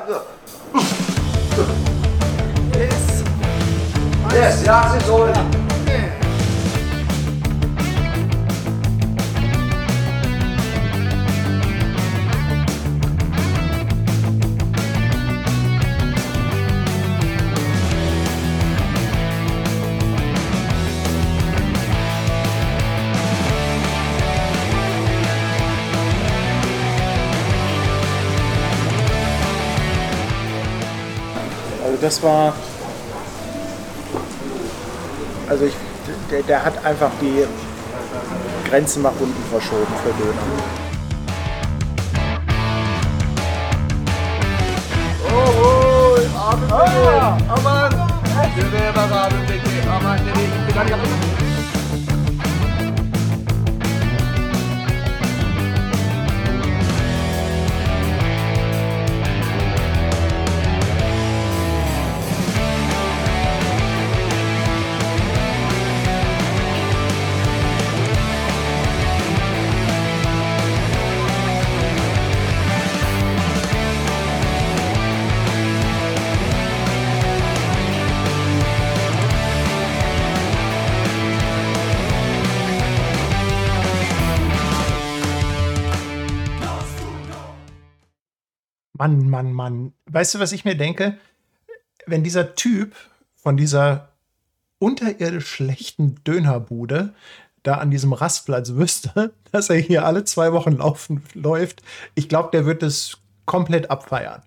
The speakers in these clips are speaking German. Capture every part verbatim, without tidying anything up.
Yes. Yes, ja, it's all. Also das war, also ich, der, der hat einfach die Grenzen nach unten verschoben für Döner. Oh, oh, Arme bitte. Aman. Bitte, Arme bitte. Aman, bitte. Ich bin gar nicht auf. Mann, Mann, Mann. Weißt du, was ich mir denke? Wenn dieser Typ von dieser unterirdisch schlechten Dönerbude da an diesem Rastplatz wüsste, dass er hier alle zwei Wochen laufen läuft, ich glaube, der wird es komplett abfeiern.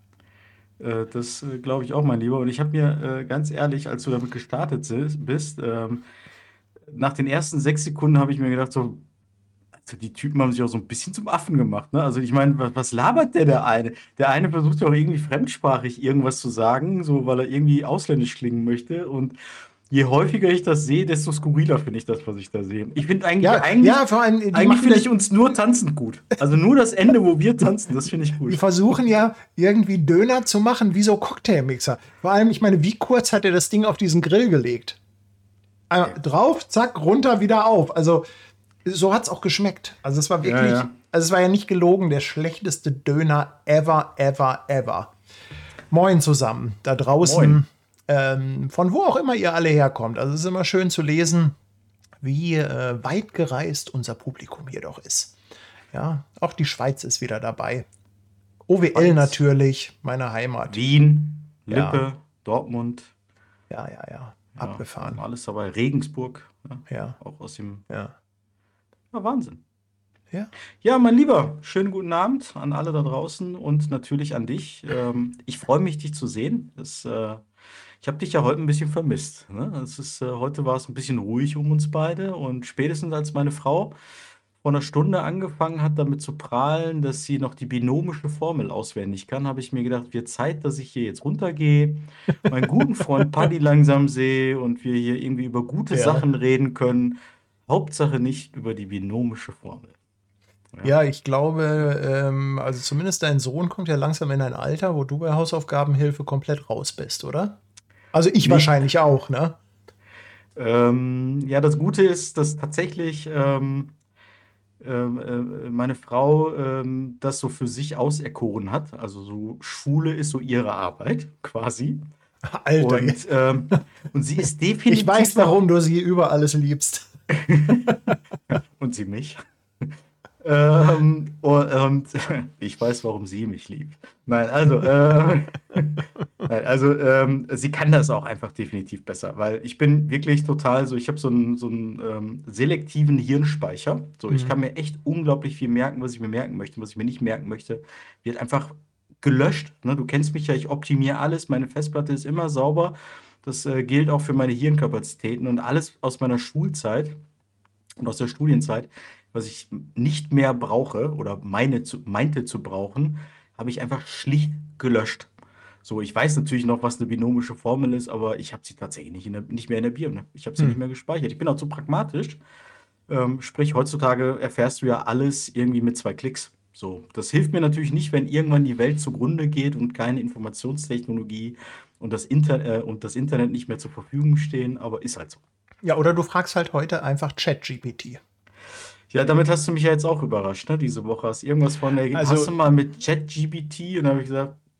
Äh, Das äh, glaube ich auch, mein Lieber. Und ich habe mir äh, ganz ehrlich, als du damit gestartet si- bist, ähm, nach den ersten sechs Sekunden habe ich mir gedacht, so, also die Typen haben sich auch so ein bisschen zum Affen gemacht, ne? Also ich meine, was, was labert der der eine? Der eine versucht ja auch irgendwie fremdsprachig irgendwas zu sagen, so weil er irgendwie ausländisch klingen möchte. Und je häufiger ich das sehe, desto skurriler finde ich das, was ich da sehe. Ich finde eigentlich, Ja, eigentlich, ja, vor allem, die eigentlich machen finde das- ich uns nur tanzend gut. Also nur das Ende, wo wir tanzen, das finde ich Die gut. versuchen ja irgendwie Döner zu machen wie so Cocktailmixer. Vor allem, ich meine, wie kurz hat er das Ding auf diesen Grill gelegt? Einmal drauf, zack, runter, wieder auf. Also so hat es auch geschmeckt. Also es war wirklich, Ja, ja. also es war ja nicht gelogen, der schlechteste Döner ever, ever, ever. Moin zusammen, da draußen, Moin. ähm, von wo auch immer ihr alle herkommt. Also es ist immer schön zu lesen, wie äh, weit gereist unser Publikum hier doch ist. Ja, auch die Schweiz ist wieder dabei. O W L Schweiz. natürlich, meine Heimat. Wien, Ja. Lippe, Dortmund, Ja, ja, ja, ja, abgefahren. alles dabei. Regensburg, ja, Ja, auch aus dem ja, ja, Wahnsinn. ja. Ja, mein Lieber, schönen guten Abend an alle da draußen und natürlich an dich. Ähm, ich freue mich, dich zu sehen. Das, äh, ich habe dich ja heute ein bisschen vermisst. Ne? Es ist, äh, heute war es ein bisschen ruhig um uns beide und spätestens als meine Frau vor einer Stunde angefangen hat, damit zu prahlen, dass sie noch die binomische Formel auswendig kann, habe ich mir gedacht, wird Zeit, dass ich hier jetzt runtergehe, meinen guten Freund Paddy langsam sehe und wir hier irgendwie über gute Ja. Sachen reden können. Hauptsache nicht über die binomische Formel. Ja, ich glaube, ähm, also zumindest dein Sohn kommt ja langsam in ein Alter, wo du bei Hausaufgabenhilfe komplett raus bist, oder? Also ich Nicht- wahrscheinlich auch, ne? Ähm, ja, das Gute ist, dass tatsächlich ähm, ähm, äh, meine Frau ähm, das so für sich auserkoren hat. Also so Schule ist so ihre Arbeit quasi. Alter, Und, ähm, und sie ist definitiv ich weiß, noch- warum du sie über alles liebst. und sie mich. ähm, und, und ich weiß, warum sie mich liebt. Nein, also, äh, nein, also ähm, sie kann das auch einfach definitiv besser, weil ich bin wirklich total so, ich habe so einen, so einen ähm, selektiven Hirnspeicher. So, ich Mhm. kann mir echt unglaublich viel merken, was ich mir merken möchte, was ich mir nicht merken möchte, wird einfach gelöscht. Ne? Du kennst mich ja, ich optimiere alles, meine Festplatte ist immer sauber. Das äh, gilt auch für meine Hirnkapazitäten und alles aus meiner Schulzeit und aus der Studienzeit, was ich nicht mehr brauche oder meine zu, meinte zu brauchen, habe ich einfach schlicht gelöscht. So, ich weiß natürlich noch, was eine binomische Formel ist, aber ich habe sie tatsächlich nicht, in der, nicht mehr in der Birne. Ich habe sie Hm. nicht mehr gespeichert. Ich bin auch zu pragmatisch. Ähm, sprich, heutzutage erfährst du ja alles irgendwie mit zwei Klicks. So, das hilft mir natürlich nicht, wenn irgendwann die Welt zugrunde geht und keine Informationstechnologie und das, Inter äh, und das Internet nicht mehr zur Verfügung stehen, aber ist halt so. Ja, oder du fragst halt heute einfach ChatGPT. Ja, damit hast du mich ja jetzt auch überrascht, ne, diese Woche. Hast irgendwas von der, Also- hast du mal mit ChatGPT? Und dann habe ich gesagt,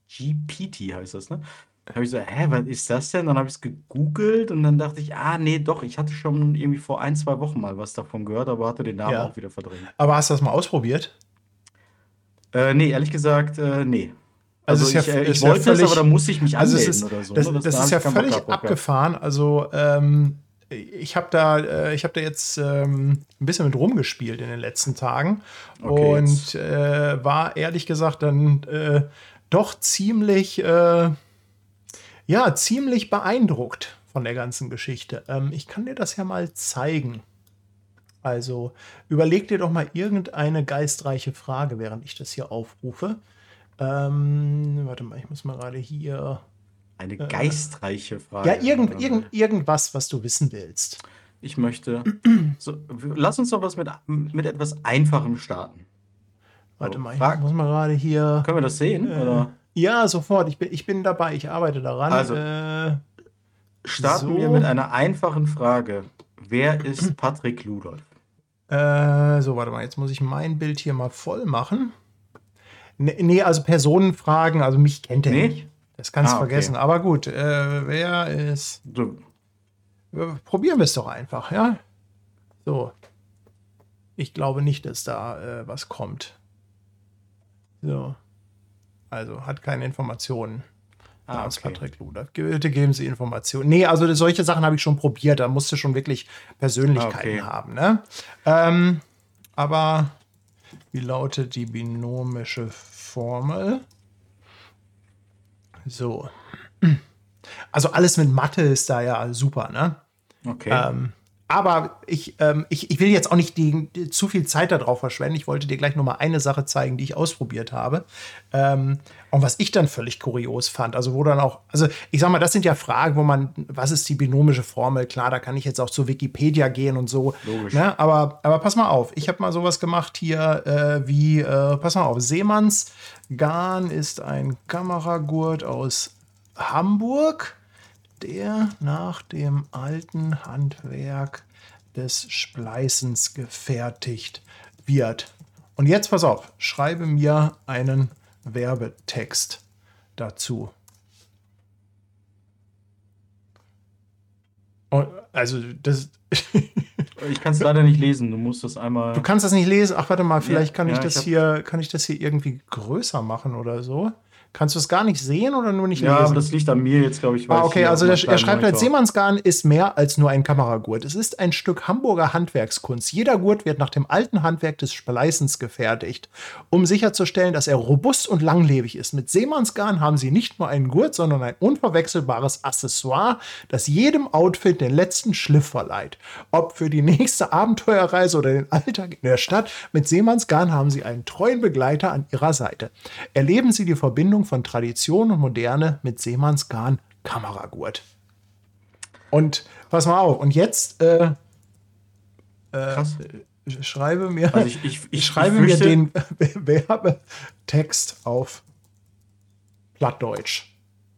G P T heißt das, ne? Da habe ich so, hä, was ist das denn? Dann habe ich es gegoogelt und dann dachte ich, ah, nee, doch, ich hatte schon irgendwie vor ein, zwei Wochen mal was davon gehört, aber hatte den Namen Ja. auch wieder verdrängt. Aber hast du das mal ausprobiert? Äh, nee, ehrlich gesagt, äh, nee. Also Also es ist ich, ja, äh, ich ist ja wollte es, aber völlig, da musste ich mich also es anmelden ist, oder so, das, ne? Das, das da ist habe ja ich keinen Bock völlig gehabt drauf gehabt. abgefahren. Also ähm, ich habe da, äh, ich habe da jetzt ähm, ein bisschen mit rumgespielt in den letzten Tagen Okay, und jetzt. äh, war ehrlich gesagt dann äh, doch ziemlich, äh, ja, ziemlich beeindruckt von der ganzen Geschichte. Ähm, ich kann dir das ja mal zeigen. Also überleg dir doch mal irgendeine geistreiche Frage, während ich das hier aufrufe. Ähm, warte mal, ich muss mal gerade hier. Eine Äh, geistreiche ja, Frage. irgend, Warte irgend, mal. irgendwas, was du wissen willst. Ich möchte. So, w- lass uns doch was mit, mit etwas Einfachem starten. Warte So, mal, ich frag. muss mal gerade hier. Können wir das sehen? Äh, Oder? ja, sofort. Ich bin, ich bin dabei. Ich arbeite daran. Also, Äh, starten wir mit so. einer einfachen Frage. Wer ist Patrick Ludolf? Äh, so, warte mal. Jetzt muss ich mein Bild hier mal voll machen. Nee, nee, also Personenfragen. Also mich kennt er Nee? nicht. Das kannst du Ah, okay. vergessen. Aber gut. Äh, wer ist. So, Äh, probieren wir es doch einfach, ja? So. Ich glaube nicht, dass da äh, was kommt. So. Also hat keine Informationen. ah, Namens okay. Patrick Luder. Bitte geben Sie Informationen. Nee, also solche Sachen habe ich schon probiert. Da musst du schon wirklich Persönlichkeiten Okay. haben. Ne? Ähm, aber wie lautet die binomische Formel? So. Also alles mit Mathe ist da ja super, ne? Okay. Ähm, aber ich, ähm, ich, ich will jetzt auch nicht die, die, zu viel Zeit darauf verschwenden. Ich wollte dir gleich nur mal eine Sache zeigen, die ich ausprobiert habe. Ähm, und was ich dann völlig kurios fand. Also, wo dann auch, also ich sag mal, das sind ja Fragen, wo man, was ist die binomische Formel? Klar, da kann ich jetzt auch zu Wikipedia gehen und so. Logisch. Ne? Aber, aber pass mal auf, ich habe mal sowas gemacht hier, äh, wie, äh, pass mal auf, Seemannsgarn ist ein Kameragurt aus Hamburg, der nach dem alten Handwerk des Spleißens gefertigt wird. Und jetzt pass auf, schreibe mir einen Werbetext dazu. Und also das, Ich kann es leider nicht lesen. Du musst das einmal. du kannst das nicht lesen. Ach, warte mal, vielleicht kann ja, ich ich das hab- hier, kann ich das hier irgendwie größer machen oder so. Kannst du es gar nicht sehen oder nur nicht Ja, lesen? aber das liegt an mir jetzt, glaube ich. weil Ah, ich okay, hier also auf der, meinem er kleinen schreibt halt, Monitor- Seemannsgarn ist mehr als nur ein Kameragurt. Es ist ein Stück Hamburger Handwerkskunst. Jeder Gurt wird nach dem alten Handwerk des Spleißens gefertigt, um sicherzustellen, dass er robust und langlebig ist. Mit Seemannsgarn haben Sie nicht nur einen Gurt, sondern ein unverwechselbares Accessoire, das jedem Outfit den letzten Schliff verleiht. Ob für die nächste Abenteuerreise oder den Alltag in der Stadt, mit Seemannsgarn haben Sie einen treuen Begleiter an Ihrer Seite. Erleben Sie die Verbindung von Tradition und Moderne mit Seemannsgarn Kameragurt. Und pass mal auf, und jetzt äh, Krass. schreibe mir, Also ich, ich, ich, ich schreibe ich mir fürchte, den Werbetext auf Plattdeutsch.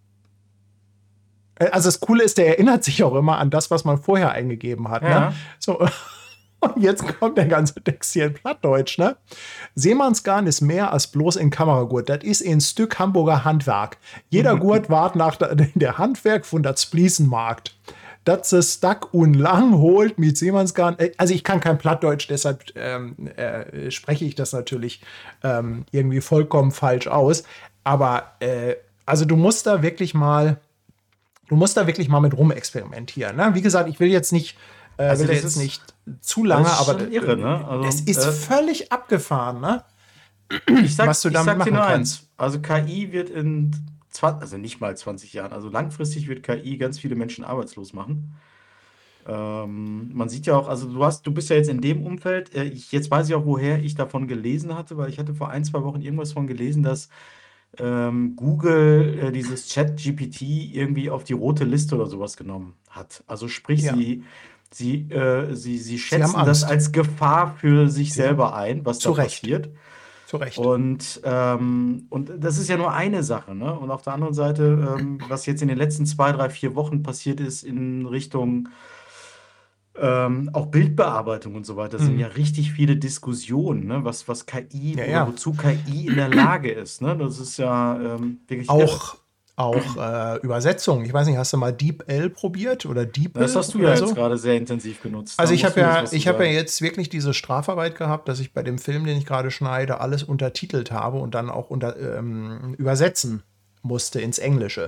Äh, Also das Coole ist, der erinnert sich auch immer an das, was man vorher eingegeben hat. Ja. Ne? So, und jetzt kommt der ganze Text hier in Plattdeutsch. Ne? Seemannsgarn ist mehr als bloß ein Kameragurt. Das ist ein Stück Hamburger Handwerk. Jeder Gurt wart nach der, der Handwerk von der Spließenmarkt. Das ist Stack und lang holt mit Seemannsgarn. Äh, Also ich kann kein Plattdeutsch, deshalb ähm, äh, spreche ich das natürlich ähm, irgendwie vollkommen falsch aus. Aber äh, also du musst da wirklich mal, du musst da wirklich mal mit rumexperimentieren. Ne? Wie gesagt, ich will jetzt nicht, äh, Also will das jetzt ist- nicht zu lange, das ist aber schon irre, ne? Also, es ist äh, völlig abgefahren, ne? ich sag, was du ich damit sag dir machen nur kannst. eins. Also K I wird in zwanzig, also nicht mal zwanzig Jahren, also langfristig wird K I ganz viele Menschen arbeitslos machen. Ähm, man sieht ja auch, also du hast, du bist ja jetzt in dem Umfeld, äh, ich, jetzt weiß ich auch, woher ich davon gelesen hatte, weil ich hatte vor ein, zwei Wochen irgendwas von gelesen, dass ähm, Google äh, dieses Chat-G P T irgendwie auf die rote Liste oder sowas genommen hat. Also sprich, Ja. sie, sie, äh, sie, sie haben schätzen das Angst. als Gefahr für sich Ja. selber ein, was Zu da Recht. passiert. Zu Recht. Und, ähm, und das ist ja nur eine Sache, ne? Und auf der anderen Seite, ähm, was jetzt in den letzten zwei, drei, vier Wochen passiert ist in Richtung Ähm, auch Bildbearbeitung und so weiter sind ja Hm. richtig viele Diskussionen, ne? Was, was K I Ja, oder ja. wozu K I in der Lage ist, ne? Das ist ja ähm, wirklich irre. Auch, auch äh, Übersetzung. Ich weiß nicht, hast du mal DeepL probiert oder Das DeepL hast du ja oder jetzt so? gerade sehr intensiv genutzt. Da Also ich musst habe du jetzt ja, was zu ich habe ja sagen. jetzt wirklich diese Strafarbeit gehabt, dass ich bei dem Film, den ich gerade schneide, alles untertitelt habe und dann auch unter, ähm, übersetzen musste ins Englische.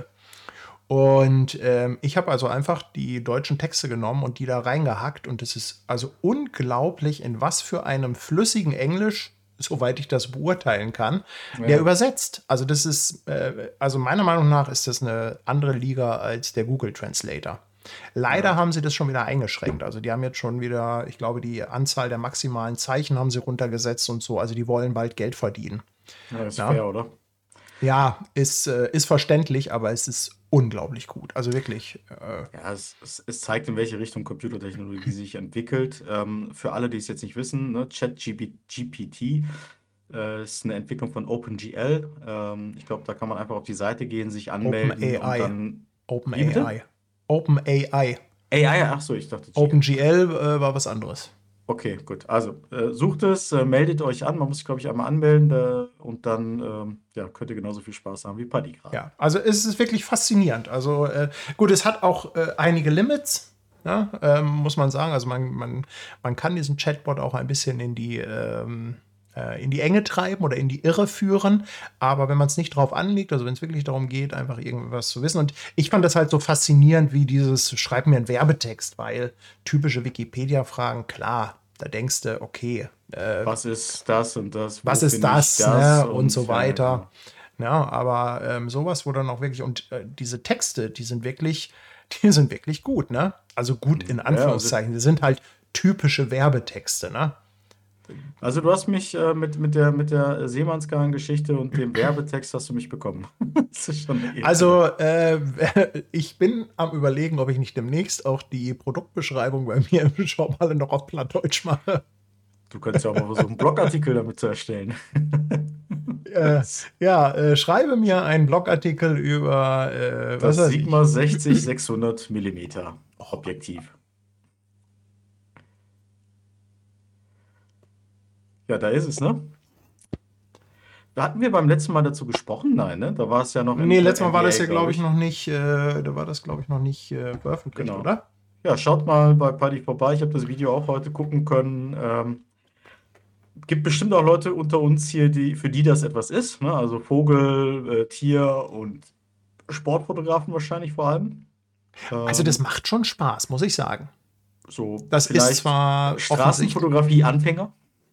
Und ähm, ich habe also einfach die deutschen Texte genommen und die da reingehackt. Und es ist also unglaublich, in was für einem flüssigen Englisch, soweit ich das beurteilen kann, der Ja. übersetzt. Also das ist, äh, also meiner Meinung nach ist das eine andere Liga als der Google Translator. Leider Ja. haben sie das schon wieder eingeschränkt. Also die haben jetzt schon wieder, ich glaube, die Anzahl der maximalen Zeichen haben sie runtergesetzt und so. Also die wollen bald Geld verdienen. Ja, ist Ja, fair, oder? ja, ist, äh, ist verständlich, aber es ist unglaublich gut. Also wirklich. Äh, Ja, es, es, es zeigt, in welche Richtung Computertechnologie sich entwickelt. Ähm, für alle, die es jetzt nicht wissen, ne, ChatGPT äh, ist eine Entwicklung von OpenGL. Ähm, ich glaube, da kann man einfach auf die Seite gehen, sich anmelden und OpenAI. dann. Wie bitte? OpenAI. OpenAI. A I, ach so, ich dachte G L. OpenGL äh, war was anderes. Okay, gut. Also, äh, sucht es, äh, meldet euch an. Man muss sich, glaube ich, einmal anmelden äh, und dann ähm, ja, könnt ihr genauso viel Spaß haben wie Paddy gerade. Ja, also es ist wirklich faszinierend. Also äh, gut, es hat auch äh, einige Limits, ja, ähm, muss man sagen. Also man, man, man kann diesen Chatbot auch ein bisschen in die, ähm, äh, in die Enge treiben oder in die Irre führen. Aber wenn man es nicht drauf anlegt, also wenn es wirklich darum geht, einfach irgendwas zu wissen. Und ich fand das halt so faszinierend, wie dieses Schreib mir einen Werbetext, weil typische Wikipedia-Fragen, klar, da denkst du, okay, äh, Was ist das und das? Wo was ist finde ich das, das? ne? Und so Und ja, weiter. genau. Ja, aber ähm, sowas, wo dann auch wirklich, und äh, diese Texte, die sind wirklich, die sind wirklich gut, ne? Also gut in Ja, also, Anführungszeichen. Die sind halt typische Werbetexte, ne? also du hast mich äh, mit, mit der, mit der Seemannsgarn-Geschichte und dem Werbetext hast du mich bekommen. Das ist schon eine Ehre. Also, äh, ich bin am Überlegen, ob ich nicht demnächst auch die Produktbeschreibung bei mir im Shop alle noch auf Plattdeutsch mache. Du könntest ja auch mal versuchen, einen Blogartikel damit zu erstellen. Äh, ja, äh, schreibe mir einen Blogartikel über, äh, was Das weiß Sigma ich. sechzig sechshundert Millimeter Objektiv. Ja, da ist es, ne? Hatten wir beim letzten Mal dazu gesprochen? Nein, ne? Da war es ja noch Nee, in letztes der Mal war das N D A, ja, glaube glaube ich, ich. noch nicht, äh, da war das, glaube ich, noch nicht äh, veröffentlicht, Genau. oder? Ja, schaut mal bei Paddy vorbei. Ich habe das Video auch heute gucken können. Ähm, gibt bestimmt auch Leute unter uns hier, die, für die das etwas ist, ne? Also Vogel, äh, Tier und Sportfotografen wahrscheinlich vor allem. Also das Ähm, macht schon Spaß, muss ich sagen. so Das ist vielleicht zwar offensichtlich, Straßenfotografie-Anfänger.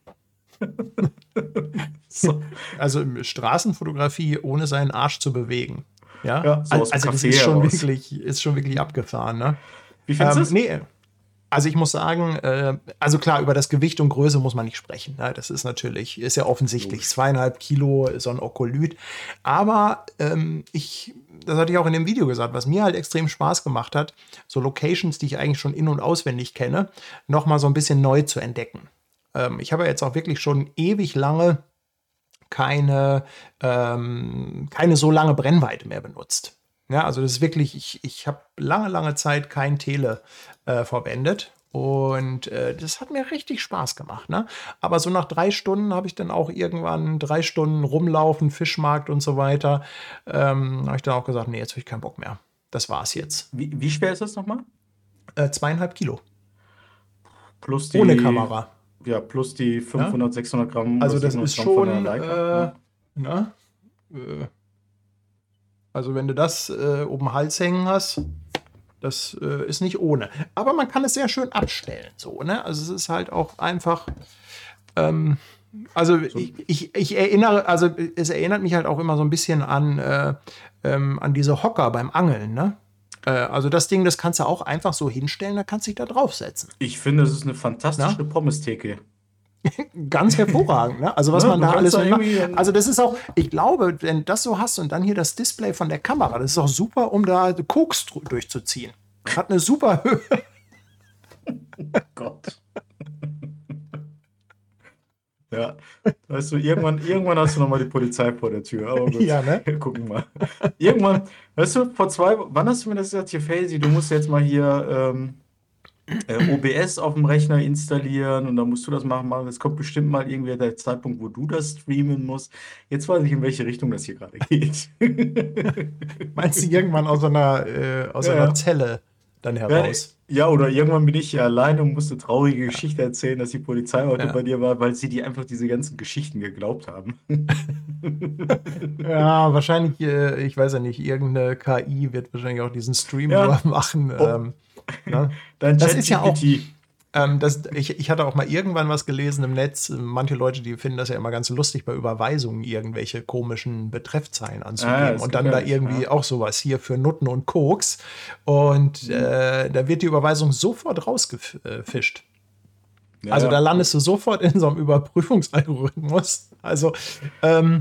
So, also Straßenfotografie ohne seinen Arsch zu bewegen. Ja, ja, so Al- aus dem also das Café ist schon heraus. wirklich, ist schon wirklich abgefahren, ne? Wie findest du Ähm, es? nee, also ich muss sagen, äh, also klar, über das Gewicht und Größe muss man nicht sprechen. Ne? Das ist natürlich, ist ja offensichtlich, Logisch. zweieinhalb Kilo, so ein Okolyt. Aber ähm, ich, das hatte ich auch in dem Video gesagt, was mir halt extrem Spaß gemacht hat, so Locations, die ich eigentlich schon in- und auswendig kenne, noch mal so ein bisschen neu zu entdecken. Ähm, ich habe ja jetzt auch wirklich schon ewig lange keine, ähm, keine so lange Brennweite mehr benutzt. Ja, also das ist wirklich, ich, ich habe lange, lange Zeit kein Tele äh, verwendet. Und äh, das hat mir richtig Spaß gemacht. Ne? Aber so nach drei Stunden habe ich dann auch irgendwann drei Stunden rumlaufen, Fischmarkt und so weiter. Ähm, habe ich dann auch gesagt, nee, jetzt habe ich keinen Bock mehr. Das war's jetzt. Wie, wie schwer ist das nochmal? Äh, zweieinhalb Kilo. Plus Ohne die, Kamera. ja, plus die Ja? fünfhundert, sechshundert Gramm oder Also das siebenhundert ist Gramm von der schon, Leica. äh, Ne? na, äh, also wenn du das äh, oben Hals hängen hast, das äh, ist nicht ohne. Aber man kann es sehr schön abstellen. So, ne? Also es ist halt auch einfach. Ähm, also So, ich, ich, ich erinnere, also es erinnert mich halt auch immer so ein bisschen an, äh, ähm, an diese Hocker beim Angeln, ne? Äh, also das Ding, das kannst du auch einfach so hinstellen, da kannst du dich da draufsetzen. ich finde, es ist eine fantastische Na? Pommestheke. Ganz hervorragend, ne? Also was Ne? man Du da alles kannst da mit macht. irgendwie. Ein, Also das ist auch, ich glaube, wenn du das so hast und dann hier das Display von der Kamera, das ist auch super, um da Koks dr- durchzuziehen. Hat eine super Höhe. Gott. Ja, weißt du, irgendwann, irgendwann hast du nochmal die Polizei vor der Tür. Aber gut, Ja, ne? wir gucken mal. Irgendwann, weißt du, vor zwei, wann hast du mir das gesagt? Hier, Faisy, du musst jetzt mal hier ähm, äh, O B S auf dem Rechner installieren und dann musst du das machen, machen. Es kommt bestimmt mal irgendwie der Zeitpunkt, wo du das streamen musst. Jetzt weiß ich, in welche Richtung das hier gerade geht. Meinst du irgendwann aus so einer, äh, aus so Ja, einer ja. Zelle dann Ja, heraus? ja, oder irgendwann bin ich hier alleine und musste traurige Geschichte erzählen, dass die Polizei heute Ja. bei dir war, weil sie dir einfach diese ganzen Geschichten geglaubt haben. Ja, wahrscheinlich, äh, ich weiß ja nicht, irgendeine K I wird wahrscheinlich auch diesen Stream nur Ja, machen. oh, Ähm, ne? dein Das ist ja auch, ChatGPT. ähm, das, ich, ich hatte auch mal irgendwann was gelesen im Netz. Manche Leute, die finden das ja immer ganz lustig, bei Überweisungen irgendwelche komischen Betreffzeilen Ah, anzugeben ist und dann da gefährlich. irgendwie Ja, auch sowas hier für Nutten und Koks. Und mhm. äh, da wird die Überweisung sofort rausgefischt. Ja, Also da ja. landest du sofort in so einem Überprüfungsalgorithmus. Also ähm,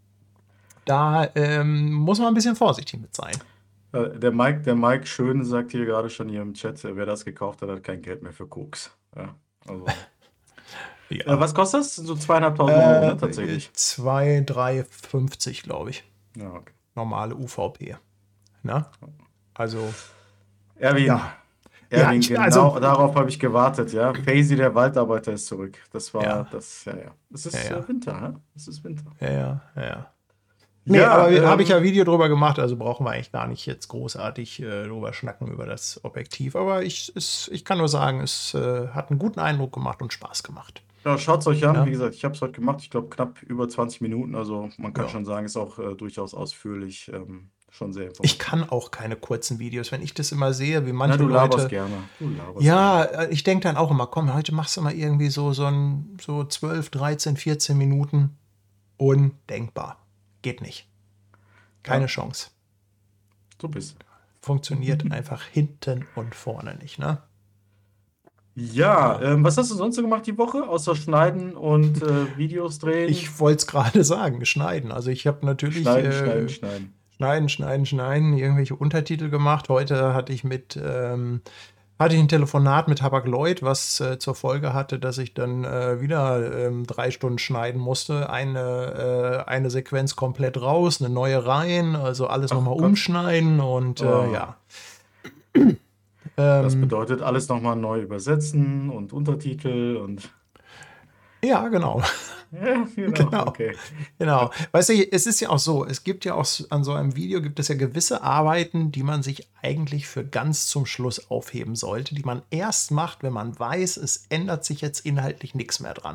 da ähm, muss man ein bisschen vorsichtig mit sein. Äh, Der Mike, der Mike Schön sagt hier gerade schon hier im Chat, äh, wer das gekauft hat, hat kein Geld mehr für Koks. Ja, also. Äh, Ja. was kostet das? So zweieinhalbtausend Euro, ne, Äh, tatsächlich. zwei, drei, fünfzig, glaube ich. Ja, okay. Normale U V P. Na? Also, Erwin, ja. Ja, Erwin, ich, also, genau darauf habe ich gewartet, ja. Faisy, der Waldarbeiter, ist zurück. Das war ja, das, ja, ja. Es ja, ist äh, ja, Winter, ne? Es ist Winter. ja, ja, ja, ja. Nee, Ja, aber habe ich ja ähm, Video drüber gemacht, also brauchen wir eigentlich gar nicht jetzt großartig äh, drüber schnacken über das Objektiv. Aber ich, es, ich kann nur sagen, es äh, hat einen guten Eindruck gemacht und Spaß gemacht. ja, schaut es euch an. Wie Ja, gesagt, ich habe es heute gemacht. Ich glaube, knapp über zwanzig Minuten. Also man kann ja. schon sagen, ist auch äh, durchaus ausführlich, ähm, schon sehr Ich informativ. kann auch keine kurzen Videos. Wenn ich das immer sehe, wie Na, manche du laberst Leute. gerne. Du laberst Ja, gerne. äh, ich denke dann auch immer, komm, heute machst du mal irgendwie so, so, ein, so zwölf, dreizehn, vierzehn Minuten. Undenkbar. Geht nicht. Keine Ja, Chance. so bist du. Funktioniert einfach hinten und vorne nicht, ne? Ja, Ja. ähm, was hast du sonst so gemacht die Woche, außer Schneiden und äh, Videos drehen? Ich wollte es gerade sagen, schneiden. Also ich habe natürlich Schneiden, schneiden, äh, schneiden. schneiden, schneiden, schneiden, irgendwelche Untertitel gemacht. Heute hatte ich mit ähm, hatte ich ein Telefonat mit Hapag Lloyd, was äh, zur Folge hatte, dass ich dann äh, wieder ähm, drei Stunden schneiden musste. Eine, äh, eine Sequenz komplett raus, eine neue rein, also alles Ach nochmal Gott. umschneiden und äh, Oh, ja. das Ähm, bedeutet alles nochmal neu übersetzen und Untertitel und. ja, genau. Ja, genau, Genau. okay. Genau. Weißt du, es ist ja auch so, es gibt ja auch s- an so einem Video gibt es ja gewisse Arbeiten, die man sich eigentlich für ganz zum Schluss aufheben sollte, die man erst macht, wenn man weiß, es ändert sich jetzt inhaltlich nichts mehr dran.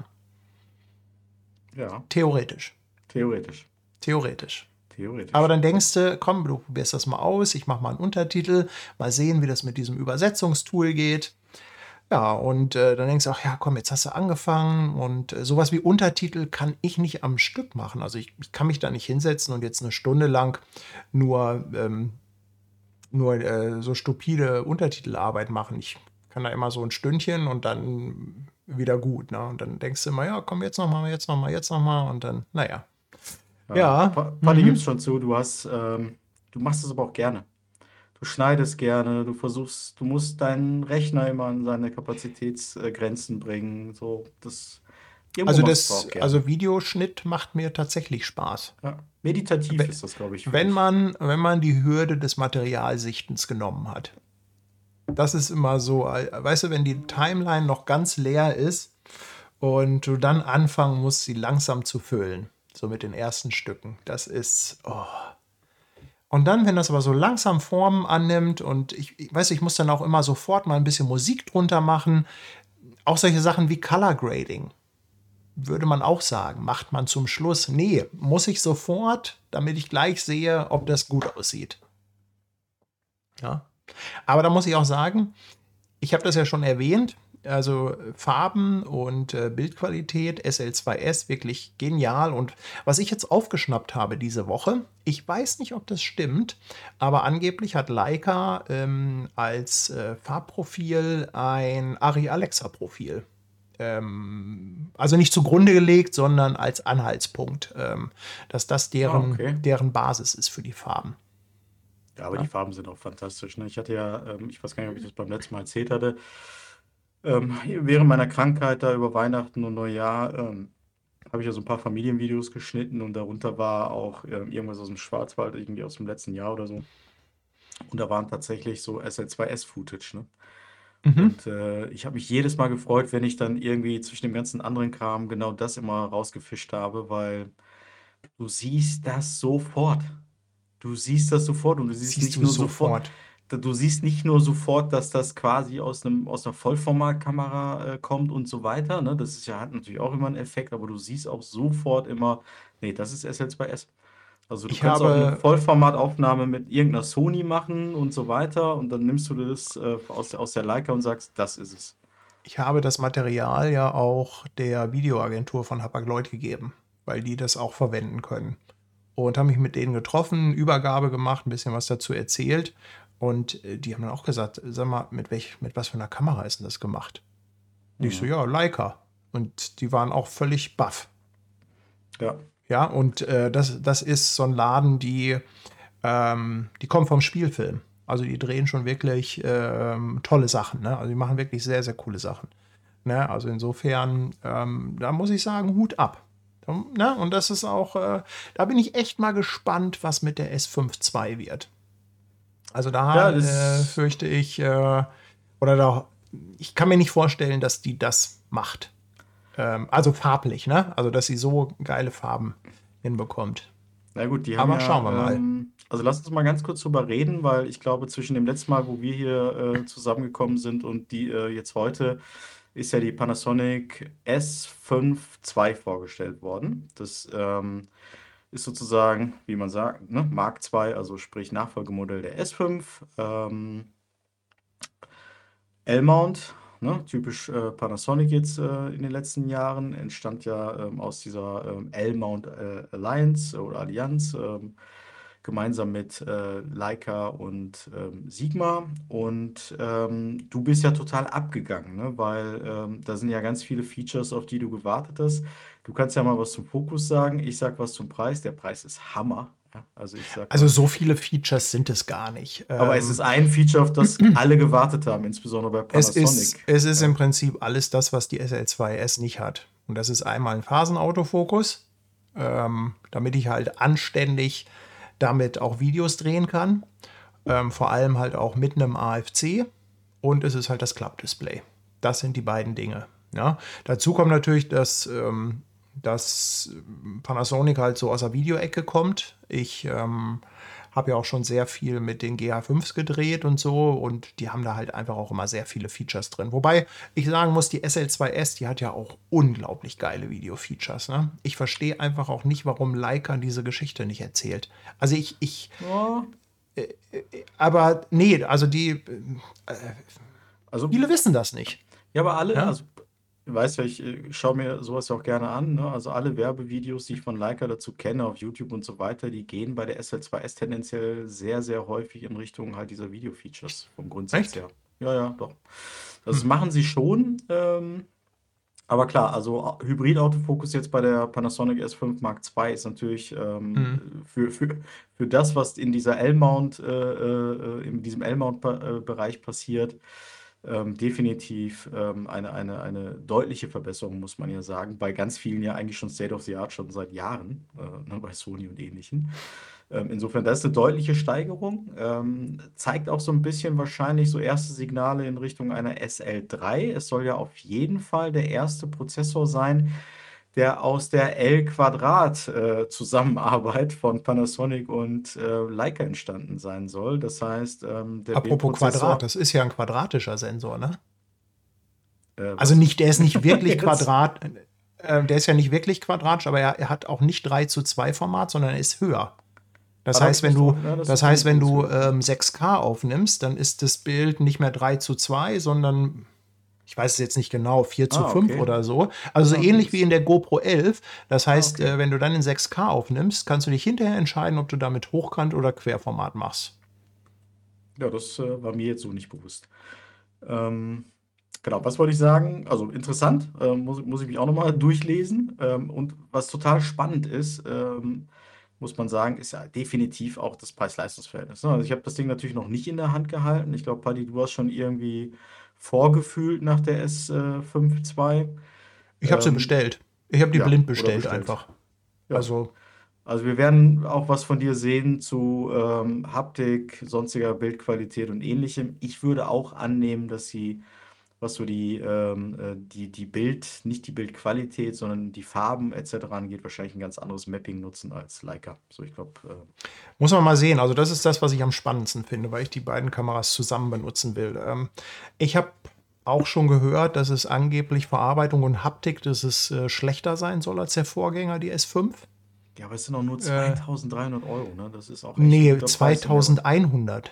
Ja, Theoretisch. theoretisch. Theoretisch. Aber Theoretisch. dann denkst du, komm, du probierst das mal aus, ich mache mal einen Untertitel, mal sehen, wie das mit diesem Übersetzungstool geht. Ja, und äh, dann denkst du, ach ja, komm, jetzt hast du angefangen und äh, sowas wie Untertitel kann ich nicht am Stück machen. Also ich, ich kann mich da nicht hinsetzen und jetzt eine Stunde lang nur, ähm, nur äh, so stupide Untertitelarbeit machen. Ich kann da immer so ein Stündchen und dann wieder gut. Ne? Und dann denkst du immer, ja, komm, jetzt nochmal, jetzt nochmal, jetzt nochmal und dann, naja. Ja, Ja, Pa- Paddy gibt's mhm. schon zu, du hast, ähm, du machst es aber auch gerne. Du schneidest gerne, du versuchst, du musst deinen Rechner immer an seine Kapazitätsgrenzen bringen. So, das, irgendwo Also machst du es das, auch gerne. also Videoschnitt macht mir tatsächlich Spaß. Ja. Meditativ We- ist das, glaube ich, für Wenn dich. man, wenn man die Hürde des Materialsichtens genommen hat. Das ist immer so, äh, weißt du, wenn die Timeline noch ganz leer ist und du dann anfangen musst, sie langsam zu füllen. So mit den ersten Stücken. Das ist. Oh. Und dann, wenn das aber so langsam Formen annimmt und ich, ich weiß, ich muss dann auch immer sofort mal ein bisschen Musik drunter machen. Auch solche Sachen wie Color Grading, würde man auch sagen, macht man zum Schluss. Nee, muss ich sofort, damit ich gleich sehe, ob das gut aussieht. Ja. Aber da muss ich auch sagen, ich habe das ja schon erwähnt, also Farben und äh, Bildqualität, S L zwei S, wirklich genial. Und was ich jetzt aufgeschnappt habe diese Woche, ich weiß nicht, ob das stimmt, aber angeblich hat Leica ähm, als äh, Farbprofil ein Arri Alexa-Profil. Ähm, also nicht zugrunde gelegt, sondern als Anhaltspunkt, ähm, dass das Ah, deren, okay. deren Basis ist für die Farben. Ja, aber die Ja? Farben sind auch fantastisch. Ne? Ich hatte ja, ähm, ich weiß gar nicht, ob ich das beim letzten Mal erzählt hatte, ähm, während meiner Krankheit da über Weihnachten und Neujahr ähm, habe ich ja so ein paar Familienvideos geschnitten und darunter war auch ähm, irgendwas aus dem Schwarzwald, irgendwie aus dem letzten Jahr oder so. Und da waren tatsächlich so S L zwei S-Footage, ne? Mhm. Und äh, ich habe mich jedes Mal gefreut, wenn ich dann irgendwie zwischen dem ganzen anderen Kram genau das immer rausgefischt habe, weil du siehst das sofort. Du siehst das sofort und du siehst Siehst nicht du nur sofort, sofort. du siehst nicht nur sofort, dass das quasi aus einem, aus einer Vollformatkamera äh, kommt und so weiter. Ne? Das ist ja, hat natürlich auch immer einen Effekt, aber du siehst auch sofort immer, nee, das ist S L zwei S. Also du Ich kannst auch eine habe, Vollformataufnahme mit irgendeiner Sony machen und so weiter und dann nimmst du das äh, aus, der- aus der Leica und sagst, das ist es. ich habe das Material ja auch der Videoagentur von Hapag-Lloyd gegeben, weil die das auch verwenden können. Und habe mich mit denen getroffen, Übergabe gemacht, ein bisschen was dazu erzählt. Und äh, die haben dann auch gesagt, sag mal, mit, welch, mit was für einer Kamera ist denn das gemacht? Und ich so, Mhm. ja, Leica. Und die waren auch völlig baff. Ja. Ja, und äh, das, das ist so ein Laden, die, ähm, die kommen vom Spielfilm. Also die drehen schon wirklich ähm, tolle Sachen. Ne? Also die machen wirklich sehr, sehr coole Sachen. Ne? Also insofern, ähm, da muss ich sagen, Hut ab. Ne? Und das ist auch, äh, da bin ich echt mal gespannt, was mit der S fünf Punkt zwei wird. Also Ja, da äh, das. fürchte ich, äh, oder da, ich kann mir nicht vorstellen, dass die das macht. Ähm, also farblich, ne? Also dass sie so geile Farben hinbekommt. Na gut, die haben Aber schauen wir ja, mal. ähm, also lass uns mal ganz kurz drüber reden, weil ich glaube, zwischen dem letzten Mal, wo wir hier äh, zusammengekommen sind und die äh, jetzt heute, ist ja die Panasonic S fünf zwei vorgestellt worden. Das ähm, ist sozusagen, wie man sagt, ne, Mark zwei, also sprich Nachfolgemodell der S fünf. Ähm, L-Mount, ne, typisch äh, Panasonic jetzt äh, in den letzten Jahren, entstand ja ähm, aus dieser ähm, L-Mount äh, Alliance oder Allianz, ähm, gemeinsam mit äh, Leica und ähm, Sigma. Und ähm, du bist ja total abgegangen, ne, weil ähm, da sind ja ganz viele Features, auf die du gewartet hast. Du kannst ja mal was zum Fokus sagen, ich sag was zum Preis. Der Preis ist Hammer. Ja, also ich sag Also mal, so viele Features sind es gar nicht. aber es ist Ähm, ein Feature, auf das alle gewartet haben, insbesondere bei es ist, Panasonic. es ist im Ja. Prinzip alles das, was die S L zwei S nicht hat. Und das ist einmal ein Phasenautofokus, ähm, damit ich halt anständig damit auch Videos drehen kann. Ähm, vor allem halt auch mit einem A F C. Und es ist halt das Klappdisplay. Das sind die beiden Dinge. Ja. Dazu kommt natürlich, dass, ähm, dass Panasonic halt so aus der Videoecke kommt. Ich ähm, habe ja auch schon sehr viel mit den G H fünfs gedreht und so. Und die haben da halt einfach auch immer sehr viele Features drin. Wobei ich sagen muss, die S L zwei S, die hat ja auch unglaublich geile Video-Features. Ne? Ich verstehe einfach auch nicht, warum Leica diese Geschichte nicht erzählt. Also ich, ich, Ja, aber nee, also die, äh, also, viele wissen das nicht. ja, aber alle, Ja? also, du weißt ja, ich äh, schaue mir sowas ja auch gerne an, ne? Also alle Werbevideos, die ich von Leica dazu kenne, auf YouTube und so weiter, die gehen bei der S L zwei S tendenziell sehr, sehr häufig in Richtung halt dieser Video-Features vom Grundsatz Echt? her. Ja, ja, doch. Also das Hm. machen sie schon, ähm, aber klar, also Hybrid-Autofokus jetzt bei der Panasonic S fünf Mark zwei ist natürlich ähm, Hm. für, für, für das, was in dieser L-Mount, äh, äh, in diesem L-Mount-Bereich passiert, ähm, definitiv ähm, eine, eine, eine deutliche Verbesserung, muss man ja sagen. Bei ganz vielen ja eigentlich schon State of the Art, schon seit Jahren, äh, ne, bei Sony und ähnlichen. Ähm, insofern, das ist eine deutliche Steigerung. Ähm, zeigt auch so ein bisschen wahrscheinlich so erste Signale in Richtung einer S L drei. Es soll ja auf jeden Fall der erste Prozessor sein, der aus der L-Quadrat-Zusammenarbeit von Panasonic und äh, Leica entstanden sein soll. Das heißt, ähm, der Apropos Quadrat, Bildprozessor, das ist ja ein quadratischer Sensor, ne? äh, Also was? nicht, der ist nicht wirklich Jetzt? Quadrat, äh, der ist ja nicht wirklich quadratisch, aber er, er hat auch nicht drei zu zwei Format, sondern er ist höher. Ah, Das da habe ich heißt, wenn nicht drauf, du, ja, das das habe ich heißt, nicht wenn bewusst du gehört. ähm, sechs K aufnimmst, dann ist das Bild nicht mehr drei zu zwei, sondern ich weiß es jetzt nicht genau, vier zu Ah, fünf okay. oder so. Also so Ah, okay, ähnlich wie das. in der GoPro elf. Das Ah, heißt, okay. äh, wenn du dann in sechs K aufnimmst, kannst du dich hinterher entscheiden, ob du damit Hochkant oder Querformat machst. Ja, das äh, war mir jetzt so nicht bewusst. Ähm, genau, was wollte ich sagen? Also interessant, ähm, muss, muss ich mich auch nochmal durchlesen. Ähm, und was total spannend ist, ähm, muss man sagen, ist ja definitiv auch das Preis-Leistungs-Verhältnis. Ne? Also ich habe das Ding natürlich noch nicht in der Hand gehalten. Ich glaube, Paddy, du hast schon irgendwie vorgefühlt nach der S fünf zwei. Ich habe sie Ähm, bestellt. Ich habe die ja, blind oder bestellt bestellt. einfach. Ja, Also, Also wir werden auch was von dir sehen zu ähm, Haptik, sonstiger Bildqualität und ähnlichem. Ich würde auch annehmen, dass sie, was so die, ähm, äh, die, die Bild, nicht die Bildqualität, sondern die Farben et cetera angeht, wahrscheinlich ein ganz anderes Mapping nutzen als Leica. So, ich glaube, äh, Muss man mal sehen. Also das ist das, was ich am spannendsten finde, weil ich die beiden Kameras zusammen benutzen will. Ähm, ich habe auch schon gehört, dass es angeblich Verarbeitung und Haptik, dass es äh, schlechter sein soll als der Vorgänger, die S fünf. ja, aber es sind auch nur zweitausenddreihundert Euro, ne? Das ist auch echt ein Nee, guter Preis im Jahr. zweitausendeinhundert.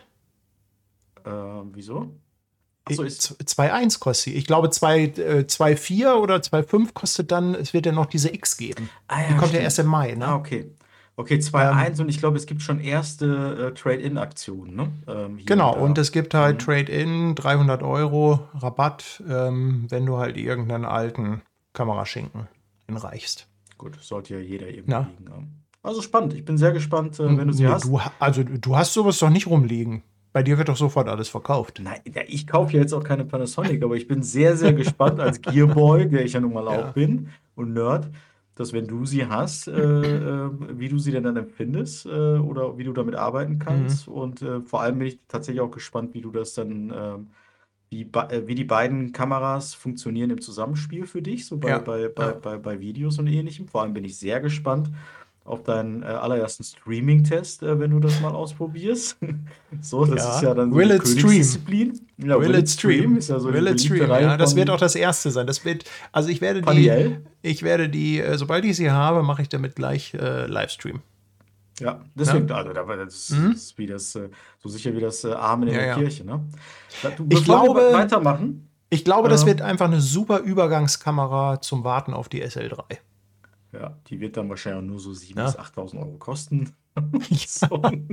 Äh, wieso? Achso, ist. zwei Komma eins kostet sie. Ich glaube, zwei Komma vier oder zwei Komma fünf kostet dann, es wird ja noch diese X geben. Ah, ja, Die kommt ja stimmt. erst im Mai, ne? Ah, okay. Okay, zwei Komma eins und ich glaube, es gibt schon erste äh, Trade-in-Aktionen, ne? Ähm, hier Genau, da. und es gibt halt Mhm. Trade-in, dreihundert Euro Rabatt, ähm, wenn du halt irgendeinen alten Kameraschinken hinreichst. Gut, sollte ja jeder irgendwo Na? liegen haben. Also spannend, ich bin sehr gespannt, äh, wenn du sie Nee, hast. du, ha- also du hast sowas doch nicht rumliegen. Bei dir wird doch sofort alles verkauft. Nein, ja, ich kaufe ja jetzt auch keine Panasonic, aber ich bin sehr, sehr gespannt als Gearboy, der ich ja nun mal Ja. auch bin und Nerd, dass wenn du sie hast, äh, äh, wie du sie denn dann empfindest äh, oder wie du damit arbeiten kannst. Und äh, vor allem bin ich tatsächlich auch gespannt, wie du das dann, ähm, wie, ba- äh, wie die beiden Kameras funktionieren im Zusammenspiel für dich, so bei, Ja, bei, bei, ja. bei, bei Videos und ähnlichem. Vor allem bin ich sehr gespannt auf deinen äh, allerersten Streaming-Test, äh, wenn du das mal ausprobierst. So, das ist Ja. ja dann so Will die it stream? Königsdisziplin. Ja, Will it stream? ist ja so die Will it beliebte stream? Reihe Ja, das wird auch von das erste sein. Das wird, also ich werde die, Paniel. ich werde die, äh, sobald ich sie habe, mache ich damit gleich äh, Livestream. Ja, deswegen, also da war das, das ist wie das, äh, so sicher wie das äh, Amen in Ja, der ja. Kirche, ne? Da, du, Ich bevor wir glaube- weitermachen, Ich glaube, das Ja. wird einfach eine super Übergangskamera zum Warten auf die S L drei. ja, die wird dann wahrscheinlich nur so siebentausend Ja. bis achttausend Euro kosten. So.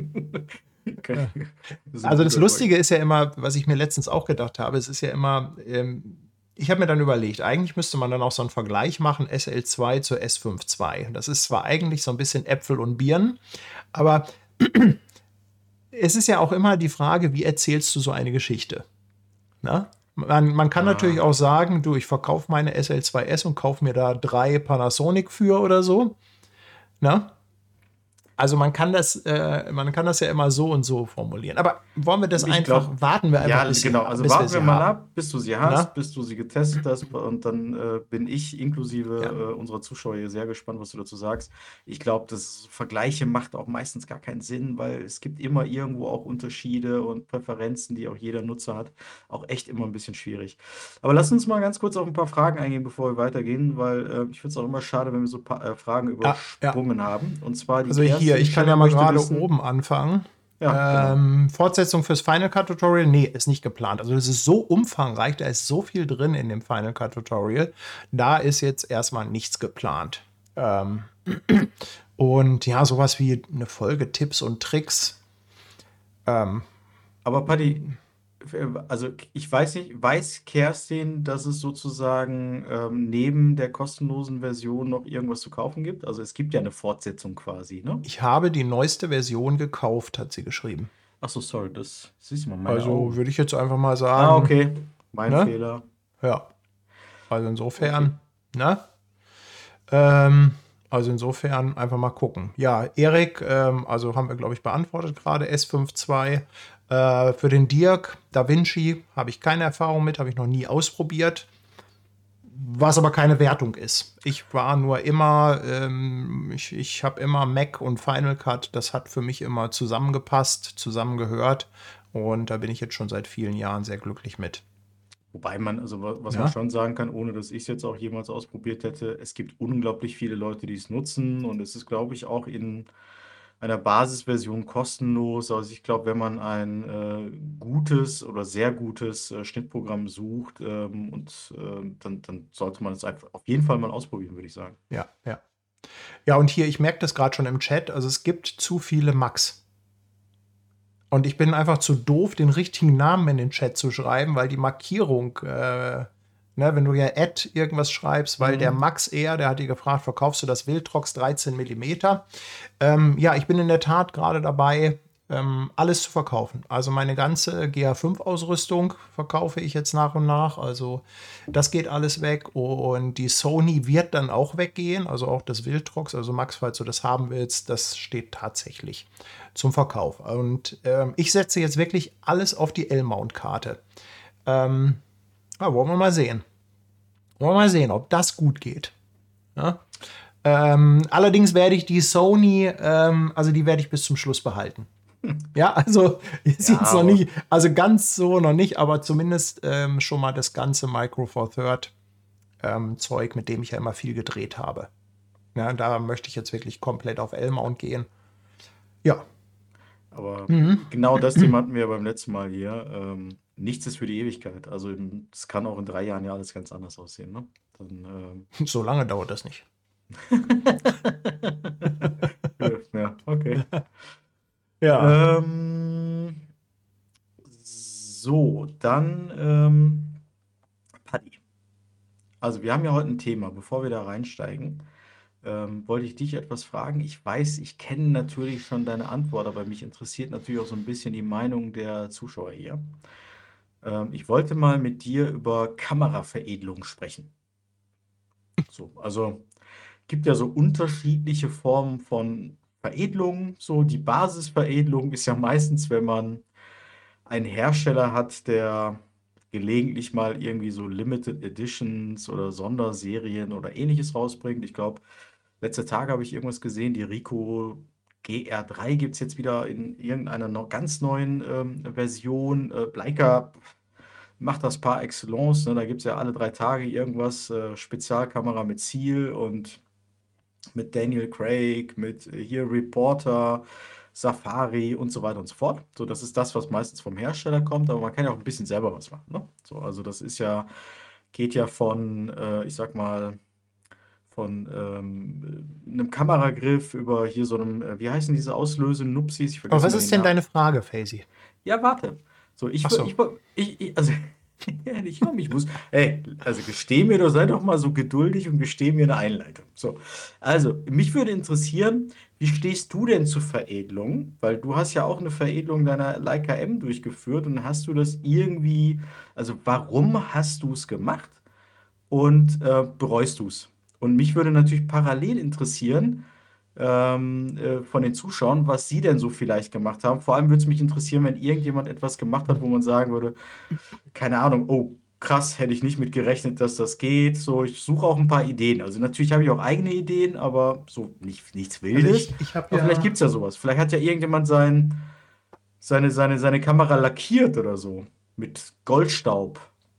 Okay. Das ist ein Also das guter Lustige ist ja immer, was ich mir letztens auch gedacht habe, es ist ja immer, ähm, ich habe mir dann überlegt, eigentlich müsste man dann auch so einen Vergleich machen, S L zwei zur S fünf zwei. Das ist zwar eigentlich so ein bisschen Äpfel und Birnen, aber es ist ja auch immer die Frage, wie erzählst du so eine Geschichte? Na? Man, man kann Ah. natürlich auch sagen, du, ich verkaufe meine S L zwei S und kaufe mir da drei Panasonic für oder so. Na? Also man kann das, äh, man kann das ja immer so und so formulieren. Aber wollen wir das Ich einfach, glaub- warten wir einfach Ja, bis, genau. sie, Also bis warten wir wir sie mal haben. ab, bis du sie hast, Na? bis du sie getestet hast. Und dann äh, bin ich inklusive Ja. äh, unserer Zuschauer hier sehr gespannt, was du dazu sagst. Ich glaube, das Vergleiche macht auch meistens gar keinen Sinn, weil es gibt immer irgendwo auch Unterschiede und Präferenzen, die auch jeder Nutzer hat. Auch echt immer ein bisschen schwierig. Aber lass uns mal ganz kurz auf ein paar Fragen eingehen, bevor wir weitergehen, weil äh, ich finde es auch immer schade, wenn wir so pa äh, Fragen Ja, ja. übersprungen haben. Und zwar die Also hier, Kerstin ich kann ja Scheller mal möchte gerade wissen- oben anfangen. Ja, genau. ähm, Fortsetzung fürs Final Cut Tutorial? Nee, ist nicht geplant. Also das ist so umfangreich, da ist so viel drin in dem Final Cut Tutorial. Da ist jetzt erstmal nichts geplant. Ähm, und ja, sowas wie eine Folge Tipps und Tricks. Ähm, Aber Paddy, also ich weiß nicht, weiß Kerstin, dass es sozusagen ähm, neben der kostenlosen Version noch irgendwas zu kaufen gibt? Also es gibt ja eine Fortsetzung quasi, ne? ich habe die neueste Version gekauft, hat sie geschrieben. Ach so, sorry, das siehst du mal meine Also Augen. würde ich jetzt einfach mal sagen. Ah, okay, mein Ne? Fehler. Ja. Also insofern, ne? Ähm, also insofern einfach mal gucken. Ja, Erik, ähm, also haben wir, glaube ich, beantwortet gerade, S fünf zwei. Äh, für den Dirk, Da Vinci, habe ich keine Erfahrung mit, habe ich noch nie ausprobiert. Was aber keine Wertung ist. Ich war nur immer, ähm, ich, ich habe immer Mac und Final Cut, das hat für mich immer zusammengepasst, zusammengehört. Und da bin ich jetzt schon seit vielen Jahren sehr glücklich mit. Wobei man, also wa- was Ja. man schon sagen kann, ohne dass ich es jetzt auch jemals ausprobiert hätte, es gibt unglaublich viele Leute, die es nutzen und es ist, glaube ich, auch in einer Basisversion kostenlos. Also ich glaube, wenn man ein äh, gutes oder sehr gutes äh, Schnittprogramm sucht, ähm, und ähm, dann, dann sollte man es einfach auf jeden Fall mal ausprobieren, würde ich sagen. Ja, ja. Ja, und hier, ich merke das gerade schon im Chat, also es gibt zu viele Max. Und ich bin einfach zu doof, den richtigen Namen in den Chat zu schreiben, weil die Markierung, äh, ne, wenn du ja Add irgendwas schreibst, weil Mhm. der Max eher, der hat dir gefragt, verkaufst du das Wildtrox dreizehn Millimeter? Ähm, ja, ich bin in der Tat gerade dabei, ähm, alles zu verkaufen. Also meine ganze G H fünf Ausrüstung verkaufe ich jetzt nach und nach. Also das geht alles weg und die Sony wird dann auch weggehen. Also auch das Viltrox. Also Max, falls du das haben willst, das steht tatsächlich zum Verkauf. Und ähm, ich setze jetzt wirklich alles auf die L-Mount-Karte. Ähm, ja, wollen wir mal sehen. Wollen wir mal sehen, ob das gut geht. Ja? Ähm, allerdings werde ich die Sony, ähm, also die werde ich bis zum Schluss behalten. Ja, also ist Ja, jetzt noch aber- nicht, also ganz so noch nicht, aber zumindest ähm, schon mal das ganze Micro Four Third ähm, Zeug, mit dem ich ja immer viel gedreht habe. Ja, da möchte ich jetzt wirklich komplett auf L-Mount gehen. Ja, Aber Mhm. genau das Thema hatten wir ja beim letzten Mal hier. Ähm, nichts ist für die Ewigkeit. Also in- es kann auch in drei Jahren ja alles ganz anders aussehen, ne? Dann, ähm, so lange dauert das nicht. ja, okay. Ja. Ähm, so, dann ähm, Paddy. Also wir haben ja heute ein Thema. Bevor wir da reinsteigen, ähm, wollte ich dich etwas fragen. Ich weiß, ich kenne natürlich schon deine Antwort, aber mich interessiert natürlich auch so ein bisschen die Meinung der Zuschauer hier. Ähm, ich wollte mal mit dir über Kameraveredelung sprechen. So, also gibt ja so unterschiedliche Formen von Veredelung. So die Basisveredelung ist ja meistens, wenn man einen Hersteller hat, der gelegentlich mal irgendwie so Limited Editions oder Sonderserien oder ähnliches rausbringt. Ich glaube, letzte Tage habe ich irgendwas gesehen, die Ricoh G R drei gibt es jetzt wieder in irgendeiner noch ganz neuen ähm, Version. Äh, Leica macht das par excellence. Ne? Da gibt es ja alle drei Tage irgendwas. Äh, Spezialkamera mit Ziel und mit Daniel Craig, mit äh, hier Reporter, Safari und so weiter und so fort. So, das ist das, was meistens vom Hersteller kommt, aber man kann ja auch ein bisschen selber was machen. Ne? So, also das ist ja, geht ja von, äh, ich sag mal, von ähm, einem Kameragriff über hier so einem, äh, wie heißen diese Auslöse-Nupsis? Ich Aber vergesse was immer ist den denn Namen. deine Frage, Faisy? Ja, warte. So, ich, Ach wür- so. ich, wür- ich, ich also, ich komm, ich muss, ey, also gesteh mir doch, sei doch mal so geduldig und gesteh mir eine Einleitung. So, also, mich würde interessieren, wie stehst du denn zur Veredelung? Weil du hast ja auch eine Veredelung deiner Leica M durchgeführt und hast du das irgendwie, also warum hast du es gemacht und äh, bereust du es? Und mich würde natürlich parallel interessieren, ähm, äh, von den Zuschauern, was sie denn so vielleicht gemacht haben. Vor allem würde es mich interessieren, wenn irgendjemand etwas gemacht hat, wo man sagen würde, keine Ahnung, oh, krass, hätte ich nicht mit gerechnet, dass das geht. So, ich suche auch ein paar Ideen. Also natürlich habe ich auch eigene Ideen, aber so nicht, nichts Also Wildes. ich, ich habe Aber vielleicht gibt ja, es ja sowas. Vielleicht hat ja irgendjemand sein, seine, seine, seine Kamera lackiert oder so. Mit Goldstaub.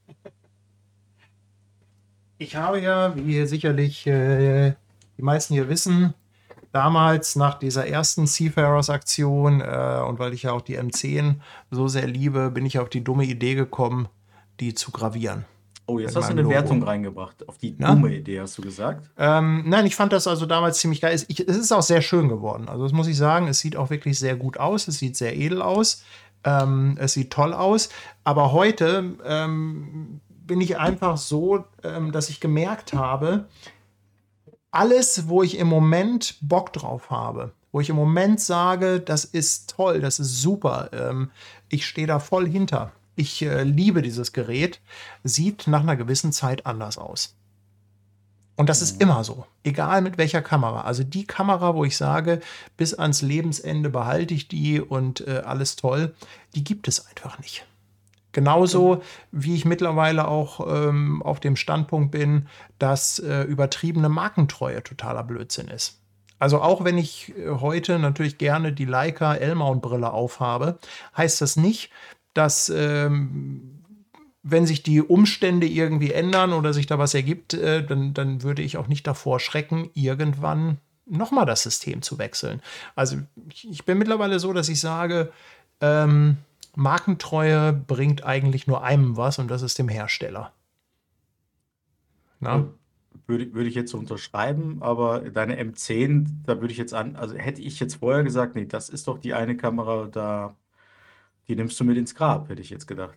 ich habe ja, wie sicherlich äh, die meisten hier wissen, damals nach dieser ersten Seafarers-Aktion äh, und weil ich ja auch die M zehn so sehr liebe, bin ich auf die dumme Idee gekommen, die zu gravieren Oh, jetzt mit hast du meinem eine Logo. Wertung reingebracht. Auf die Na? dumme Idee, hast du gesagt. Ähm, nein, ich fand das also damals ziemlich geil. Es, ich, es ist auch sehr schön geworden. Also das muss ich sagen. Es sieht auch wirklich sehr gut aus. Es sieht sehr edel aus. Ähm, es sieht toll aus. Aber heute ähm, bin ich einfach so, ähm, dass ich gemerkt habe, alles, wo ich im Moment Bock drauf habe, wo ich im Moment sage, das ist toll, das ist super, ähm, ich stehe da voll hinter. Ich äh, liebe dieses Gerät, sieht nach einer gewissen Zeit anders aus. Und das ist immer so, egal mit welcher Kamera. Also die Kamera, wo ich sage, bis ans Lebensende behalte ich die und äh, alles toll, die gibt es einfach nicht. Genauso wie ich mittlerweile auch ähm, auf dem Standpunkt bin, dass äh, übertriebene Markentreue totaler Blödsinn ist. Also auch wenn ich äh, heute natürlich gerne die Leica L-Mount-Brille aufhabe, heißt das nicht, dass ähm, wenn sich die Umstände irgendwie ändern oder sich da was ergibt, äh, dann, dann würde ich auch nicht davor schrecken, irgendwann nochmal das System zu wechseln. Also ich, ich bin mittlerweile so, dass ich sage, ähm, Markentreue bringt eigentlich nur einem was und das ist dem Hersteller. Na? Äh, Würde, würde ich jetzt so unterschreiben, aber deine M zehn, da würde ich jetzt an, also hätte ich jetzt vorher gesagt, nee, das ist doch die eine Kamera, da, die nimmst du mit ins Grab, hätte ich jetzt gedacht.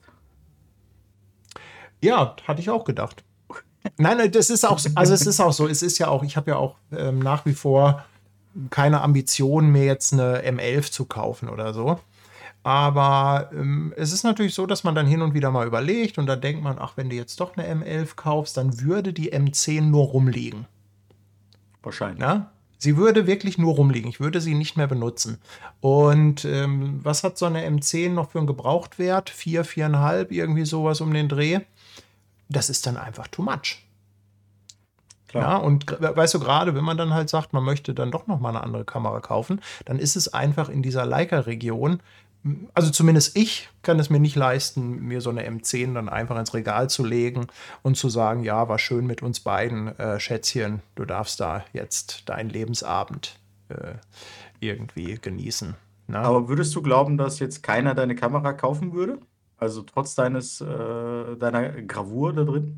Ja, hatte ich auch gedacht. Nein, nein, das ist auch, so- also es ist auch so, es ist ja auch, ich habe ja auch ähm, nach wie vor keine Ambition, mir jetzt eine M elf zu kaufen oder so. Aber ähm, es ist natürlich so, dass man dann hin und wieder mal überlegt und dann denkt man, ach, wenn du jetzt doch eine M elf kaufst, dann würde die M zehn nur rumliegen. Wahrscheinlich. Ja? Sie würde wirklich nur rumliegen. Ich würde sie nicht mehr benutzen. Und ähm, was hat so eine M zehn noch für einen Gebrauchtwert? Vier, viereinhalb, irgendwie sowas um den Dreh. Das ist dann einfach too much. Klar. Ja, und gr- weißt du, gerade wenn man dann halt sagt, man möchte dann doch noch mal eine andere Kamera kaufen, dann ist es einfach in dieser Leica-Region, m, also zumindest ich kann es mir nicht leisten, mir so eine M zehn dann einfach ins Regal zu legen und zu sagen, ja, war schön mit uns beiden, äh, Schätzchen, du darfst da jetzt deinen Lebensabend äh, irgendwie genießen. Ne? Aber würdest du glauben, dass jetzt keiner deine Kamera kaufen würde? Also trotz deines, äh, deiner Gravur da drin?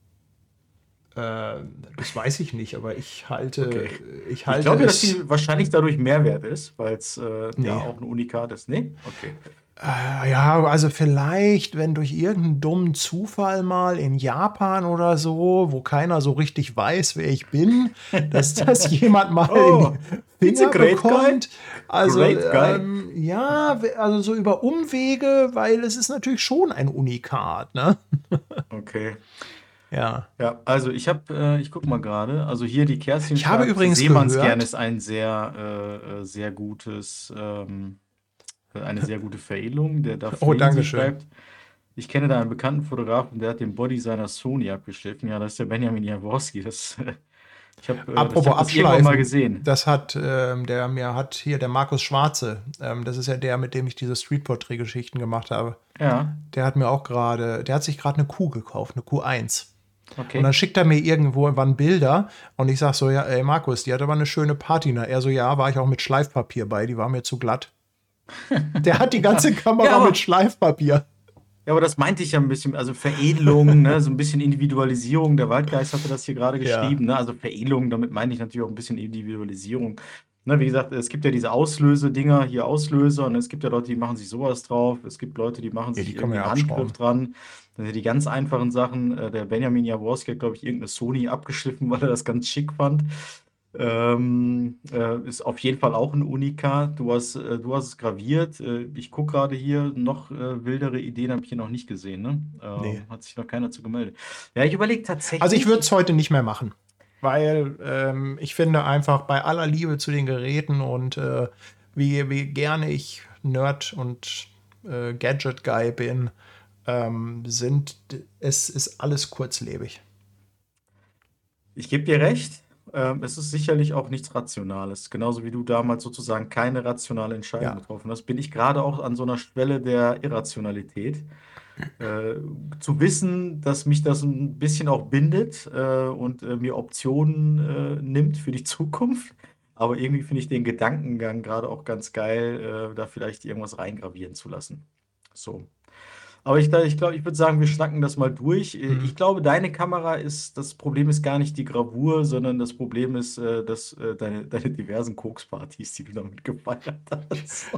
Äh, das weiß ich nicht, aber ich halte, Okay. ich Ich halte glaube, dass es. die wahrscheinlich dadurch Mehrwert ist, weil es äh, Nee. ja auch ein Unikat ist. Nee? Okay. Äh, Ja, also vielleicht, wenn durch irgendeinen dummen Zufall mal in Japan oder so, wo keiner so richtig weiß, wer ich bin, dass das jemand mal Oh, in die it's a Finger great guy. bekommt. Also Great guy. ähm, ja, we- also so über Umwege, weil es ist natürlich schon ein Unikat, ne? Okay. Ja. Ja, also ich habe, äh, ich gucke mal gerade, also hier die Kerstin Ich habe schreibt, übrigens Seemannsgern gehört, ist ein sehr, äh, äh, sehr gutes, ähm, äh, eine sehr gute Veredelung. Der Darf oh, Frenzy Dankeschön. schreibt, ich kenne da einen bekannten Fotografen, der hat den Body seiner Sony abgeschliffen. Ja, das ist der Benjamin Jaworski. Das, äh, ich habe äh, das, ich Apropos hab das irgendwann mal Abschleifen, gesehen. das hat ähm, der mir hat hier der Markus Schwarze, ähm, das ist ja der, mit dem ich diese Streetportrait-Geschichten gemacht habe. Ja, Der hat mir auch gerade, der hat sich gerade eine Kuh gekauft, eine Q eins. Und okay. dann schickt er mir irgendwo wann Bilder und ich sag so, ja, ey Markus, die hat aber eine schöne Patina. Er so, ja, war ich auch mit Schleifpapier bei, die war mir zu glatt. Der hat die ganze Kamera Ja, aber- mit Schleifpapier. Ja, aber das meinte ich ja ein bisschen, also Veredelung, ne, so ein bisschen Individualisierung. Der Waldgeist hatte das hier gerade Ja. geschrieben, ne? Also Veredelung, damit meine ich natürlich auch ein bisschen Individualisierung. Ne, wie gesagt, es gibt ja diese Auslöse-Dinger, hier Auslöser, und es gibt ja Leute, die machen sich sowas drauf. Es gibt Leute, die machen Ja, sich die kann man irgendwie ja einen Handgriff abschrauben. dran. Das sind die ganz einfachen Sachen. Äh, Der Benjamin Jaworski hat, glaube ich, irgendeine Sony abgeschliffen, weil er das ganz schick fand. Ähm, äh, ist auf jeden Fall auch ein Unikat. Du hast, äh, du hast es graviert. Äh, ich gucke gerade hier, noch äh, wildere Ideen habe ich hier noch nicht gesehen. Ne? Ähm, Nee. Hat sich noch keiner zu gemeldet. Ja, ich überlege tatsächlich. Also ich würde es heute nicht mehr machen, weil ähm, ich finde einfach bei aller Liebe zu den Geräten und äh, wie, wie gerne ich Nerd und äh, Gadget-Guy bin, ähm, sind, es ist alles kurzlebig. Ich gebe dir recht. Ähm, es ist sicherlich auch nichts Rationales. Genauso wie du damals sozusagen keine rationale Entscheidung Ja. getroffen hast, bin ich gerade auch an so einer Schwelle der Irrationalität. Äh, zu wissen, dass mich das ein bisschen auch bindet äh, und äh, mir Optionen äh, nimmt für die Zukunft. Aber irgendwie finde ich den Gedankengang gerade auch ganz geil, äh, da vielleicht irgendwas reingravieren zu lassen. So. Aber ich, da- ich glaube, ich würde sagen, wir schnacken das mal durch. Äh, Mhm. Ich glaube, deine Kamera ist, das Problem ist gar nicht die Gravur, sondern das Problem ist, äh, dass äh, deine, deine diversen Kokspartys, die du damit gefeiert hast.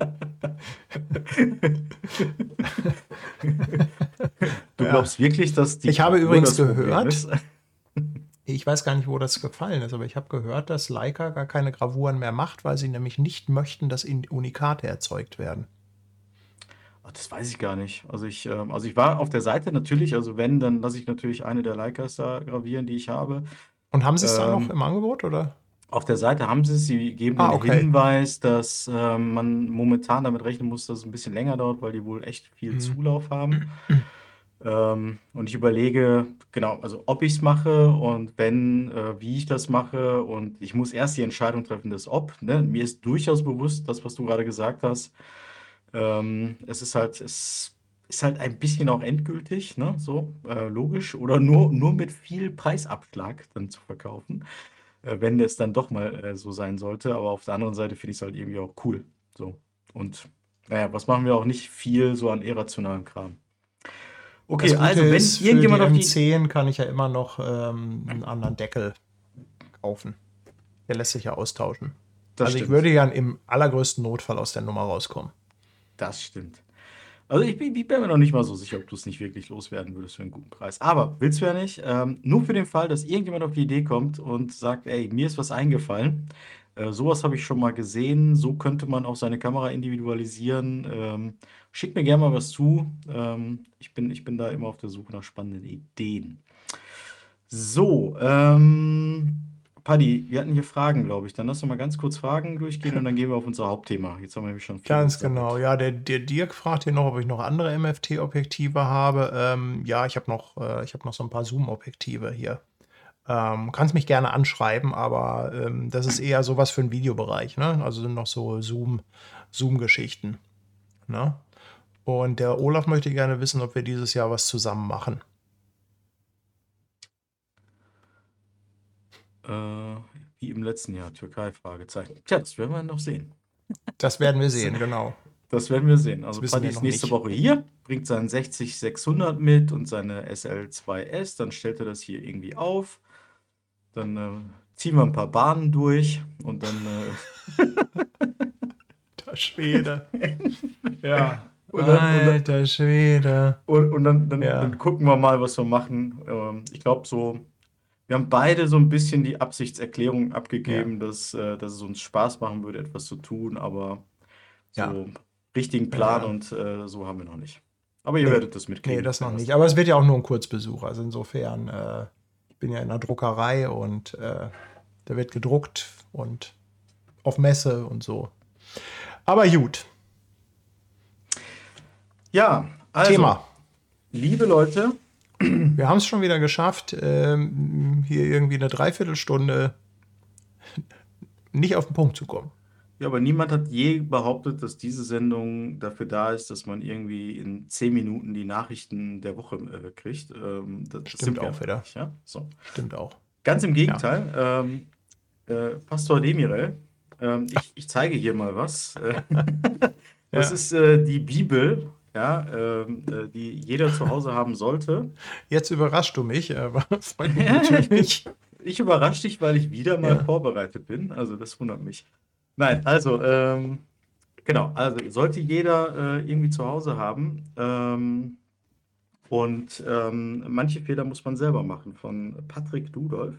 Du Ja. glaubst wirklich, dass die Ich habe Gravur übrigens das Problem gehört, ist? ich weiß gar nicht, wo das gefallen ist, aber ich habe gehört, dass Leica gar keine Gravuren mehr macht, weil sie nämlich nicht möchten, dass in- Unikate erzeugt werden. Ach, das weiß ich gar nicht. Also ich, ähm, also ich war auf der Seite natürlich, also wenn, dann lasse ich natürlich eine der Leicas da gravieren, die ich habe. Und haben sie es da noch Ähm, im Angebot, oder? Auf der Seite haben sie es, sie geben Ah, den okay. Hinweis, dass ähm, man momentan damit rechnen muss, dass es ein bisschen länger dauert, weil die wohl echt viel Mhm. Zulauf haben. Ähm, und ich überlege, genau, also ob ich es mache und wenn, äh, wie ich das mache. Und ich muss erst die Entscheidung treffen, das Ob. Ne? Mir ist durchaus bewusst, das, was du gerade gesagt hast. Ähm, es ist halt, es ist halt ein bisschen auch endgültig, ne? So, äh, logisch. Oder nur, nur mit viel Preisabschlag dann zu verkaufen, äh, wenn es dann doch mal äh, so sein sollte. Aber auf der anderen Seite finde ich es halt irgendwie auch cool. So. Und naja, was machen wir auch nicht viel so an irrationalen Kram. Okay, Das Gute also wenn ist, für die irgendjemand auf M die. zehn kann ich ja immer noch ähm, einen anderen Deckel kaufen. Der lässt sich ja austauschen. Das also ich stimmt. würde ja im allergrößten Notfall aus der Nummer rauskommen. Das stimmt. Also ich bin, ich bin mir noch nicht mal so sicher, ob du es nicht wirklich loswerden würdest für einen guten Preis. Aber willst du ja nicht. Ähm, nur für den Fall, dass irgendjemand auf die Idee kommt und sagt, ey, mir ist was eingefallen. Äh, sowas habe ich schon mal gesehen. So könnte man auch seine Kamera individualisieren. Ähm, schickt mir gerne mal was zu. Ähm, ich bin, ich bin da immer auf der Suche nach spannenden Ideen. So, ähm, Paddy, wir hatten hier Fragen, glaube ich. Dann lass doch mal ganz kurz Fragen durchgehen und dann gehen wir auf unser Hauptthema. Jetzt haben wir nämlich schon viel Ganz gesammelt. genau. Ja, der, der Dirk fragt hier noch, ob ich noch andere M F T-Objektive habe. Ähm, ja, ich habe noch, äh, ich hab noch so ein paar Zoom-Objektive hier. Ähm, kannst mich gerne anschreiben, aber ähm, das ist eher sowas für den Videobereich, ne? Also sind noch so Zoom, Zoom-Geschichten. Ne? Und der Olaf möchte gerne wissen, ob wir dieses Jahr was zusammen machen. Äh, wie im letzten Jahr, Türkei, Fragezeichen. Tja, das werden wir noch sehen. Das werden wir sehen, genau. Das werden wir sehen. Also Das wissen Paddy wir ist noch nächste nicht. Woche hier, bringt seinen sechzig sechshundert mit und seine S L zwei S. Dann stellt er das hier irgendwie auf. Dann äh, ziehen wir ein paar Bahnen durch und dann. Äh, Alter Schwede. Ja. und dann, und dann, Alter Schwede. und, und dann, dann, Ja. dann gucken wir mal, was wir machen. Ähm, ich glaube, so. Wir haben beide so ein bisschen die Absichtserklärung abgegeben, dass, äh, dass es uns Spaß machen würde, etwas zu tun, aber so Ja. richtigen Plan Ja. und äh, so haben wir noch nicht. Aber ihr Nee. werdet das mitkriegen. Nee, das wenn noch was nicht. Aber es wird ja auch nur ein Kurzbesuch. Also insofern, äh, ich bin ja in der Druckerei und äh, da wird gedruckt und auf Messe und so. Aber gut. Ja, also, Thema. liebe Leute, Wir haben es schon wieder geschafft, ähm, hier irgendwie eine Dreiviertelstunde nicht auf den Punkt zu kommen. ja, aber niemand hat je behauptet, dass diese Sendung dafür da ist, dass man irgendwie in zehn Minuten die Nachrichten der Woche äh, kriegt. Ähm, das Stimmt sind wir auch einfach wieder. nicht, ja? So. Stimmt auch. Ganz im Gegenteil, ähm, äh, Pastor Demirel, ähm, ich, ich zeige hier mal was. Äh, das Ja. ist äh, die Bibel, ja, ähm, äh, die jeder zu Hause haben sollte. Jetzt überraschst du mich, aber freut mich natürlich. Ich überrasche dich, weil ich wieder mal Ja. vorbereitet bin. Also das wundert mich. Nein, also ähm, genau, also sollte jeder äh, irgendwie zu Hause haben. Ähm, und ähm, manche Fehler muss man selber machen, von Patrick Dudolf.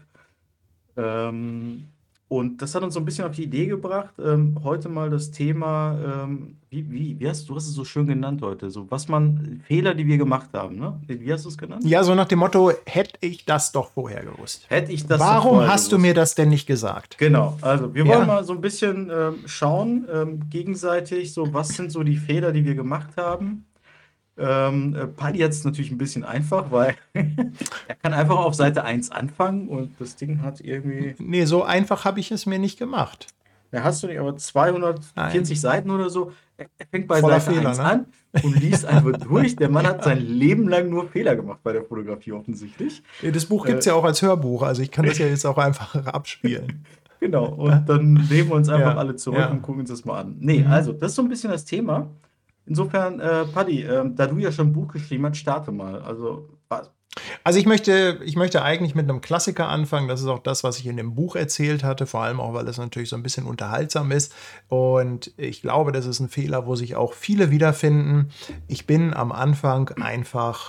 Ähm, und das hat uns so ein bisschen auf die Idee gebracht, ähm, heute mal das Thema, ähm, wie, wie, wie hast du hast es so schön genannt heute, so was man, Fehler, die wir gemacht haben, ne? Wie hast du es genannt? Ja, so nach dem Motto, hätte ich das doch vorher gewusst. Hätte ich das doch Warum vorher hast du gewusst. mir das denn nicht gesagt? Genau, also wir Ja. wollen mal so ein bisschen ähm, schauen, ähm, gegenseitig, so was sind so die Fehler, die wir gemacht haben. Ähm, äh, Paddy hat es natürlich ein bisschen einfach, weil er kann einfach auf Seite eins anfangen und das Ding hat irgendwie, Nee, so einfach habe ich es mir nicht gemacht. da hast du nicht, aber zweihundertvierzig Seiten oder so. Er, er fängt bei Voller Seite Fehler, eins ne? an und liest einfach durch. Der Mann hat sein Leben lang nur Fehler gemacht bei der Fotografie offensichtlich. Das Buch gibt es ja auch als Hörbuch, also ich kann das ja jetzt auch einfach abspielen. Genau, und dann nehmen wir uns einfach Ja, alle zurück ja. und gucken uns das mal an. Nee, Mhm. also, das ist so ein bisschen das Thema. Insofern, äh, Paddy, ähm, da du ja schon ein Buch geschrieben hast, starte mal. Also, was? Also ich möchte, ich möchte eigentlich mit einem Klassiker anfangen. Das ist auch das, was ich in dem Buch erzählt hatte, vor allem auch, weil es natürlich so ein bisschen unterhaltsam ist. Und ich glaube, das ist ein Fehler, wo sich auch viele wiederfinden. Ich bin am Anfang einfach,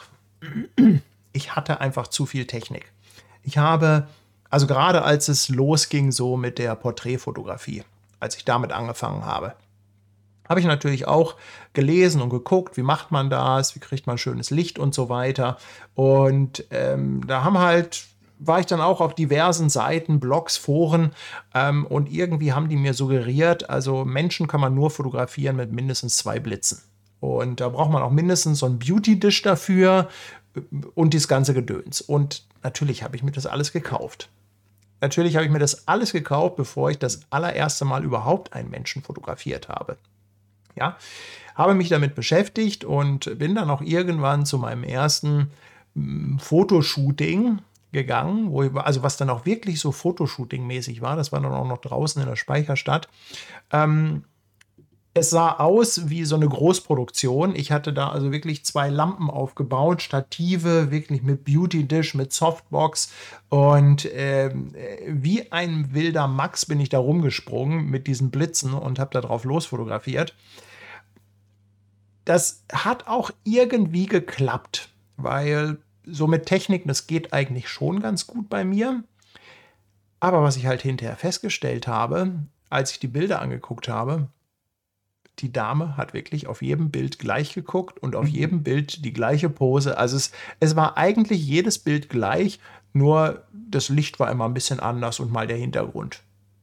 ich hatte einfach zu viel Technik. Ich habe, also gerade als es losging so mit der Porträtfotografie, als ich damit angefangen habe, habe ich natürlich auch gelesen und geguckt, wie macht man das, wie kriegt man schönes Licht und so weiter. Und ähm, da haben halt, war ich dann auch auf diversen Seiten, Blogs, Foren ähm, und irgendwie haben die mir suggeriert, also Menschen kann man nur fotografieren mit mindestens zwei Blitzen. Und da braucht man auch mindestens so einen Beauty-Dish dafür und das ganze Gedöns. Und natürlich habe ich mir das alles gekauft. Natürlich habe ich mir das alles gekauft, bevor ich das allererste Mal überhaupt einen Menschen fotografiert habe. Ja, habe mich damit beschäftigt und bin dann auch irgendwann zu meinem ersten m, Fotoshooting gegangen, wo ich, also was dann auch wirklich so Fotoshooting-mäßig war. Das war dann auch noch draußen in der Speicherstadt. Ähm, es sah aus wie so eine Großproduktion. Ich hatte da also wirklich zwei Lampen aufgebaut, Stative, wirklich mit Beauty-Dish, mit Softbox. Und ähm, wie ein wilder Max bin ich da rumgesprungen mit diesen Blitzen und habe da drauf losfotografiert. Das hat auch irgendwie geklappt, weil so mit Technik, das geht eigentlich schon ganz gut bei mir. Aber was ich halt hinterher festgestellt habe, als ich die Bilder angeguckt habe, die Dame hat wirklich auf jedem Bild gleich geguckt und auf jedem Bild die gleiche Pose. Also es, es war eigentlich jedes Bild gleich, nur das Licht war immer ein bisschen anders und mal der Hintergrund.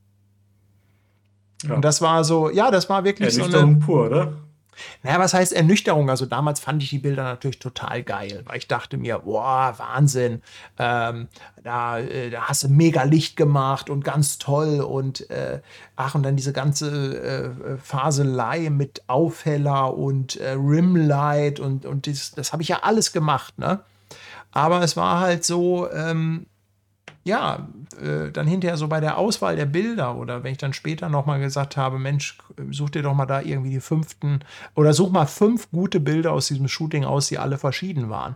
Ja. Und das war so, ja, das war wirklich so eine. Ernüchterung pur, oder? Naja, was heißt Ernüchterung? Also damals fand ich die Bilder natürlich total geil, weil ich dachte mir, boah, Wahnsinn, ähm, da, äh, da hast du mega Licht gemacht und ganz toll und äh, ach, und dann diese ganze äh, Faselei mit Aufheller und äh, Rimlight und, und das, das habe ich ja alles gemacht, ne? Aber es war halt so, ähm, ja, äh, dann hinterher so bei der Auswahl der Bilder oder wenn ich dann später nochmal gesagt habe, Mensch, such dir doch mal da irgendwie die fünften oder such mal fünf gute Bilder aus diesem Shooting aus, die alle verschieden waren.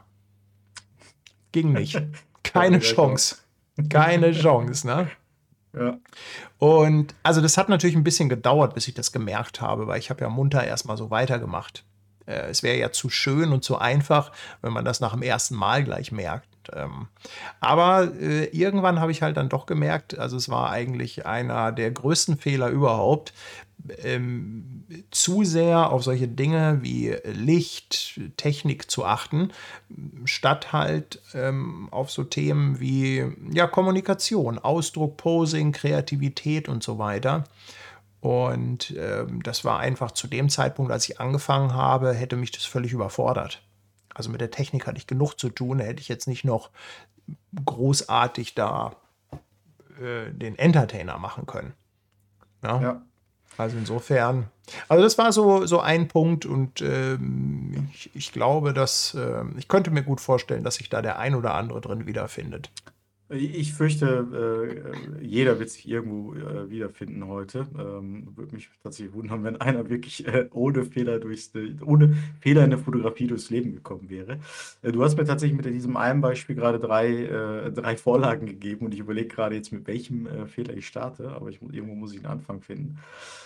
Ging nicht. Keine Chance. Keine Chance, ne? Ja. Und also das hat natürlich ein bisschen gedauert, bis ich das gemerkt habe, weil ich habe ja munter erstmal so weitergemacht. Äh, es wäre ja zu schön und zu einfach, wenn man das nach dem ersten Mal gleich merkt. Ähm, aber äh, irgendwann habe ich halt dann doch gemerkt, also es war eigentlich einer der größten Fehler überhaupt, ähm, zu sehr auf solche Dinge wie Licht, Technik zu achten, statt halt ähm, auf so Themen wie ja, Kommunikation, Ausdruck, Posing, Kreativität und so weiter. Und ähm, das war einfach zu dem Zeitpunkt, als ich angefangen habe, hätte mich das völlig überfordert. Also mit der Technik hatte ich genug zu tun, da hätte ich jetzt nicht noch großartig da äh, den Entertainer machen können. Ja? Ja. Also insofern, also das war so, so ein Punkt und ähm, ich, ich glaube, dass äh, ich könnte mir gut vorstellen, dass sich da der ein oder andere drin wiederfindet. Ich fürchte, äh, jeder wird sich irgendwo äh, wiederfinden heute. Ähm, würde mich tatsächlich wundern, wenn einer wirklich äh, ohne Fehler durchs, ohne Fehler in der Fotografie durchs Leben gekommen wäre. Äh, du hast mir tatsächlich mit diesem einen Beispiel gerade drei, äh, drei Vorlagen gegeben und ich überlege gerade jetzt, mit welchem äh, Fehler ich starte, aber ich, irgendwo muss ich einen Anfang finden.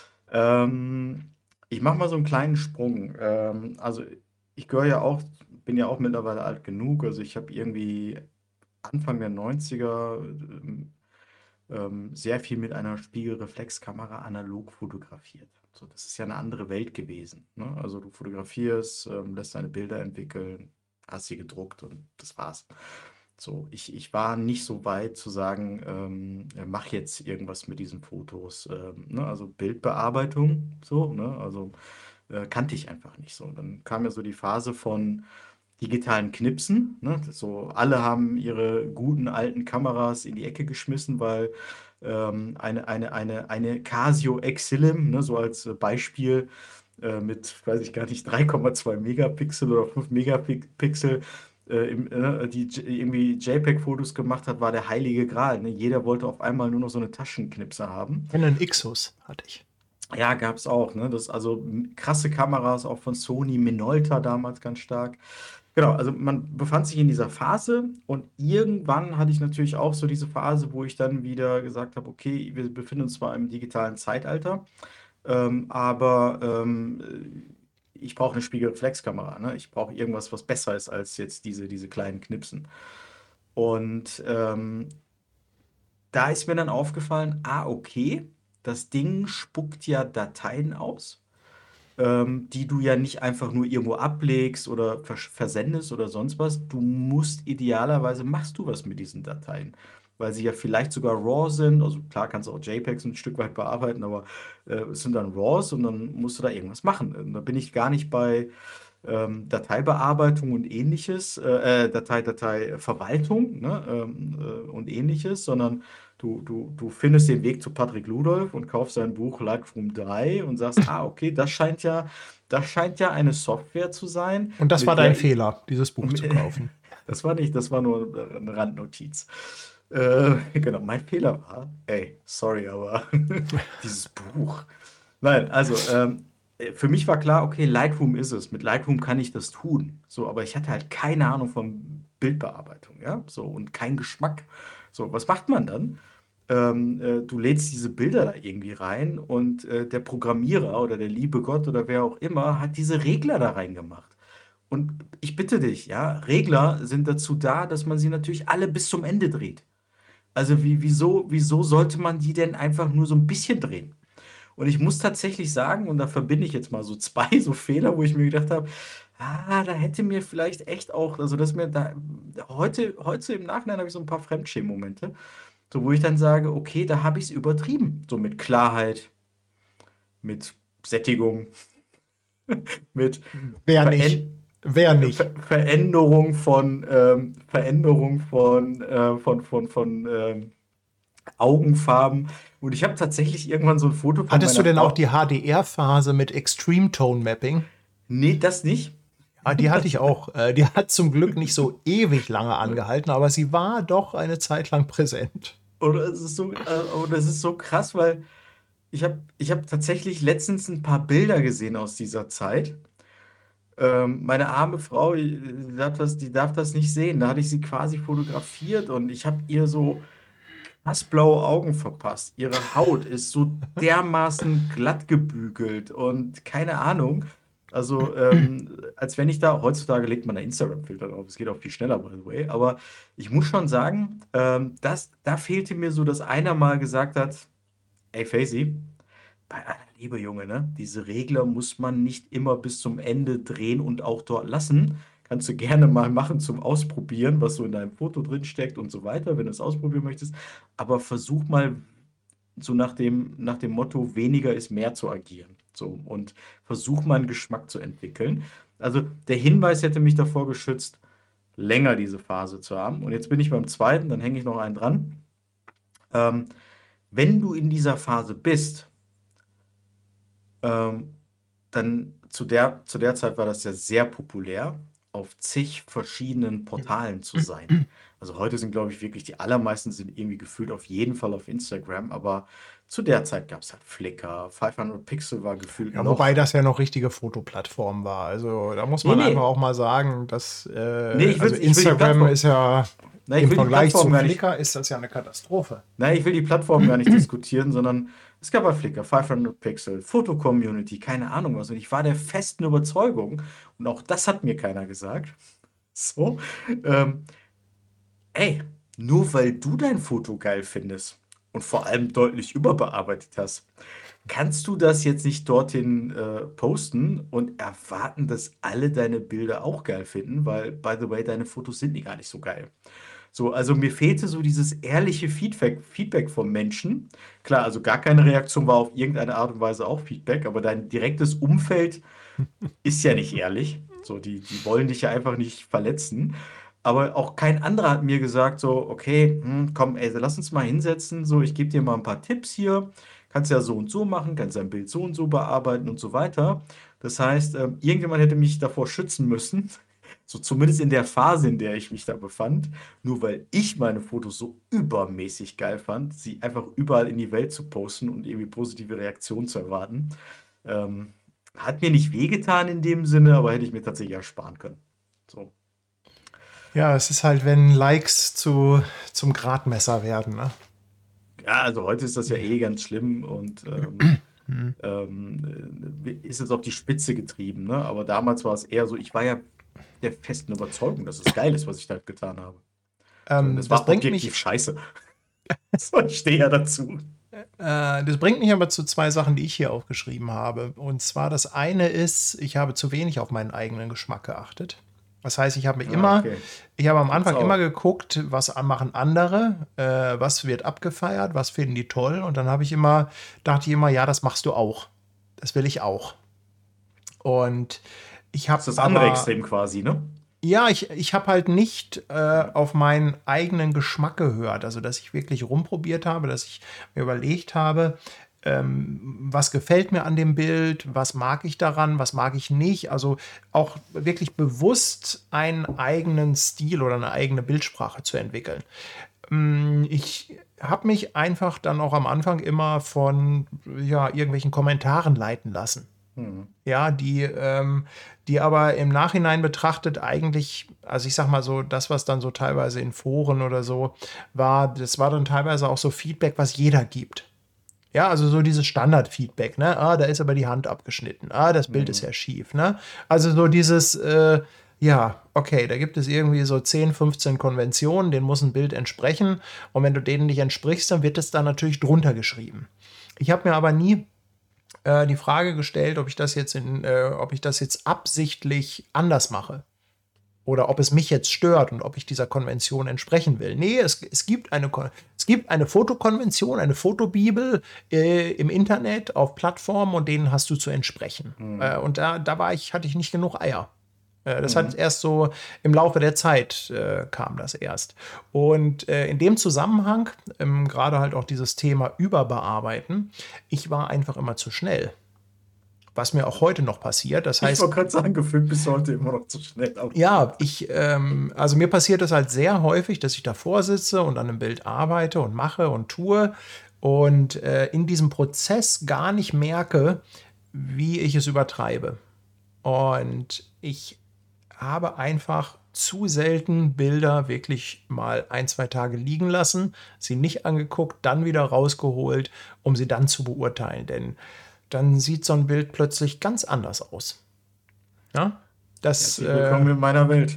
Ähm, ich mache mal so einen kleinen Sprung. Ähm, also ich gehöre ja auch, bin ja auch mittlerweile alt genug, also ich habe irgendwie Anfang der neunziger ähm, ähm, sehr viel mit einer Spiegelreflexkamera analog fotografiert. So, das ist ja eine andere Welt gewesen. Ne? Also du fotografierst, ähm, lässt deine Bilder entwickeln, hast sie gedruckt und das war's. So, ich, ich war nicht so weit zu sagen, ähm, äh, mach jetzt irgendwas mit diesen Fotos. Ähm, ne? Also Bildbearbeitung, so, ne? Also äh, kannte ich einfach nicht so. Dann kam ja so die Phase von digitalen Knipsen. Ne? So, alle haben ihre guten alten Kameras in die Ecke geschmissen, weil ähm, eine, eine, eine, eine Casio Exilim, ne, so als äh, Beispiel äh, mit, weiß ich gar nicht, drei Komma zwei Megapixel oder fünf Megapixel, äh, im, äh, die J- irgendwie JPEG-Fotos gemacht hat, war der heilige Gral. Ne? Jeder wollte auf einmal nur noch so eine Taschenknipse haben. Einen Ixus hatte ich. Ja, gab es auch. Ne? Das, also m- krasse Kameras, auch von Sony, Minolta damals ganz stark. Genau, also man befand sich in dieser Phase und irgendwann hatte ich natürlich auch so diese Phase, wo ich dann wieder gesagt habe, okay, wir befinden uns zwar im digitalen Zeitalter, ähm, aber ähm, äh, ich brauche eine Spiegelreflexkamera, ne? Ich brauche irgendwas, was besser ist als jetzt diese, diese kleinen Knipsen. Und ähm, da ist mir dann aufgefallen, ah, okay, das Ding spuckt ja Dateien aus, ähm, die du ja nicht einfach nur irgendwo ablegst oder versch- versendest oder sonst was. Du musst idealerweise, machst du was mit diesen Dateien, weil sie ja vielleicht sogar RAW sind. Also klar kannst du auch JPEGs ein Stück weit bearbeiten, aber äh, es sind dann RAWs und dann musst du da irgendwas machen. Und da bin ich gar nicht bei ähm, Dateibearbeitung und ähnliches, äh, äh, Datei, Dateiverwaltung, ne, ähm, äh, und ähnliches, sondern du, du, du findest den Weg zu Patrick Ludolf und kaufst sein Buch Lightroom drei und sagst, ah, okay, das scheint ja, das scheint ja eine Software zu sein, Und das war mit der dein ich, Fehler, dieses Buch zu kaufen. das war nicht, das war nur eine Randnotiz. Äh, genau, mein Fehler war, ey, sorry, aber dieses Buch. Nein, also ähm, äh, für mich war klar, okay, Lightroom ist es. Mit Lightroom kann ich das tun. So, aber ich hatte halt keine Ahnung von Bildbearbeitung, ja, so und keinen Geschmack. So, was macht man dann? Ähm, äh, du lädst diese Bilder da irgendwie rein und äh, der Programmierer oder der liebe Gott oder wer auch immer hat diese Regler da reingemacht. Und ich bitte dich, ja, Regler sind dazu da, dass man sie natürlich alle bis zum Ende dreht. Also wie, wieso, wieso sollte man die denn einfach nur so ein bisschen drehen? Und ich muss tatsächlich sagen, und da verbinde ich jetzt mal so zwei so Fehler, wo ich mir gedacht habe, ah, da hätte mir vielleicht echt auch, also dass mir da heute, heute so im Nachhinein habe ich so ein paar Fremdschämen-Momente, so wo ich dann sage, okay, da habe ich es übertrieben. So mit Klarheit, mit Sättigung, mit Wer nicht? Veränd Wer nicht? Ver Veränderung von, ähm, Veränderung von, äh, von, von, von ähm, Augenfarben. Und ich habe tatsächlich irgendwann so ein Foto von Hattest du meiner denn auch Frau. die H D R-Phase mit Extreme Tone Mapping? Nee, das nicht. Ja, die hatte ich Das, auch. Äh, Die hat zum Glück nicht so ewig lange angehalten, aber sie war doch eine Zeit lang präsent. oder es ist so, äh, oder es ist so krass, weil ich habe ich hab tatsächlich letztens ein paar Bilder gesehen aus dieser Zeit. Ähm, meine arme Frau, die die darf das, die darf das nicht sehen. Da hatte ich sie quasi fotografiert und ich habe ihr so blaue Augen verpasst. Ihre Haut ist so dermaßen glatt gebügelt und keine Ahnung. Also, ähm, als wenn ich da, heutzutage legt man da Instagram-Filter drauf, es geht auch viel schneller, by the way. Aber ich muss schon sagen, ähm, das, da fehlte mir so, dass einer mal gesagt hat, ey Facey, bei aller Liebe, Junge, ne? Diese Regler muss man nicht immer bis zum Ende drehen und auch dort lassen. Kannst du gerne mal machen zum Ausprobieren, was so in deinem Foto drin steckt und so weiter, wenn du es ausprobieren möchtest. Aber versuch mal so nach dem, nach dem Motto, weniger ist mehr zu agieren. So, und versuch mal einen Geschmack zu entwickeln. Also der Hinweis hätte mich davor geschützt, länger diese Phase zu haben. Und jetzt bin ich beim zweiten, dann hänge ich noch einen dran. Ähm, wenn du in dieser Phase bist, ähm, dann zu der, zu der Zeit war das ja sehr populär, auf zig verschiedenen Portalen zu sein. Also heute sind, glaube ich, wirklich die allermeisten sind irgendwie gefühlt auf jeden Fall auf Instagram, aber zu der Zeit gab es halt Flickr, fünfhundert Pixel war gefühlt Ja, wobei noch. das ja noch richtige Fotoplattform war. Also da muss Nee, man einfach nee, auch mal sagen, dass nee, äh, ich also will, ich will die Instagram Plattform, ist ja na, ich im will die Vergleich Plattform zu gar nicht, Flickr ist das ja eine Katastrophe. na, ich will die Plattform gar nicht diskutieren, sondern es gab bei Flickr, fünfhundert Pixel, Foto-Community, keine Ahnung was. Und ich war der festen Überzeugung, und auch das hat mir keiner gesagt, so, ähm, ey, nur weil du dein Foto geil findest und vor allem deutlich überbearbeitet hast, kannst du das jetzt nicht dorthin äh, posten und erwarten, dass alle deine Bilder auch geil finden, weil, by the way, deine Fotos sind nie gar nicht so geil. So, also mir fehlte so dieses ehrliche Feedback, Feedback vom Menschen. Klar, also gar keine Reaktion war auf irgendeine Art und Weise auch Feedback, aber dein direktes Umfeld ist ja nicht ehrlich. So, die, die wollen dich ja einfach nicht verletzen. Aber auch kein anderer hat mir gesagt, so, okay, hm, komm, ey, lass uns mal hinsetzen. So, ich gebe dir mal ein paar Tipps hier. Kannst ja so und so machen, kannst dein Bild so und so bearbeiten und so weiter. Das heißt, ähm, irgendjemand hätte mich davor schützen müssen. So zumindest in der Phase, in der ich mich da befand. Nur weil ich meine Fotos so übermäßig geil fand, sie einfach überall in die Welt zu posten und irgendwie positive Reaktionen zu erwarten. Ähm, hat mir nicht wehgetan in dem Sinne, aber hätte ich mir tatsächlich ersparen können. So. Ja, es ist halt, wenn Likes zu, zum Gradmesser werden, ne? Ja, also heute ist das ja eh ganz schlimm und ähm, ähm, äh, ist es auf die Spitze getrieben, ne? Aber damals war es eher so, ich war ja der festen Überzeugung, dass es geil ist, was ich da getan habe. So, und Ähm, es das war bringt objektiv mich, scheiße. So, ich stehe ja dazu. äh, das bringt mich aber zu zwei Sachen, die ich hier aufgeschrieben habe. Und zwar das eine ist, ich habe zu wenig auf meinen eigenen Geschmack geachtet. Das heißt, ich habe mich Ah, immer, okay. ich habe am Gibt's Anfang immer auch. geguckt, was machen andere, äh, was wird abgefeiert, was finden die toll. Und dann habe ich immer, dachte ich immer, ja, das machst du auch. Das will ich auch. Und ich Das ist habe das andere aber Extrem quasi, ne? ja, ich, ich habe halt nicht äh, auf meinen eigenen Geschmack gehört. Also, dass ich wirklich rumprobiert habe, dass ich mir überlegt habe, ähm, was gefällt mir an dem Bild, was mag ich daran, was mag ich nicht. Also auch wirklich bewusst einen eigenen Stil oder eine eigene Bildsprache zu entwickeln. Mm, Ich habe mich einfach dann auch am Anfang immer von ja, irgendwelchen Kommentaren leiten lassen. Mhm. Ja, die, ähm, die aber im Nachhinein betrachtet eigentlich, also ich sag mal so, das, was dann so teilweise in Foren oder so war, das war dann teilweise auch so Feedback, was jeder gibt. Ja, also so dieses Standard-Feedback, ne? Ah, da ist aber die Hand abgeschnitten. Ah, das Bild ist Mhm. ja schief, ne? Also so dieses, äh, ja, okay, da gibt es irgendwie so zehn, fünfzehn Konventionen, denen muss ein Bild entsprechen. Und wenn du denen nicht entsprichst, dann wird es da natürlich drunter geschrieben. Ich habe mir aber nie äh, die Frage gestellt, ob ich das jetzt in, äh, ob ich das jetzt absichtlich anders mache. Oder ob es mich jetzt stört und ob ich dieser Konvention entsprechen will. Nee, es, es, gibt, eine, es gibt eine Fotokonvention, eine Fotobibel äh, im Internet auf Plattformen und denen hast du zu entsprechen. Mhm. Äh, und da, da war ich, hatte ich nicht genug Eier. Äh, das mhm. hat erst so im Laufe der Zeit äh, kam das erst. Und äh, in dem Zusammenhang, ähm, gerade halt auch dieses Thema Überbearbeiten, ich war einfach immer zu schnell. Was mir auch heute noch passiert. Das heißt, ich wollte gerade sagen, gefühlt bist du heute immer noch zu schnell. Ja, ich, ähm, also mir passiert das halt sehr häufig, dass ich davor sitze und an einem Bild arbeite und mache und tue und äh, in diesem Prozess gar nicht merke, wie ich es übertreibe. Und ich habe einfach zu selten Bilder wirklich mal ein, zwei Tage liegen lassen, sie nicht angeguckt, dann wieder rausgeholt, um sie dann zu beurteilen. Denn dann sieht so ein Bild plötzlich ganz anders aus. Ja, das. Herzlich willkommen äh, in meiner Welt.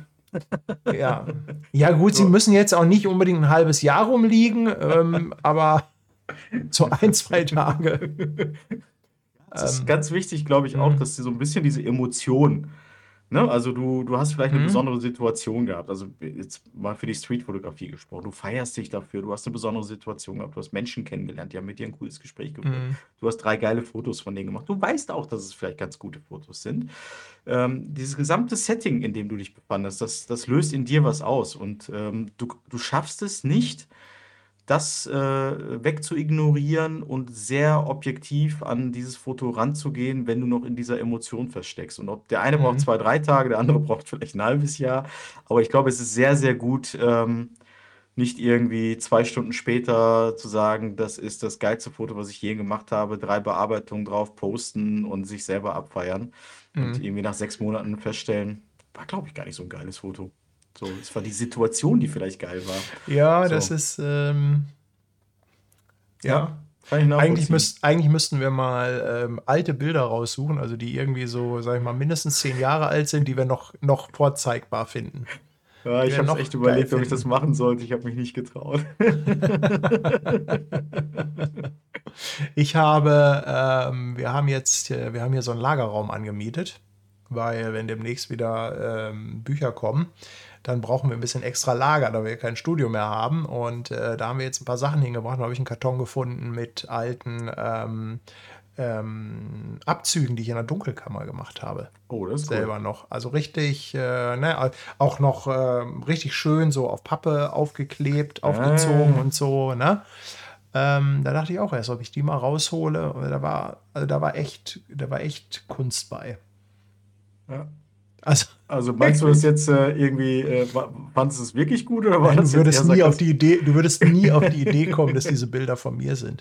Ja, ja gut, so. Sie müssen jetzt auch nicht unbedingt ein halbes Jahr rumliegen, ähm, aber so ein, zwei Tage. Das ist ähm, ganz wichtig, glaube ich, auch, dass sie so ein bisschen diese Emotionen. Ne? Also du, du hast vielleicht eine mhm. besondere Situation gehabt, also jetzt mal für die Streetfotografie gesprochen, du feierst dich dafür, du hast eine besondere Situation gehabt, du hast Menschen kennengelernt, die haben mit dir ein cooles Gespräch geführt, mhm. du hast drei geile Fotos von denen gemacht, du weißt auch, dass es vielleicht ganz gute Fotos sind. Ähm, dieses gesamte Setting, in dem du dich befandest, das, das löst in dir was aus und ähm, du, du schaffst es nicht, das äh, wegzuignorieren und sehr objektiv an dieses Foto ranzugehen, wenn du noch in dieser Emotion versteckst. Und ob der eine mhm. braucht zwei, drei Tage, der andere braucht vielleicht ein halbes Jahr. Aber ich glaube, es ist sehr, sehr gut, ähm, nicht irgendwie zwei Stunden später zu sagen, das ist das geilste Foto, was ich je gemacht habe, drei Bearbeitungen drauf posten und sich selber abfeiern. Mhm. Und irgendwie nach sechs Monaten feststellen, war, glaube ich, gar nicht so ein geiles Foto. So, es war die Situation, die vielleicht geil war. Ja, so. das ist, ähm, ja. ja eigentlich, müsst, eigentlich müssten wir mal ähm, alte Bilder raussuchen, also die irgendwie so, sag ich mal, mindestens zehn Jahre alt sind, die wir noch, noch vorzeigbar finden. Ja, ich habe echt überlegt, ob ich das machen sollte. Ich habe mich nicht getraut. Ich habe, ähm, wir haben jetzt, wir haben hier so einen Lagerraum angemietet, weil wenn demnächst wieder ähm, Bücher kommen, dann brauchen wir ein bisschen extra Lager, da wir kein Studio mehr haben. Und äh, da haben wir jetzt ein paar Sachen hingebracht. Da habe ich einen Karton gefunden mit alten ähm, ähm, Abzügen, die ich in der Dunkelkammer gemacht habe. Oh, das ist selber cool. noch. Also richtig, äh, ne, auch noch äh, richtig schön so auf Pappe aufgeklebt, aufgezogen äh. und so, ne? Ähm, da dachte ich auch erst, ob ich die mal raushole. Und da war, also da war echt, da war echt Kunst bei. Ja. Also, also meinst du das jetzt äh, irgendwie, äh, fandest du es wirklich gut oder war nein, das du würdest jetzt nie auf die Idee, du würdest nie auf die Idee kommen, dass diese Bilder von mir sind.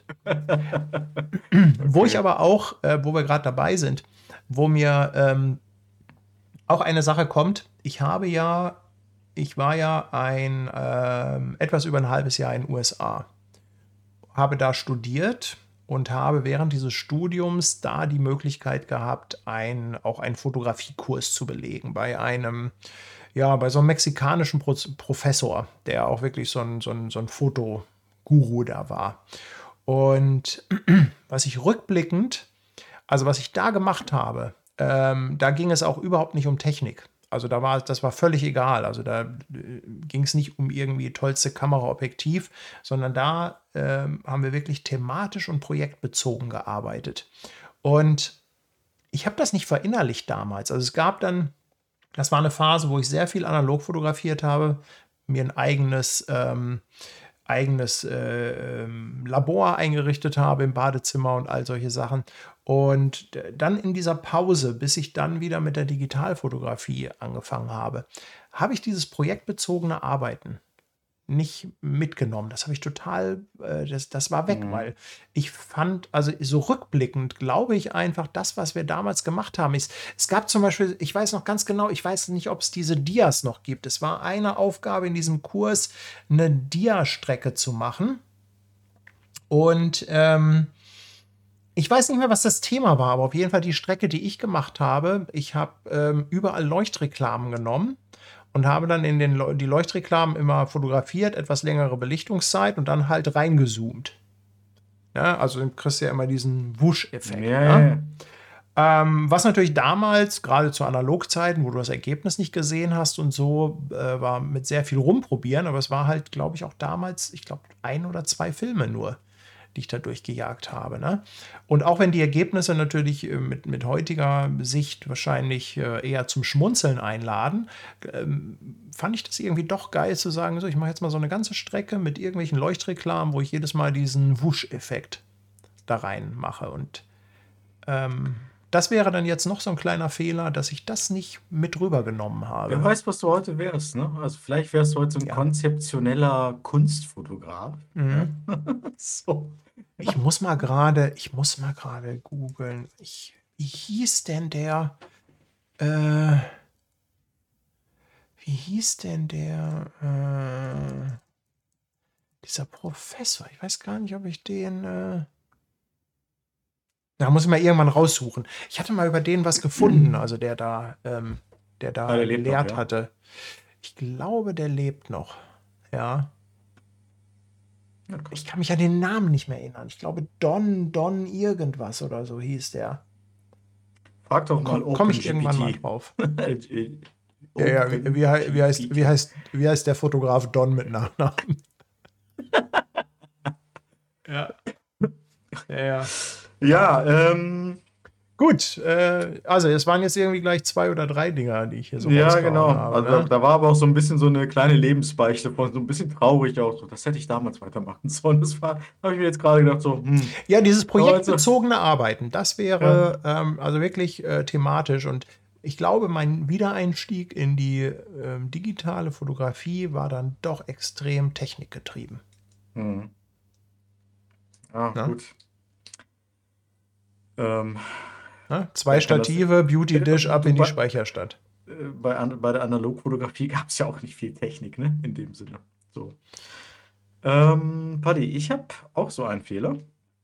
Okay. Wo ich aber auch, äh, wo wir gerade dabei sind, wo mir ähm, auch eine Sache kommt, ich habe ja, ich war ja ein ähm, etwas über ein halbes Jahr in den U S A, habe da studiert und habe während dieses Studiums da die Möglichkeit gehabt, ein, auch einen Fotografiekurs zu belegen bei einem, ja, bei so einem mexikanischen Pro- Professor, der auch wirklich so ein, so ein, so ein Fotoguru da war. Und was ich rückblickend, also was ich da gemacht habe, ähm, da ging es auch überhaupt nicht um Technik. Also da war, das war völlig egal. Also da äh, ging es nicht um irgendwie tollste Kameraobjektiv, sondern da äh, haben wir wirklich thematisch und projektbezogen gearbeitet. Und ich habe das nicht verinnerlicht damals. Also es gab dann, das war eine Phase, wo ich sehr viel analog fotografiert habe, mir ein eigenes, ähm, eigenes äh, ähm, Labor eingerichtet habe im Badezimmer und all solche Sachen. Und dann in dieser Pause, bis ich dann wieder mit der Digitalfotografie angefangen habe, habe ich dieses projektbezogene Arbeiten nicht mitgenommen. Das habe ich total, äh, das, das war weg, mhm. weil ich fand, also so rückblickend glaube ich einfach, das, was wir damals gemacht haben, ist, es gab zum Beispiel, ich weiß noch ganz genau, ich weiß nicht, ob es diese Dias noch gibt. Es war eine Aufgabe in diesem Kurs, eine Dia-Strecke zu machen. Und ähm, ich weiß nicht mehr, was das Thema war, aber auf jeden Fall die Strecke, die ich gemacht habe, ich habe ähm, überall Leuchtreklamen genommen und habe dann in den Le- die Leuchtreklamen immer fotografiert, etwas längere Belichtungszeit und dann halt reingezoomt. Ja, also dann kriegst du ja immer diesen Wusch-Effekt. Ja, Ja? ja, ja. Ähm, was natürlich damals, gerade zu Analogzeiten, wo du das Ergebnis nicht gesehen hast und so, äh, war mit sehr viel rumprobieren, aber es war halt, glaube ich, auch damals, ich glaube, ein oder zwei Filme nur, die ich da durchgejagt habe. Ne? Und auch wenn die Ergebnisse natürlich äh, mit, mit heutiger Sicht wahrscheinlich äh, eher zum Schmunzeln einladen, ähm, fand ich das irgendwie doch geil zu sagen, so, ich mache jetzt mal so eine ganze Strecke mit irgendwelchen Leuchtreklamen, wo ich jedes Mal diesen Wusch-Effekt da rein mache. Und ähm, das wäre dann jetzt noch so ein kleiner Fehler, dass ich das nicht mit rübergenommen habe. Wer weiß, was du heute wärst, ne? Also vielleicht wärst du heute so ein Ja. konzeptioneller Kunstfotograf. Mhm. Ja? So. Ich muss mal gerade, ich muss mal gerade googeln. Ich, wie hieß denn der? Äh, wie hieß denn der? Äh, dieser Professor. Ich weiß gar nicht, ob ich den. Äh, da muss ich mal irgendwann raussuchen. Ich hatte mal über den was gefunden, also der da, ähm, der da Ah, der lebt noch, gelehrt ja. hatte. Ich glaube, der lebt noch. Ja. Ja, krass. Ich kann mich an den Namen nicht mehr erinnern. Ich glaube, Don, Don irgendwas oder so hieß der. Frag doch mal Komm, komm ich irgendwann mal OpenGPT. drauf. Ja, ja, wie, wie, hei- wie, heißt, wie, heißt, wie heißt der Fotograf Don mit Nachnamen? Ja. Ja, ja. Ja, ähm, Gut, äh, also es waren jetzt irgendwie gleich zwei oder drei Dinger, die ich hier so ja, rausgehauen genau. habe. Also da, Ne? da war aber auch so ein bisschen so eine kleine Lebensbeichte von, so ein bisschen traurig auch. So, das hätte ich damals weitermachen sollen. Das war, habe ich mir jetzt gerade gedacht, so, hm. Ja, dieses Aber also- projektbezogene Arbeiten, das wäre ähm, also wirklich äh, thematisch. Und ich glaube, mein Wiedereinstieg in die ähm, digitale Fotografie war dann doch extrem technikgetrieben. Hm. Ja, Ja. gut. Ähm, Ne? Zwei Wer kann das- Stative, Beauty Ja, Dish, du- ab du in die ba- Speicherstadt. äh, bei, an, bei der Analogfotografie gab es ja auch nicht viel Technik, ne? In dem Sinne. So. Ähm, Paddy, ich habe auch so einen Fehler.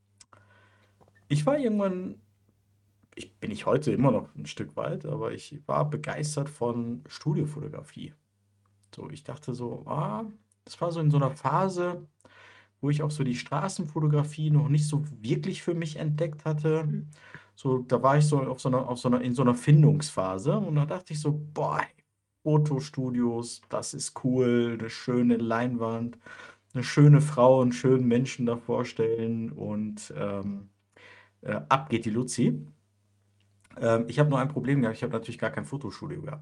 Ich war irgendwann, ich bin ich heute immer noch ein Stück weit, aber ich war begeistert von Studiofotografie. So, ich dachte so, ah, das war so in so einer Phase, wo ich auch so die Straßenfotografie noch nicht so wirklich für mich entdeckt hatte. So, da war ich so auf so einer, auf so einer, in so einer Findungsphase und da dachte ich so, boah, Fotostudios, das ist cool, eine schöne Leinwand, eine schöne Frau, einen schönen Menschen da vorstellen und ähm, äh, ab geht die Luzi. Ähm, ich habe nur ein Problem gehabt, ich habe natürlich gar kein Fotostudio gehabt.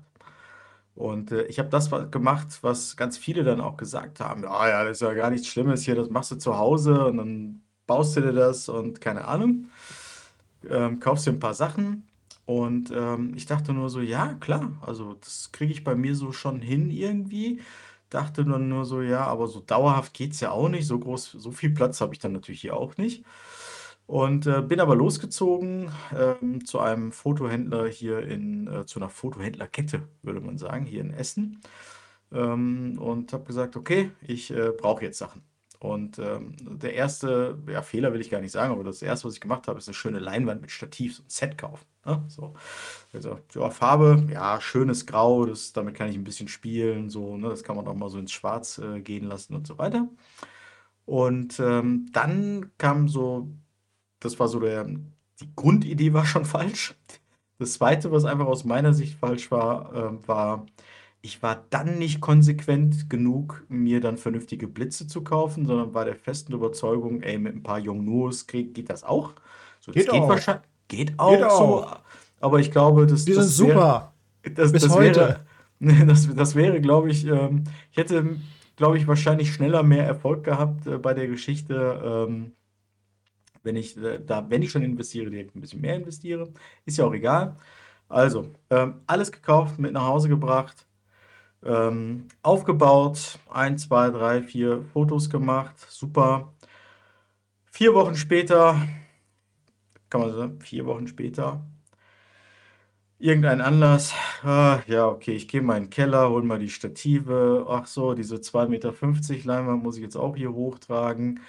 Und äh, ich habe das wa- gemacht, was ganz viele dann auch gesagt haben. Ja, ja, das ist ja gar nichts Schlimmes hier, das machst du zu Hause und dann baust du dir das und keine Ahnung. Ähm, kaufst dir ein paar Sachen. Und ähm, ich dachte nur so, ja, klar, also das kriege ich bei mir so schon hin irgendwie. Dachte dann nur so, ja, aber so dauerhaft geht es ja auch nicht. So groß, so viel Platz habe ich dann natürlich hier auch nicht. Und äh, bin aber losgezogen ähm, zu einem Fotohändler hier in, äh, zu einer Fotohändlerkette, würde man sagen, hier in Essen. Ähm, und habe gesagt, okay, ich äh, brauche jetzt Sachen. Und ähm, der erste, ja, Fehler will ich gar nicht sagen, aber das erste, was ich gemacht habe, ist eine schöne Leinwand mit Stativ, so ein Set kaufen. Ne? So. Also, ja, Farbe, ja, schönes Grau, das, damit kann ich ein bisschen spielen, so, ne? Das kann man auch mal so ins Schwarz äh, gehen lassen und so weiter. Und ähm, dann kam so, das war so der, die Grundidee war schon falsch. Das Zweite, was einfach aus meiner Sicht falsch war, ähm, war, ich war dann nicht konsequent genug, mir dann vernünftige Blitze zu kaufen, sondern war der festen Überzeugung, ey, mit ein paar Yongnuos krieg- geht das auch. So, das Geht geht auch. wahrscheinlich, geht auch so, auch. aber ich glaube, das, Die sind das wäre, super. das, Bis das heute. wäre, das, das wäre, glaube ich, ähm, ich hätte, glaube ich, wahrscheinlich schneller mehr Erfolg gehabt äh, bei der Geschichte, ähm, wenn ich äh, da, wenn ich schon investiere, direkt ein bisschen mehr investiere. Ist ja auch egal. Also, ähm, alles gekauft, mit nach Hause gebracht, ähm, aufgebaut, ein, zwei, drei, vier Fotos gemacht, super. Vier Wochen später, kann man sagen, vier Wochen später, irgendein Anlass, ah, ja, okay, ich gehe mal in den Keller, hol mal die Stative, ach so, diese zwei Meter fünfzig Leinwand muss ich jetzt auch hier hochtragen,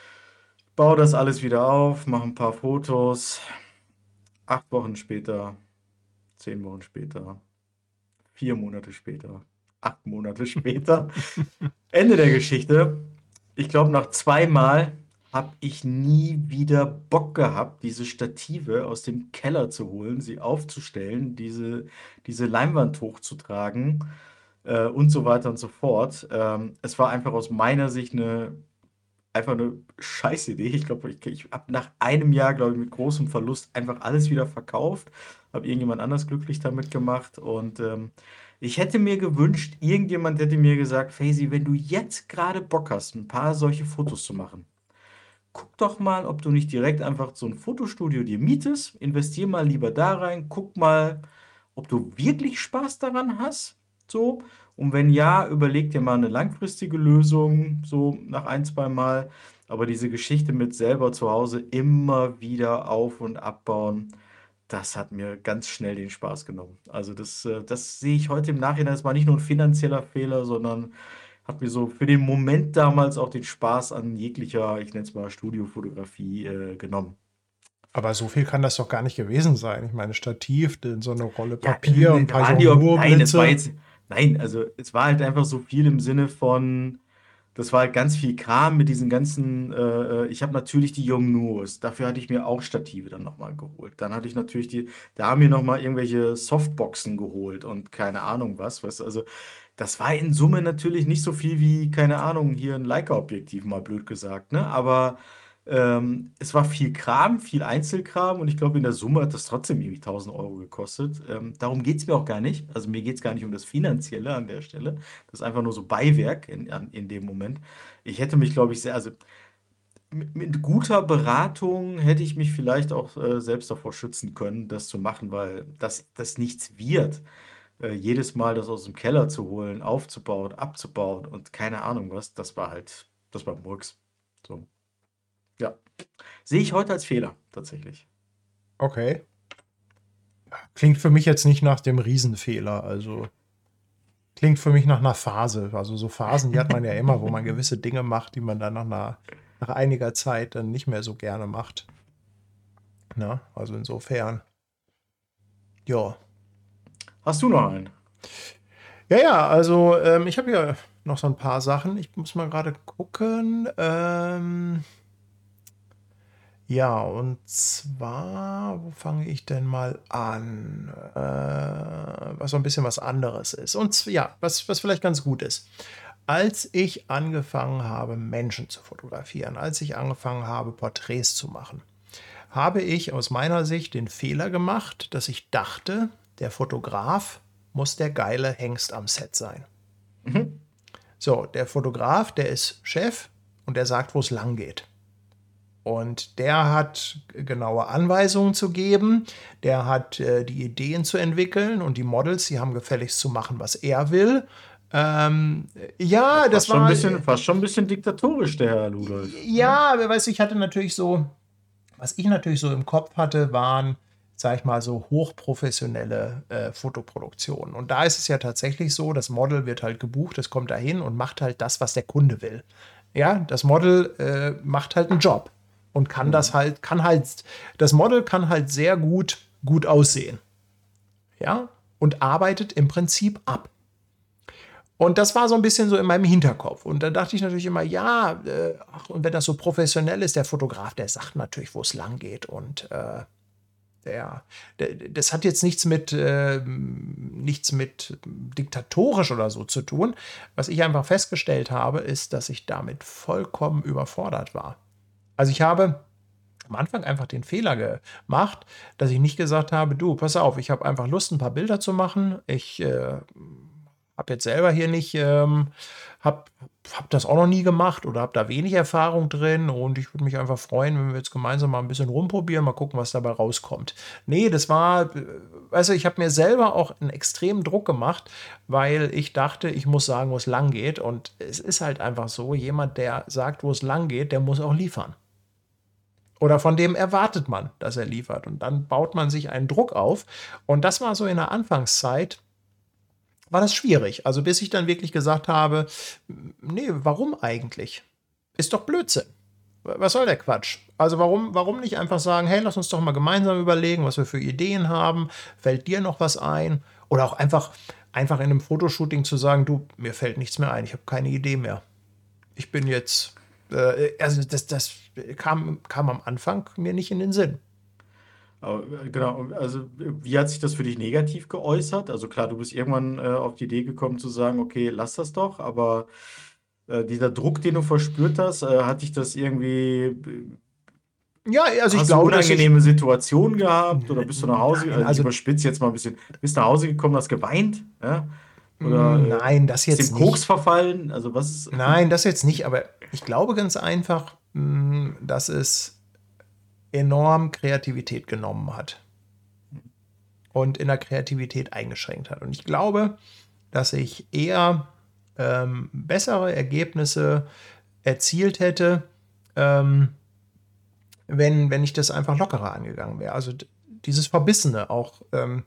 baue das alles wieder auf, mache ein paar Fotos, acht Wochen später, zehn Wochen später, vier Monate später, acht Monate später, Ende der Geschichte. Ich glaube, nach zweimal habe ich nie wieder Bock gehabt, diese Stative aus dem Keller zu holen, sie aufzustellen, diese, diese Leinwand hochzutragen äh, und so weiter und so fort. Ähm, es war einfach aus meiner Sicht eine einfach eine Scheißidee. Ich glaube, ich, ich habe nach einem Jahr, glaube ich, mit großem Verlust einfach alles wieder verkauft, habe irgendjemand anders glücklich damit gemacht und ähm, ich hätte mir gewünscht, irgendjemand hätte mir gesagt, Faisy, wenn du jetzt gerade Bock hast, ein paar solche Fotos zu machen, guck doch mal, ob du nicht direkt einfach so ein Fotostudio dir mietest, investier mal lieber da rein, guck mal, ob du wirklich Spaß daran hast, so. Und wenn ja, überleg dir mal eine langfristige Lösung, so nach ein, zwei Mal. Aber diese Geschichte mit selber zu Hause immer wieder auf- und abbauen, das hat mir ganz schnell den Spaß genommen. Also das, äh, das sehe ich heute im Nachhinein. Es war nicht nur ein finanzieller Fehler, sondern hat mir so für den Moment damals auch den Spaß an jeglicher, ich nenne es mal Studiofotografie, äh, genommen. Aber so viel kann das doch gar nicht gewesen sein. Ich meine, Stativ, dann so eine Rolle Ja, Papier und ein da paar waren die auch, nein, es war Jonglierblitze. jetzt, nein, also es war halt einfach so viel im Sinne von, das war halt ganz viel Kram mit diesen ganzen, äh, äh, ich habe natürlich die Yongnuos, dafür hatte ich mir auch Stative dann nochmal geholt. Dann hatte ich natürlich die, da haben wir nochmal irgendwelche Softboxen geholt und keine Ahnung was, was, also das war in Summe natürlich nicht so viel wie, keine Ahnung, hier ein Leica-Objektiv, mal blöd gesagt, ne? Aber ähm, es war viel Kram, viel Einzelkram und ich glaube, in der Summe hat das trotzdem irgendwie tausend Euro gekostet. Ähm, darum geht es mir auch gar nicht. Also mir geht es gar nicht um das Finanzielle an der Stelle. Das ist einfach nur so Beiwerk in, an, in dem Moment. Ich hätte mich, glaube ich, sehr, also mit, mit guter Beratung hätte ich mich vielleicht auch äh, selbst davor schützen können, das zu machen, weil das, das nichts wird. Äh, jedes Mal das aus dem Keller zu holen, aufzubauen, abzubauen und keine Ahnung was, das war halt, das war Murks. So, ja. Sehe ich heute als Fehler, tatsächlich. Okay. Klingt für mich jetzt nicht nach dem Riesenfehler. Also klingt für mich nach einer Phase. Also so Phasen, die hat man ja immer, wo man gewisse Dinge macht, die man dann nach, einer, nach einiger Zeit dann nicht mehr so gerne macht. Na, also insofern, ja. Hast du noch einen? Ja, ja, also ähm, ich habe hier noch so ein paar Sachen. Ich muss mal gerade gucken. Ähm, ja, und zwar, wo fange ich denn mal an? Äh, was so ein bisschen was anderes ist. Und z- ja, was, was vielleicht ganz gut ist. Als ich angefangen habe, Menschen zu fotografieren, als ich angefangen habe, Porträts zu machen, habe ich aus meiner Sicht den Fehler gemacht, dass ich dachte, der Fotograf muss der geile Hengst am Set sein. Mhm. So, der Fotograf, der ist Chef und der sagt, wo es lang geht. Und der hat genaue Anweisungen zu geben, der hat äh, die Ideen zu entwickeln und die Models, die haben gefälligst zu machen, was er will. Ähm, ja, Fast das schon ein war, bisschen, fast schon ein bisschen diktatorisch, der Herr Ludolf. Ne? ja, weißt du, ich hatte natürlich so, was ich natürlich so im Kopf hatte, waren, sag ich mal, so hochprofessionelle äh, Fotoproduktionen. Und da ist es ja tatsächlich so, das Model wird halt gebucht, es kommt dahin und macht halt das, was der Kunde will. Ja, das Model äh, macht halt einen Job und kann das Mhm. halt, kann halt, das Model kann halt sehr gut, gut aussehen. Ja, und arbeitet im Prinzip ab. Und das war so ein bisschen so in meinem Hinterkopf. Und da dachte ich natürlich immer, ja, äh, ach, und wenn das so professionell ist, der Fotograf, der sagt natürlich, wo es lang geht. Und äh, der, der, das hat jetzt nichts mit, äh, nichts mit diktatorisch oder so zu tun. Was ich einfach festgestellt habe, ist, dass ich damit vollkommen überfordert war. Also ich habe am Anfang einfach den Fehler gemacht, dass ich nicht gesagt habe, du, pass auf, ich habe einfach Lust, ein paar Bilder zu machen. Ich äh, habe jetzt selber hier nicht, ähm, habe hab das auch noch nie gemacht oder habe da wenig Erfahrung drin und ich würde mich einfach freuen, wenn wir jetzt gemeinsam mal ein bisschen rumprobieren, mal gucken, was dabei rauskommt. Nee, das war, äh, weißt du, ich habe mir selber auch einen extremen Druck gemacht, weil ich dachte, ich muss sagen, wo es lang geht und es ist halt einfach so, jemand, der sagt, wo es lang geht, der muss auch liefern. Oder von dem erwartet man, dass er liefert. Und dann baut man sich einen Druck auf. Und das war so in der Anfangszeit, war das schwierig. Also bis ich dann wirklich gesagt habe, nee, warum eigentlich? Ist doch Blödsinn. Was soll der Quatsch? Also warum, warum nicht einfach sagen, hey, lass uns doch mal gemeinsam überlegen, was wir für Ideen haben. Fällt dir noch was ein? Oder auch einfach, einfach in einem Fotoshooting zu sagen, du, mir fällt nichts mehr ein, ich habe keine Idee mehr. Ich bin jetzt äh, also das, das kam, kam am Anfang mir nicht in den Sinn. Aber, äh, genau, also wie hat sich das für dich negativ geäußert? Also klar, du bist irgendwann äh, auf die Idee gekommen zu sagen, okay, lass das doch, aber äh, dieser Druck, den du verspürt hast, äh, hat dich das irgendwie, äh, Ja, also ich hast du glaube, dass ich. unangenehme Situationen gehabt oder bist du nach Hause, Nein, also ich also überspitze jetzt mal ein bisschen, bist nach Hause gekommen, hast geweint, ja? Oder mm, äh, nein, das bist jetzt dem Koks nicht. verfallen? Also was ist, Nein, das jetzt nicht, aber ich glaube ganz einfach, mh, dass es enorm Kreativität genommen hat und in der Kreativität eingeschränkt hat. Und ich glaube, dass ich eher ähm, bessere Ergebnisse erzielt hätte, ähm, wenn, wenn ich das einfach lockerer angegangen wäre. Also d- dieses Verbissene auch, ähm,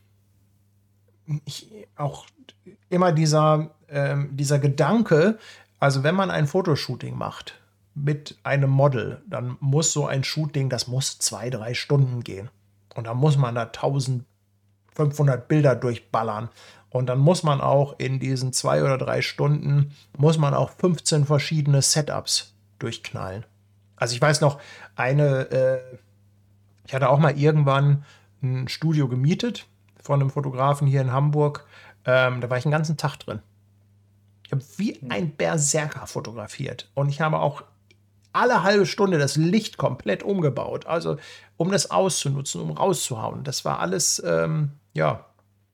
ich, auch immer dieser, ähm, dieser Gedanke, also wenn man ein Fotoshooting macht mit einem Model, dann muss so ein Shooting, das muss zwei, drei Stunden gehen. Und dann muss man da eintausendfünfhundert Bilder durchballern. Und dann muss man auch in diesen zwei oder drei Stunden, muss man auch fünfzehn verschiedene Setups durchknallen. Also ich weiß noch, eine, äh, ich hatte auch mal irgendwann ein Studio gemietet von einem Fotografen hier in Hamburg. Ähm, da war ich einen ganzen Tag drin. Ich habe wie ein Berserker fotografiert. Und ich habe auch alle halbe Stunde das Licht komplett umgebaut. Also, um das auszunutzen, um rauszuhauen. Das war alles, ähm, ja.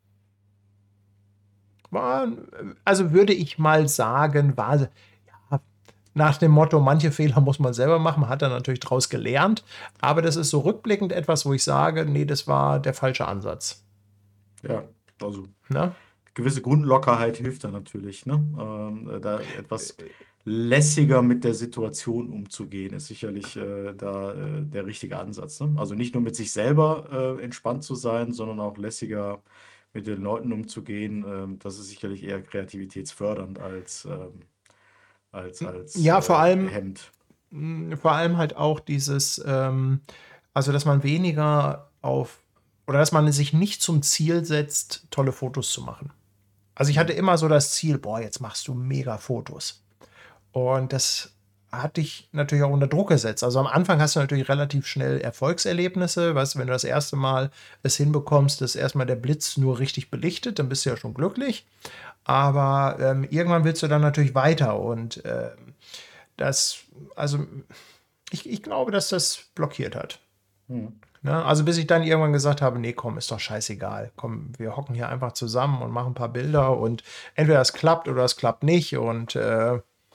War, also würde ich mal sagen, war ja, nach dem Motto, manche Fehler muss man selber machen, hat er natürlich draus gelernt. Aber das ist so rückblickend etwas, wo ich sage, nee, das war der falsche Ansatz. ja, also Ne? gewisse Grundlockerheit hilft da natürlich, ne? Ähm, äh, da etwas lässiger mit der Situation umzugehen, ist sicherlich äh, da äh, der richtige Ansatz, ne? Also nicht nur mit sich selber äh, entspannt zu sein, sondern auch lässiger mit den Leuten umzugehen. Ähm, das ist sicherlich eher kreativitätsfördernd als, ähm, als, als Ja, vor äh, allem, hemmend. mh, vor allem halt auch dieses, ähm, also dass man weniger auf, oder dass man sich nicht zum Ziel setzt, tolle Fotos zu machen. Also ich hatte immer so das Ziel, boah, jetzt machst du mega Fotos. Und das hat dich natürlich auch unter Druck gesetzt. Also am Anfang hast du natürlich relativ schnell Erfolgserlebnisse. Weißt du, wenn du das erste Mal es hinbekommst, dass erstmal der Blitz nur richtig belichtet, dann bist du ja schon glücklich. Aber ähm, irgendwann willst du dann natürlich weiter. Und ähm, das, also ich, ich glaube, dass das blockiert hat. Hm. Ne? Also bis ich dann irgendwann gesagt habe, nee, komm, ist doch scheißegal. Komm, wir hocken hier einfach zusammen und machen ein paar Bilder und entweder es klappt oder es klappt nicht. Und äh,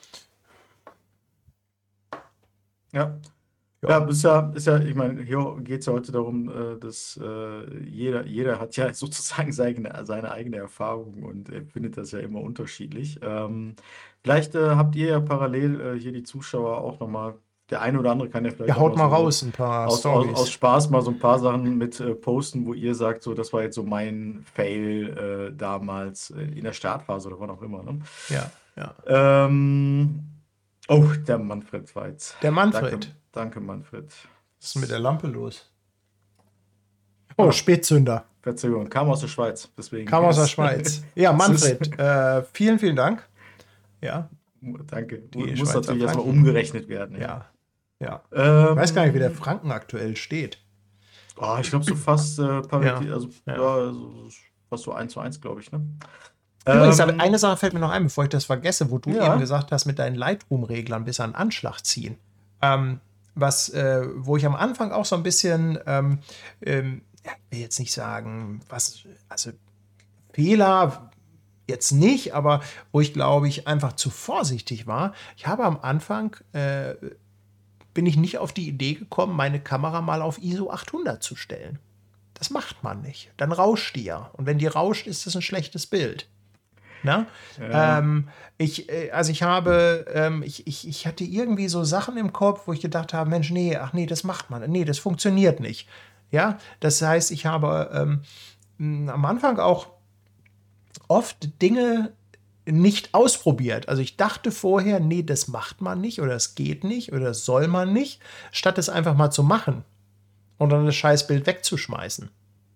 Ja. ja. Ja, ist ja, ist ja, ich meine, hier geht es ja heute darum, äh, dass äh, jeder, jeder hat ja sozusagen seine, seine eigene Erfahrung und empfindet das ja immer unterschiedlich. Ähm, vielleicht äh, habt ihr ja parallel äh, hier die Zuschauer auch nochmal, der eine oder andere kann ja vielleicht Ja, auch haut mal mal so raus, ein paar aus, aus, aus Stories. Spaß mal so ein paar Sachen mit äh, posten, wo ihr sagt, so, das war jetzt so mein Fail äh, damals äh, in der Startphase oder wann auch immer, ne? Ja, ja. Ähm, oh, der Manfred war jetzt. Der Danke, Manfred. danke, Manfred. Was ist denn mit der Lampe los? Oh, Ah, Spätzünder. Verzögerung. Kam aus der Schweiz, deswegen Kam aus der ist, Schweiz. Ja, es ist, Manfred, äh, vielen, vielen Dank. Ja, danke. Mu- die Muss Schweizer natürlich erstmal Franken. umgerechnet werden, ja. Ja, ja. Ich weiß gar nicht, wie der Ähm, Franken aktuell steht. oh, ich glaube so fast äh, Parität, Ja, also ja. ja, so, fast so eins zu eins, glaube ich, ne? Übrigens, aber eine Ähm, Sache fällt mir noch ein, bevor ich das vergesse, wo du eben ja, gesagt hast, mit deinen Lightroom-Reglern bis an Anschlag ziehen. Ähm, was, äh, wo ich am Anfang auch so ein bisschen, ähm, ähm, ja, will jetzt nicht sagen, was, also Fehler jetzt nicht, aber wo ich glaube ich einfach zu vorsichtig war. Ich habe am Anfang, äh, bin ich nicht auf die Idee gekommen, meine Kamera mal auf I S O achthundert zu stellen. Das macht man nicht. Dann rauscht die ja. Und wenn die rauscht, ist das ein schlechtes Bild. Na? ja, Ähm, ich, äh, also ich habe, ähm, ich, ich, ich hatte irgendwie so Sachen im Kopf, wo ich gedacht habe, Mensch, nee, ach nee, das macht man. Nee, das funktioniert nicht. Ja, das heißt, ich habe ähm, mh, am Anfang auch oft Dinge nicht ausprobiert. Also ich dachte vorher, nee, das macht man nicht oder es geht nicht oder das soll man nicht, statt es einfach mal zu machen und dann das Scheißbild wegzuschmeißen.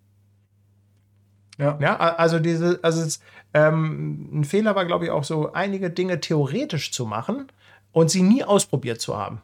ja, Ja, a- also diese, also es, ähm, ein Fehler war, glaube ich, auch so einige Dinge theoretisch zu machen, und sie nie ausprobiert zu haben.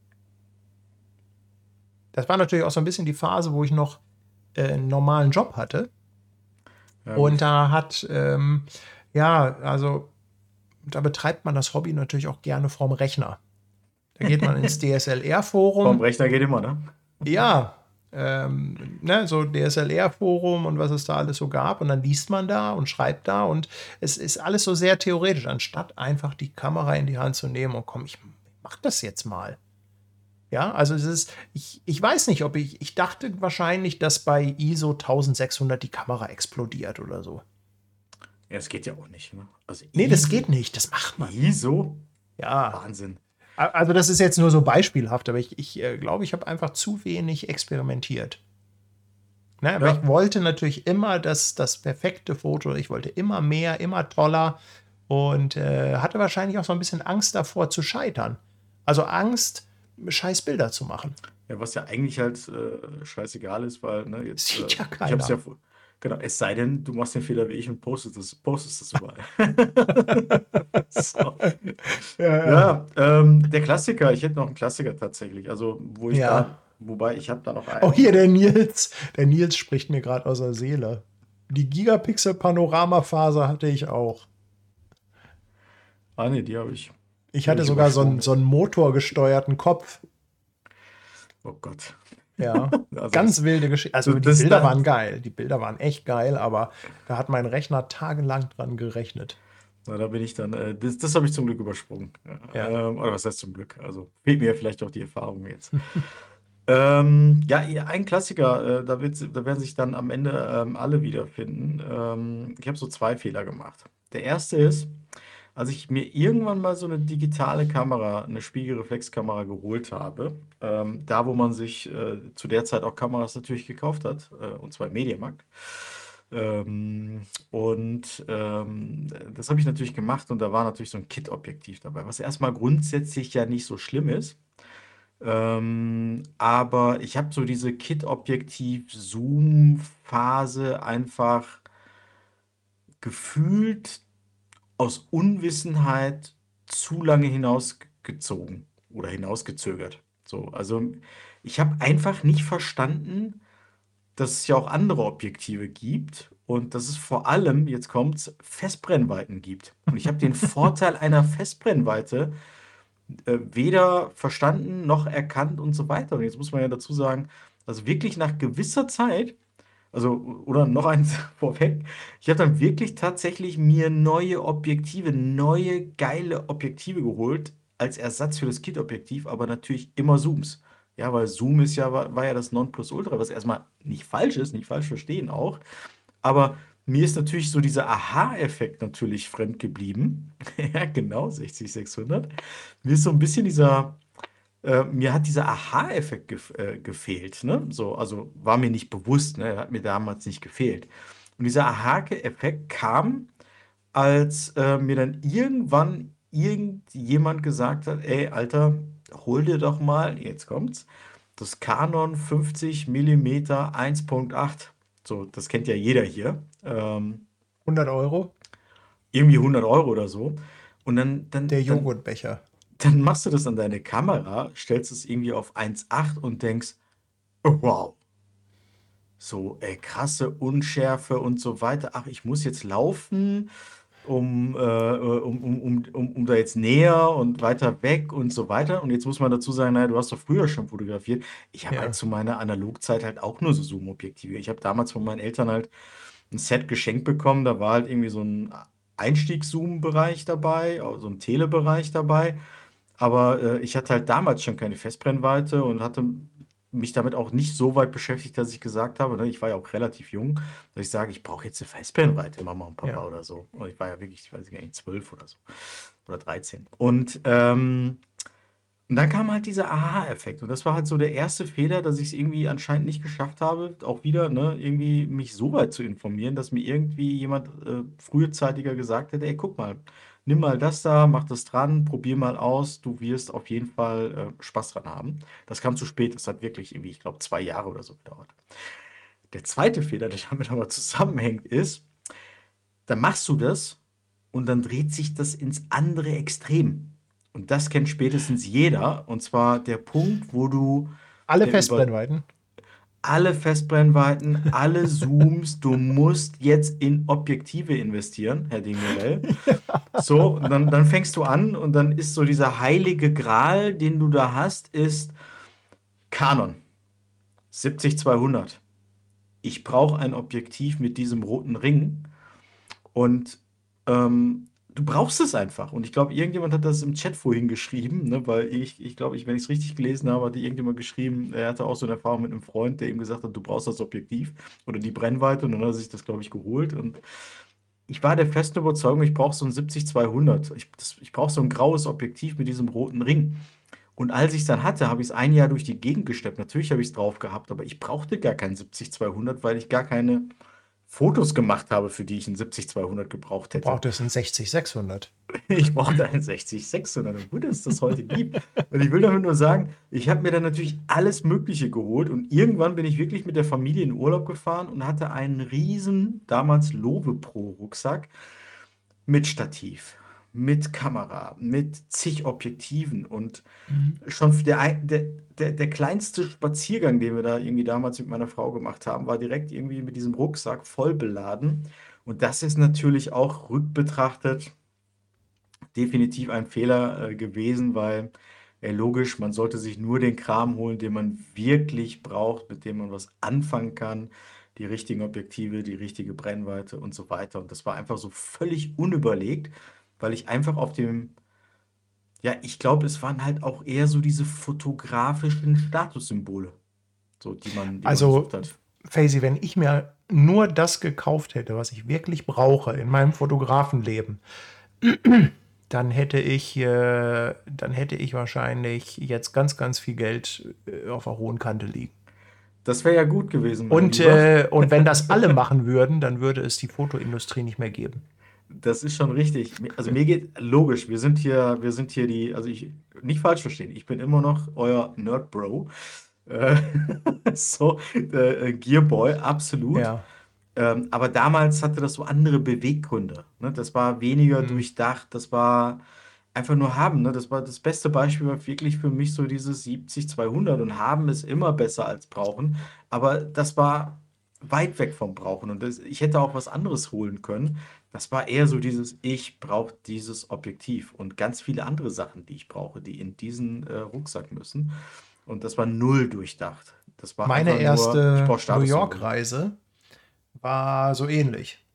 Das war natürlich auch so ein bisschen die Phase, wo ich noch äh, einen normalen Job hatte. Ja, Und gut. da hat, ähm, ja, also da betreibt man das Hobby natürlich auch gerne vorm Rechner. Da geht man ins D S L Vom R-Forum. Rechner geht immer, ne? Ja, ähm, ne, so D S L R-Forum und was es da alles so gab. Und dann liest man da und schreibt da. Und es ist alles so sehr theoretisch, anstatt einfach die Kamera in die Hand zu nehmen und komm, ich mach das jetzt mal. Ja, also es ist, ich, ich weiß nicht, ob ich, ich dachte wahrscheinlich, dass bei I S O eintausendsechshundert die Kamera explodiert oder so. Ja, das geht ja auch nicht, ne? Also Nee, das I S O, geht nicht, das macht man. I S O? Ja, Wahnsinn. a- also das ist jetzt nur so beispielhaft, aber ich, ich äh, glaube, ich habe einfach zu wenig experimentiert. Ne, aber Ja. ich wollte natürlich immer das, das perfekte Foto, ich wollte immer mehr, immer toller und äh, hatte wahrscheinlich auch so ein bisschen Angst davor zu scheitern. Also Angst, scheiß Bilder zu machen. Ja, was ja eigentlich halt äh, scheißegal ist, weil, ne, jetzt, äh, Sieht ja ich hab's ja, keiner. vor- genau, es sei denn, du machst den Fehler wie ich und postest das, postest das überall. So. Ja, Ja, ähm, der Klassiker, ich hätte noch einen Klassiker tatsächlich, also wo ich ja. da, wobei ich habe da noch Oh, einen. hier der Nils. Der Nils spricht mir gerade aus der Seele. Die Gigapixel-Panoramaphase hatte ich auch. Ah, ne, die habe ich, Ich die habe hatte ich sogar so einen, übersprungen. so einen motorgesteuerten Kopf. Oh Gott. Ja, Also ganz das, wilde Geschichte. Also das, die das Bilder da, waren geil. Die Bilder waren echt geil, aber da hat mein Rechner tagelang dran gerechnet. na, da bin ich dann, äh, das, das habe ich zum Glück übersprungen. Ja. Ja, ähm, oder was heißt zum Glück? Also fehlt mir ja vielleicht auch die Erfahrung jetzt. Ähm, ja, ein Klassiker, äh, da, wird, da werden sich dann am Ende ähm, alle wiederfinden. Ähm, ich habe so zwei Fehler gemacht. Der erste ist, als ich mir irgendwann mal so eine digitale Kamera, eine Spiegelreflexkamera geholt habe, ähm, da wo man sich äh, zu der Zeit auch Kameras natürlich gekauft hat, äh, und zwar im Mediamarkt. Ähm, und ähm, das habe ich natürlich gemacht und da war natürlich so ein Kit-Objektiv dabei, was erstmal grundsätzlich ja nicht so schlimm ist. Ähm, aber ich habe so diese Kit-Objektiv-Zoom-Phase einfach gefühlt aus Unwissenheit zu lange hinausgezogen oder hinausgezögert. So, also ich habe einfach nicht verstanden, dass es ja auch andere Objektive gibt und dass es vor allem, jetzt kommt's, Festbrennweiten gibt. Und ich habe den Vorteil einer Festbrennweite äh, weder verstanden noch erkannt und so weiter. Und jetzt muss man ja dazu sagen, also wirklich nach gewisser Zeit, also, oder noch eins vorweg, ich habe dann wirklich tatsächlich mir neue Objektive, neue geile Objektive geholt, als Ersatz für das Kit-Objektiv, aber natürlich immer Zooms. Ja, weil Zoom ist ja, war, war ja das Nonplusultra, was erstmal nicht falsch ist, nicht falsch verstehen auch. Aber mir ist natürlich so dieser Aha-Effekt natürlich fremd geblieben. Ja, genau, sechzig sechshundert. Mir ist so ein bisschen dieser, äh, mir hat dieser Aha-Effekt gef äh, gefehlt, ne? So, also war mir nicht bewusst, ne? Hat mir damals nicht gefehlt. Und dieser Aha-Effekt kam, als äh, mir dann irgendwann irgendjemand gesagt hat, ey, Alter, hol dir doch mal, jetzt kommt's, das Canon fünfzig Millimeter eins Punkt acht. So, das kennt ja jeder hier. Ähm, hundert Euro, irgendwie hundert Euro oder so. Und dann, der dann, dann, Joghurtbecher. dann machst du das an deine Kamera, stellst es irgendwie auf eins Komma acht und denkst, oh, wow, so ey, krasse Unschärfe und so weiter. Ach, ich muss jetzt laufen, um, äh, um, um, um, um, um da jetzt näher und weiter weg und so weiter. Und jetzt muss man dazu sagen, naja, du hast doch früher schon fotografiert. Ich habe halt Ja. zu meiner Analogzeit halt auch nur so Zoom-Objektive. Ich habe damals von meinen Eltern halt ein Set geschenkt bekommen. Da war halt irgendwie so ein Einstiegs-Zoom-Bereich dabei, auch so ein Telebereich dabei. Aber äh, ich hatte halt damals schon keine Festbrennweite und hatte mich damit auch nicht so weit beschäftigt, dass ich gesagt habe, ne, ich war ja auch relativ jung, dass ich sage, ich brauche jetzt eine Festbrennweite, Mama und Papa Ja. oder so. Und ich war ja wirklich, ich weiß gar nicht, zwölf oder so. Oder dreizehn. Und ähm, und dann kam halt dieser Aha-Effekt. Und das war halt so der erste Fehler, dass ich es irgendwie anscheinend nicht geschafft habe, auch wieder, ne, irgendwie mich so weit zu informieren, dass mir irgendwie jemand äh, frühzeitiger gesagt hätte, ey, guck mal, nimm mal das da, mach das dran, probier mal aus, du wirst auf jeden Fall äh, Spaß dran haben. Das kam zu spät, das hat wirklich irgendwie, ich glaube, zwei Jahre oder so gedauert. Der zweite Fehler, der damit aber zusammenhängt, ist, dann machst du das und dann dreht sich das ins andere Extrem. Und das kennt spätestens jeder. Und zwar der Punkt, wo du Alle der über Festbrennweiten. alle Festbrennweiten, alle Zooms, du musst jetzt in Objektive investieren, Herr de Mirel. So, und dann, dann fängst du an und dann ist so dieser heilige Gral, den du da hast, ist Canon siebzig zweihundert. Ich brauche ein Objektiv mit diesem roten Ring und ähm, du brauchst es einfach. Und ich glaube, irgendjemand hat das im Chat vorhin geschrieben, ne, weil ich, ich glaube, ich, wenn ich es richtig gelesen habe, hatte irgendjemand geschrieben, er hatte auch so eine Erfahrung mit einem Freund, der ihm gesagt hat, du brauchst das Objektiv oder die Brennweite und dann hat er sich das, glaube ich, geholt. Und ich war der festen Überzeugung, ich brauche so ein siebzig zweihundert. Ich, das, ich brauche so ein graues Objektiv mit diesem roten Ring. Und als ich es dann hatte, habe ich es ein Jahr durch die Gegend geschleppt. Natürlich habe ich es drauf gehabt, aber ich brauchte gar keinen siebzig zweihundert, weil ich gar keine Fotos gemacht habe, für die ich einen siebzig zweihundert gebraucht Du hätte. brauchtest einen sechzig sechshundert. Ich brauchte einen sechzig sechshundert, und gut, dass es das heute gibt. Und ich will damit nur sagen, ich habe mir dann natürlich alles Mögliche geholt und irgendwann bin ich wirklich mit der Familie in Urlaub gefahren und hatte einen riesen, damals Lowe Pro Rucksack mit Stativ, mit Kamera, mit zig Objektiven und Mhm. schon der, ein- der, der, der kleinste Spaziergang, den wir da irgendwie damals mit meiner Frau gemacht haben, war direkt irgendwie mit diesem Rucksack voll beladen. Und das ist natürlich auch rückbetrachtet definitiv ein Fehler äh, gewesen, weil äh, logisch, man sollte sich nur den Kram holen, den man wirklich braucht, mit dem man was anfangen kann. Die richtigen Objektive, die richtige Brennweite und so weiter. Und das war einfach so völlig unüberlegt, weil ich einfach auf dem, ja, ich glaube, es waren halt auch eher so diese fotografischen Statussymbole, so die man, die man gesucht Also, hat. Faisy, wenn ich mir nur das gekauft hätte, was ich wirklich brauche in meinem Fotografenleben, dann hätte ich, äh, dann hätte ich wahrscheinlich jetzt ganz, ganz viel Geld äh, auf der hohen Kante liegen. Das wäre ja gut gewesen, mein Und, Lieber. äh, und wenn das alle machen würden, dann würde es die Fotoindustrie nicht mehr geben. Das ist schon richtig. Mir- Also mir geht logisch, wir sind hier, wir sind hier die, also ich, nicht falsch verstehen, ich bin immer noch euer Nerd-Bro. Äh, so, äh, Gearboy, absolut. Ja. Ähm, aber damals hatte das so andere Beweggründe. Ne? Das war weniger Hm. durchdacht, das war einfach nur haben. Ne? Das war das beste Beispiel, war wirklich für mich so dieses siebzig zweihundert und haben ist immer besser als brauchen. Aber das war weit weg vom Brauchen und das, ich hätte auch was anderes holen können. Das war eher so dieses, ich brauche dieses Objektiv und ganz viele andere Sachen, die ich brauche, die in diesen äh, Rucksack müssen. Und das war null durchdacht. Das war Meine einfach nur, ich erste brauche New Statussymbole. York-Reise war so ähnlich.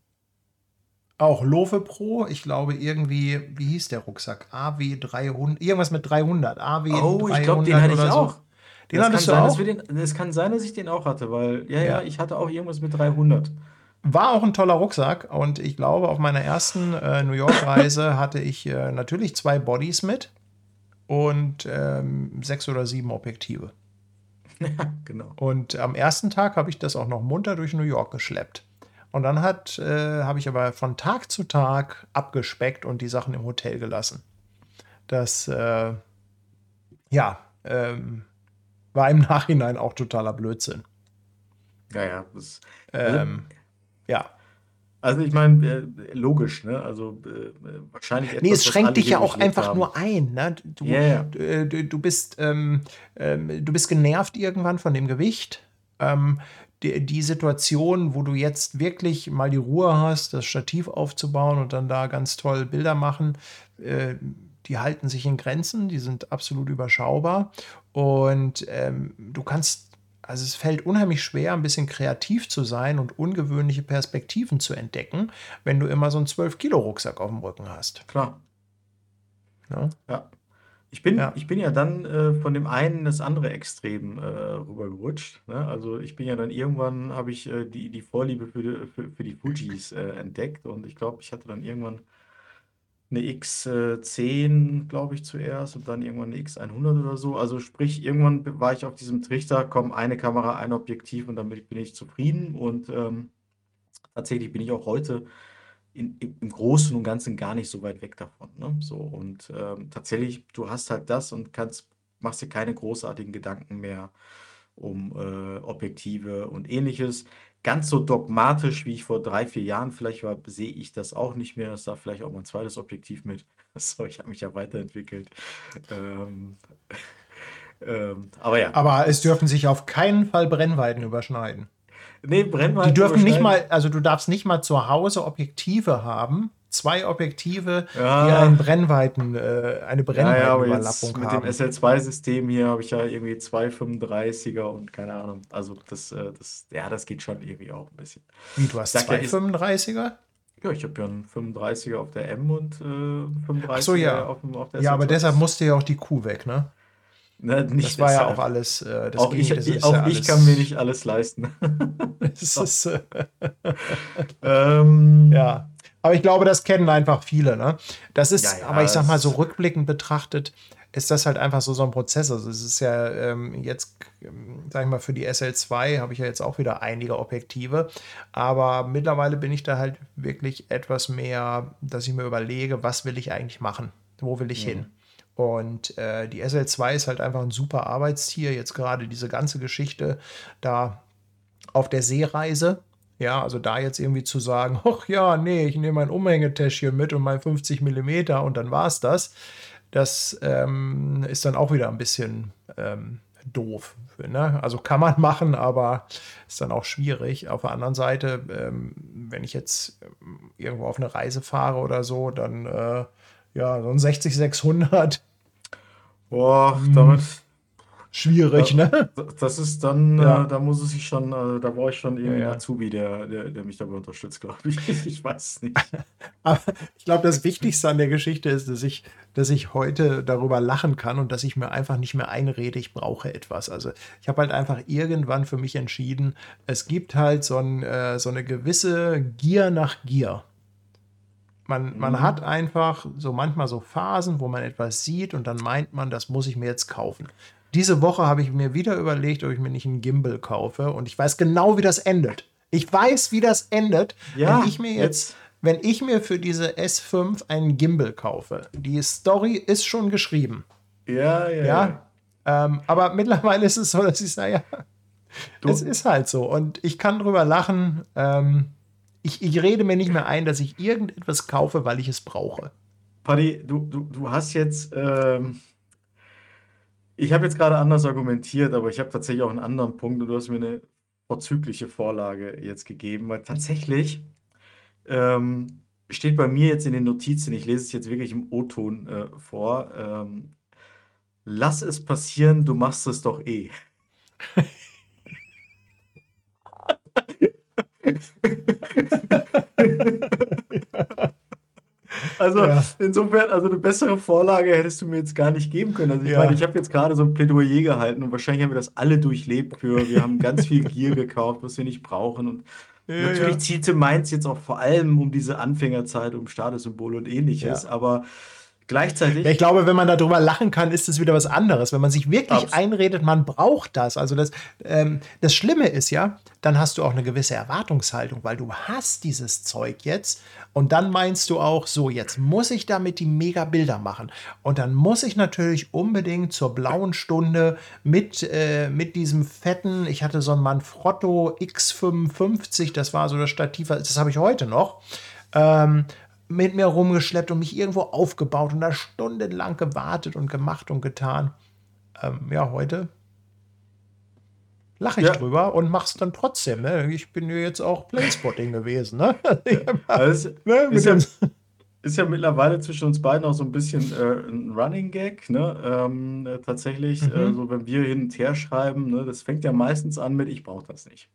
Auch Lowe Pro, ich glaube irgendwie, wie hieß der Rucksack? A W dreihundert, irgendwas mit dreihundert, A W Oh, ich glaube, den dreihundert hatte ich oder so. auch. Den Das kann hattest du sein, dass wir auch? den, das kann sein, dass ich den auch hatte, weil, ja, ja, Ja. ich hatte auch irgendwas mit dreihundert. War auch ein toller Rucksack und ich glaube, auf meiner ersten äh, New York-Reise hatte ich äh, natürlich zwei Bodies mit und ähm, sechs oder sieben Objektive. Genau. Und am ersten Tag habe ich das auch noch munter durch New York geschleppt. Und dann hat, äh, habe ich aber von Tag zu Tag abgespeckt und die Sachen im Hotel gelassen. Das, äh, ja, ähm, war im Nachhinein auch totaler Blödsinn. Ja, ja. Das, also, Ähm, ja. also ich meine, äh, logisch, ne? Also äh, wahrscheinlich Nee, etwas, es was schränkt alle dich hier ja auch durchlebt einfach haben. nur ein. Ne? Du, Ja, ja. du, du, du, bist, ähm, ähm, du bist genervt irgendwann von dem Gewicht. Ähm, die, die Situation, wo du jetzt wirklich mal die Ruhe hast, das Stativ aufzubauen und dann da ganz toll Bilder machen, äh, die halten sich in Grenzen, die sind absolut überschaubar. Und ähm, du kannst, also es fällt unheimlich schwer, ein bisschen kreativ zu sein und ungewöhnliche Perspektiven zu entdecken, wenn du immer so einen zwölf Kilo Rucksack auf dem Rücken hast. Klar. Ne? Ja. Ich bin, Ja. ich bin ja dann äh, von dem einen in das andere Extrem äh, rübergerutscht. Ne? Also ich bin ja dann irgendwann, habe ich äh, die, die Vorliebe für die, für, für die Fujis äh, entdeckt und ich glaube, ich hatte dann irgendwann eine X zehn, glaube ich, zuerst und dann irgendwann eine X hundert oder so. Also sprich, irgendwann war ich auf diesem Trichter, komm, eine Kamera, ein Objektiv und damit bin ich zufrieden. Und ähm, tatsächlich bin ich auch heute in, im im Großen und Ganzen gar nicht so weit weg davon. Ne? So, und ähm, tatsächlich, du hast halt das und kannst, machst dir keine großartigen Gedanken mehr um äh, Objektive und ähnliches. ganz so dogmatisch, wie ich vor drei, vier Jahren vielleicht war, sehe ich das auch nicht mehr. Das darf vielleicht auch mal ein zweites Objektiv mit. So, ich habe mich ja weiterentwickelt. Ähm, ähm, aber ja. Aber es dürfen sich auf keinen Fall Brennweiten überschneiden. Nee, Die Brennweiten dürfen nicht überschneiden. mal, also du darfst nicht mal zu Hause Objektive haben, zwei Objektive, die Ja. einen Brennweiten, äh, eine Ja, ja, aber Brennweitenüberlappung jetzt mit dem haben. S L zwei System hier habe ich ja irgendwie zwei fünfunddreißiger und keine Ahnung. Also das, äh, das, ja, das geht schon irgendwie auch ein bisschen. Wie, du Ich hast sag ja, zwei ist, fünfunddreißiger? ja, ich habe ja einen fünfunddreißiger auf der M und äh, einen Ach so, fünfunddreißiger ja. auf, dem, auf der Ja, aber S L zwei. deshalb Das, musste ja auch die Kuh weg, ne? ne, nicht Das war ja auch deshalb. alles, äh, das Auch ging, ich, das ich, ist auch ja ich kann mir alles, nicht alles leisten. das So. ist, äh, Ähm, ja. Aber ich glaube, das kennen einfach viele, ne? Das ja, ist, aber ich ja, sag mal, so es, rückblickend betrachtet, ist das halt einfach so so ein Prozess. Also es ist ja ähm, jetzt, ähm, sag ich mal, für die S L zwei habe ich ja jetzt auch wieder einige Objektive. Aber mittlerweile bin ich da halt wirklich etwas mehr, dass ich mir überlege, was will ich eigentlich machen? Wo will ich hin? mhm. Und äh, die S L zwei ist halt einfach ein super Arbeitstier. Jetzt gerade diese ganze Geschichte da auf der Seereise. Ja, also da jetzt irgendwie zu sagen, ach ja, nee, ich nehme mein Umhängetäschchen mit und mein fünfzig Millimeter und dann war's das. Das ähm, ist dann auch wieder ein bisschen ähm, doof. Ne? Also kann man machen, aber ist dann auch schwierig. Auf der anderen Seite, ähm, wenn ich jetzt ähm, irgendwo auf eine Reise fahre oder so, dann äh, ja, so ein sechzig sechshundert, Boah, damit, hm, schwierig, da, ne? das ist dann, äh, Ja. da muss es sich schon, äh, da brauche ich schon Ja, irgendwie einen ja. Azubi, der, der, der mich dabei unterstützt, glaube ich. Ich weiß es nicht. Aber ich glaube, das Wichtigste an der Geschichte ist, dass ich, dass ich heute darüber lachen kann und dass ich mir einfach nicht mehr einrede, ich brauche etwas. Also ich habe halt einfach irgendwann für mich entschieden, es gibt halt so, ein, äh, so eine gewisse Gier nach Gier. Man, man hat Mhm. einfach so manchmal so Phasen, wo man etwas sieht und dann meint man, das muss ich mir jetzt kaufen. Diese Woche habe ich mir wieder überlegt, ob ich mir nicht einen Gimbal kaufe und ich weiß genau, wie das endet. Ich weiß, wie das endet, wenn Ja, ich mir jetzt, jetzt, wenn ich mir für diese S fünf einen Gimbal kaufe. Die Story ist schon geschrieben, ja, ja, ja. ja. Ähm, aber mittlerweile ist es so, dass ich sage, ja, es Du, ist halt so und ich kann drüber lachen. Ähm, ich, ich rede mir nicht mehr ein, dass ich irgendetwas kaufe, weil ich es brauche. Paddy, du, du, du hast jetzt, ähm, ich habe jetzt gerade anders argumentiert, aber ich habe tatsächlich auch einen anderen Punkt und du hast mir eine vorzügliche Vorlage jetzt gegeben, weil tatsächlich ähm, steht bei mir jetzt in den Notizen, ich lese es jetzt wirklich im O-Ton äh, vor, ähm, lass es passieren, du machst es doch eh. Also Ja, insofern, also eine bessere Vorlage hättest du mir jetzt gar nicht geben können. Also ich meine, ich ja, habe jetzt gerade so ein Plädoyer gehalten und wahrscheinlich haben wir das alle durchlebt für, wir haben ganz viel Gear gekauft, was wir nicht brauchen. Und ja, natürlich ja. zielte meins jetzt auch vor allem um diese Anfängerzeit, um Statussymbole und ähnliches, Ja. aber Ja, ich gleichzeitig, glaube, wenn man darüber lachen kann, ist es wieder was anderes. Wenn man sich wirklich abs einredet, man braucht das. Also das, ähm, das Schlimme ist ja, dann hast du auch eine gewisse Erwartungshaltung, weil du hast dieses Zeug jetzt und dann meinst du auch, so, jetzt muss ich damit die Mega-Bilder machen. Und dann muss ich natürlich unbedingt zur blauen Stunde mit, äh, mit diesem fetten, ich hatte so ein Manfrotto X fünfundfünfzig, das war so das Stativ, das habe ich heute noch. Ähm, mit mir rumgeschleppt und mich irgendwo aufgebaut und da stundenlang gewartet und gemacht und getan. Ähm, ja, heute lache ich ja, drüber und mache es dann trotzdem. Ne? Ich bin ja jetzt auch Planespotting gewesen. Ne? ja, also es Ne? Mit ist dem ja, ist ja mittlerweile zwischen uns beiden auch so ein bisschen äh, ein Running Gag, ne? Ähm, äh, tatsächlich, äh, mhm. so wenn wir hin und her schreiben, ne, das fängt ja meistens an mit, ich brauche das nicht.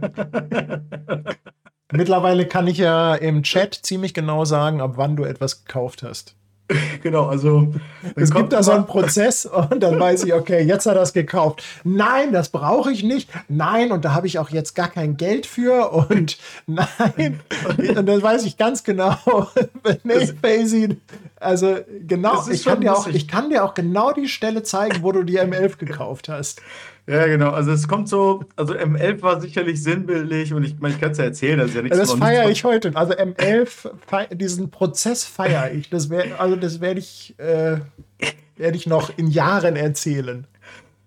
Mittlerweile kann ich ja im Chat ziemlich genau sagen, ab wann du etwas gekauft hast. Genau, also dann Es gibt kommt da so einen immer, Prozess und dann weiß ich, okay, jetzt hat er es gekauft. Nein, das brauche ich nicht. Nein, und da habe ich auch jetzt gar kein Geld für. Und nein, und dann weiß ich ganz genau, nee, es, Faisy, also genau, es ist ich kann schon dir auch, ich lustig. kann dir auch genau die Stelle zeigen, wo du die M elf gekauft hast. Ja, genau, also es kommt so, also M elf war sicherlich sinnbildlich und ich meine, ich kann es ja erzählen, das ist ja nichts, Das noch nichts feiere von, ich heute. Also M elf, fei- diesen Prozess feiere ich. Das wär, also das werde ich, äh, werde ich noch in Jahren erzählen.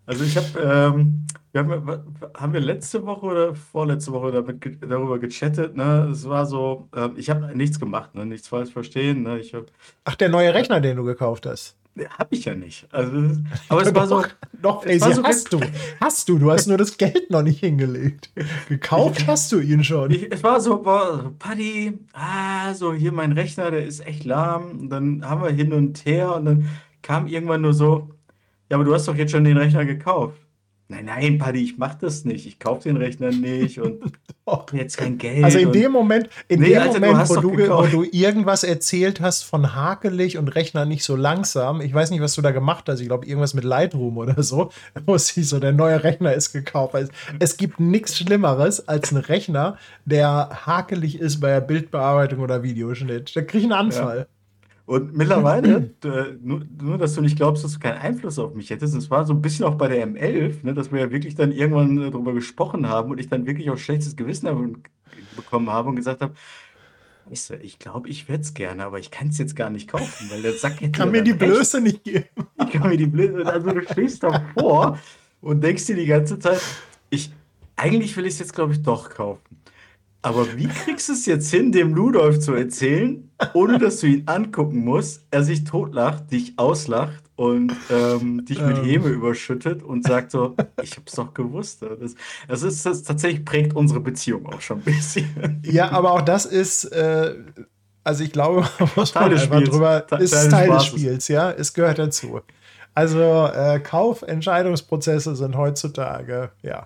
Also ich habe, ähm, wir haben, haben wir letzte Woche oder vorletzte Woche damit, ge- darüber gechattet, ne? Es war so, ähm, ich habe nichts gemacht, ne? Nichts falsch verstehen, ne? Ich habe, Ach, der neue Rechner, den du gekauft hast. habe ich ja nicht. Also, das ist- aber es war Doch, so, doch, es war Faisy, so, ge- hast du. Hast du. Du hast nur das Geld noch nicht hingelegt. ich, Gekauft hast du ihn schon. ich, es war so, boah, so, Paddy, ah, so hier mein Rechner, der ist echt lahm. Und dann haben wir hin und her und dann kam irgendwann nur so, ja, aber du hast doch jetzt schon den Rechner gekauft. Nein, nein, Paddy, ich mach das nicht. Ich kaufe den Rechner nicht und Doch. jetzt kein Also Geld in und dem Moment, in nee, dem Alter, du Moment, hast wo doch du, ge- wo gekauft. du irgendwas erzählt hast von hakelig und Rechner nicht so langsam, ich weiß nicht, was du da gemacht hast, ich glaube irgendwas mit Lightroom oder so, wo sie so, der neue Rechner ist gekauft. Also, es gibt nichts Schlimmeres als ein Rechner, der hakelig ist bei der Bildbearbeitung oder Videoschnitt. Da krieg ich einen Ja. Anfall. Und mittlerweile, äh, nur, nur, dass du nicht glaubst, dass du keinen Einfluss auf mich hättest, es war so ein bisschen auch bei der M elf, ne, dass wir ja wirklich dann irgendwann äh, darüber gesprochen haben und ich dann wirklich auch schlechtes Gewissen habe- bekommen habe und gesagt habe, weißt du, ich glaube, ich werde es gerne, aber ich kann es jetzt gar nicht kaufen, weil der Sack hätte Kann ja mir dann die recht. Blöße nicht geben. Ich kann mir die Blöße, also du stehst davor und denkst dir die ganze Zeit, ich, eigentlich will ich es jetzt, glaube ich, doch kaufen. Aber wie kriegst du es jetzt hin, dem Ludolf zu erzählen, ohne dass du ihn angucken musst, er sich totlacht, dich auslacht und ähm, dich mit Ähm, Häme überschüttet und sagt so, ich hab's doch gewusst. Das, das ist das tatsächlich prägt unsere Beziehung auch schon ein ja, bisschen. aber auch das ist, äh, also ich glaube, da muss Teil man des einfach Spiels, drüber, Te- ist Teil des Teil des Spaßes. Spiels, ja, es gehört dazu. Also äh, Kaufentscheidungsprozesse sind heutzutage, ja.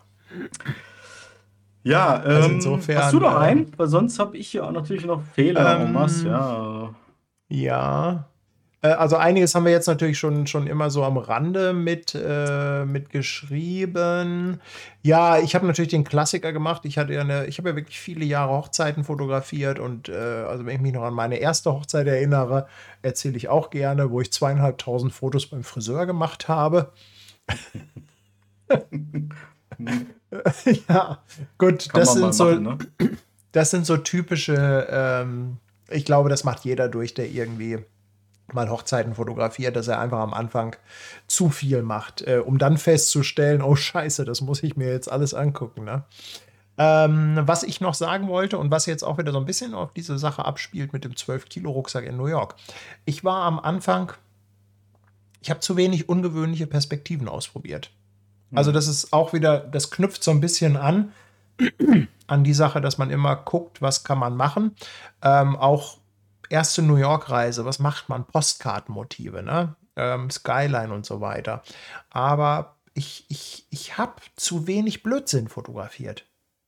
Ja, Also ähm, hast du insofern, noch äh, einen? Weil sonst habe ich hier auch natürlich noch Fehler en masse, ähm, ja. ja. Äh, also einiges haben wir jetzt natürlich schon, schon immer so am Rande mit, äh, mit geschrieben. Ja, ich habe natürlich den Klassiker gemacht. Ich hatte ja eine, ich habe ja wirklich viele Jahre Hochzeiten fotografiert und äh, also wenn ich mich noch an meine erste Hochzeit erinnere, erzähle ich auch gerne, wo ich zweieinhalbtausend Fotos beim Friseur gemacht habe. Ja, gut, Kann das man mal sind so, machen, ne? das sind so typische, ähm, ich glaube, das macht jeder durch, der irgendwie mal Hochzeiten fotografiert, dass er einfach am Anfang zu viel macht, äh, um dann festzustellen, oh Scheiße, das muss ich mir jetzt alles angucken. Ne? Ähm, was ich noch sagen wollte und was jetzt auch wieder so ein bisschen auf diese Sache abspielt mit dem zwölf-Kilo-Rucksack in New York. Ich war am Anfang, ich habe zu wenig ungewöhnliche Perspektiven ausprobiert. Also Hm. das ist auch wieder, das knüpft so ein bisschen an, an die Sache, dass man immer guckt, was kann man machen. Ähm, auch erste New York-Reise, was macht man? Postkartenmotive, ne? Ähm, Skyline und so weiter. Aber ich, ich, ich habe zu wenig Blödsinn fotografiert.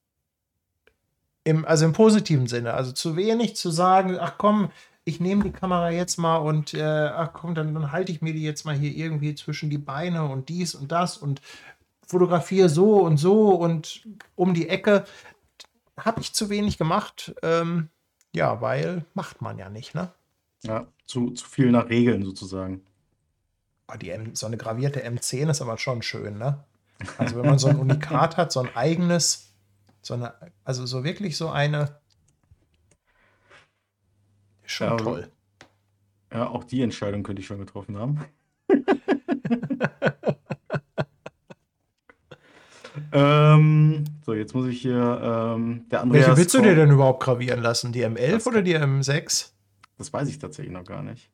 Im, also im positiven Sinne. Also zu wenig zu sagen, ach komm, ich nehme die Kamera jetzt mal und äh, ach komm, dann, dann halte ich mir die jetzt mal hier irgendwie zwischen die Beine und dies und das und fotografiere so und so und um die Ecke. Habe ich zu wenig gemacht. Ähm, ja, weil macht man ja nicht, ne? Ja, zu, zu viel nach Regeln sozusagen. Oh, die M, so eine gravierte M zehn ist aber schon schön, ne? Also wenn man so ein Unikat hat, so ein eigenes, so eine, also so wirklich so eine, ist Ja, schon aber toll. ja, auch die Entscheidung könnte ich schon getroffen haben. Ähm, so, jetzt muss ich hier, ähm, der Welche Andreas willst du dir Korn, denn überhaupt gravieren lassen? Die M elf das, oder kann, die M sechs? das weiß ich tatsächlich noch gar nicht.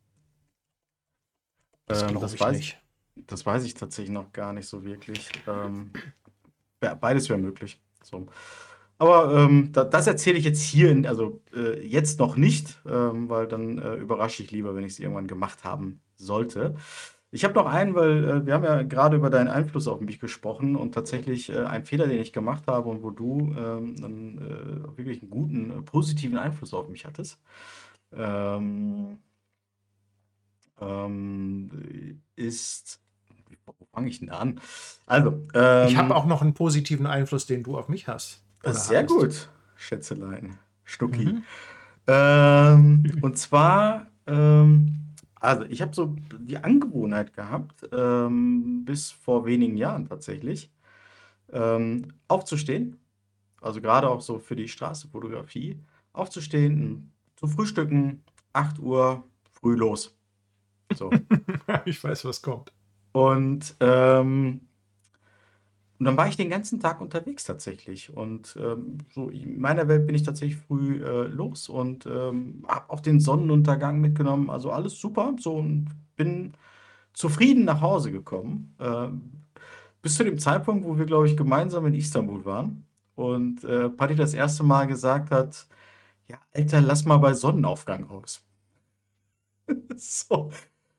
Das Ähm, glaube das ich weiß, nicht. das weiß ich tatsächlich noch gar nicht so wirklich. Ähm, wär- beides wäre möglich. So. Aber ähm, da, das erzähle ich jetzt hier, in, also äh, jetzt noch nicht, ähm, weil dann äh, überrasche ich lieber, wenn ich es irgendwann gemacht haben sollte. Ich habe noch einen, weil äh, wir haben ja gerade über deinen Einfluss auf mich gesprochen und tatsächlich äh, ein Fehler, den ich gemacht habe und wo du ähm, dann äh, wirklich einen guten, äh, positiven Einfluss auf mich hattest. Ähm, ähm, ist, wo fange ich denn da an? Also, Ich habe ähm, auch noch einen positiven Einfluss, den du auf mich hast oder sehr hattest. gut, Schätzelein, Schnucki. Mhm. Ähm, und zwar, ähm, also ich habe so die Angewohnheit gehabt, ähm, bis vor wenigen Jahren tatsächlich, ähm, aufzustehen, also gerade auch so für die Straßenfotografie, aufzustehen, zu frühstücken, acht Uhr, früh los. So. Ich weiß, was kommt. Und, ähm, und dann war ich den ganzen Tag unterwegs tatsächlich. Und ähm, so in meiner Welt bin ich tatsächlich früh äh, los und ähm, habe auch den Sonnenuntergang mitgenommen. Also alles super. So und bin zufrieden nach Hause gekommen. Ähm, bis zu dem Zeitpunkt, wo wir, glaube ich, gemeinsam in Istanbul waren. Und äh, Paddy das erste Mal gesagt hat, ja, Alter, lass mal bei Sonnenaufgang raus. So.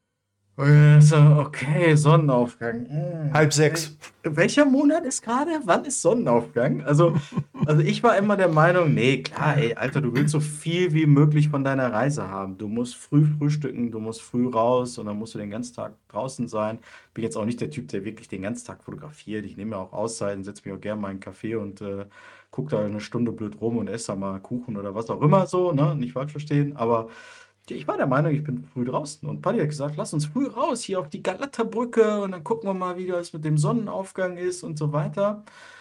Und so, okay, Sonnenaufgang. Hm, Halb okay. sechs. Welcher Monat ist gerade? Wann ist Sonnenaufgang? Also, also ich war immer der Meinung, nee, klar, ey, Alter, du willst so viel wie möglich von deiner Reise haben. Du musst früh frühstücken, du musst früh raus und dann musst du den ganzen Tag draußen sein. Bin jetzt auch nicht der Typ, der wirklich den ganzen Tag fotografiert. Ich nehme ja auch Auszeiten, setze mich auch gerne mal in einen Café und äh, gucke da eine Stunde blöd rum und esse da mal Kuchen oder was auch immer so, ne? Nicht falsch verstehen, aber ich war der Meinung, ich bin früh draußen. Und Paddy hat gesagt, lass uns früh raus, hier auf die Galaterbrücke und dann gucken wir mal, wie das mit dem Sonnenaufgang ist und so weiter.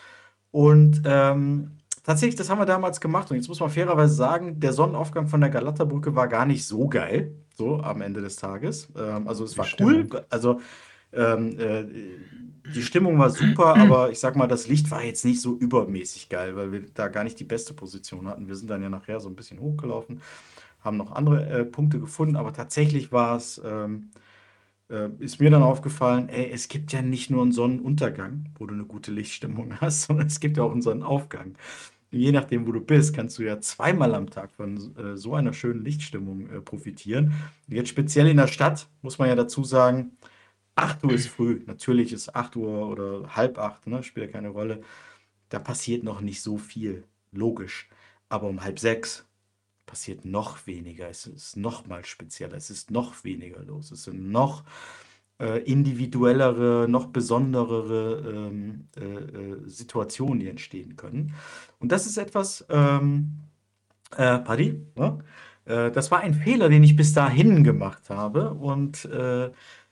Und ähm, tatsächlich, das haben wir damals gemacht. Und jetzt muss man fairerweise sagen, der Sonnenaufgang von der Galaterbrücke war gar nicht so geil, so am Ende des Tages. Ähm, also es Die war cool. Stimmung. Also ähm, äh, die Stimmung war super, aber ich sag mal, das Licht war jetzt nicht so übermäßig geil, weil wir da gar nicht die beste Position hatten. Wir sind dann ja nachher so ein bisschen hochgelaufen, haben noch andere äh, Punkte gefunden, aber tatsächlich war es, ähm, äh, ist mir dann aufgefallen, ey, es gibt ja nicht nur einen Sonnenuntergang, wo du eine gute Lichtstimmung hast, sondern es gibt ja auch einen Sonnenaufgang. Je nachdem, wo du bist, kannst du ja zweimal am Tag von äh, so einer schönen Lichtstimmung äh, profitieren. Jetzt speziell in der Stadt muss man ja dazu sagen, acht Uhr ist früh. Natürlich ist acht Uhr oder halb acht, ne, spielt ja keine Rolle. Da passiert noch nicht so viel, logisch. Aber um halb sechs passiert noch weniger. Es ist noch mal spezieller. Es ist noch weniger los. Es sind noch äh, individuellere, noch besonderere ähm, äh, äh, Situationen, die entstehen können. Und das ist etwas, ähm, äh, Paddy, ne? Äh, das war ein Fehler, den ich bis dahin gemacht habe und äh,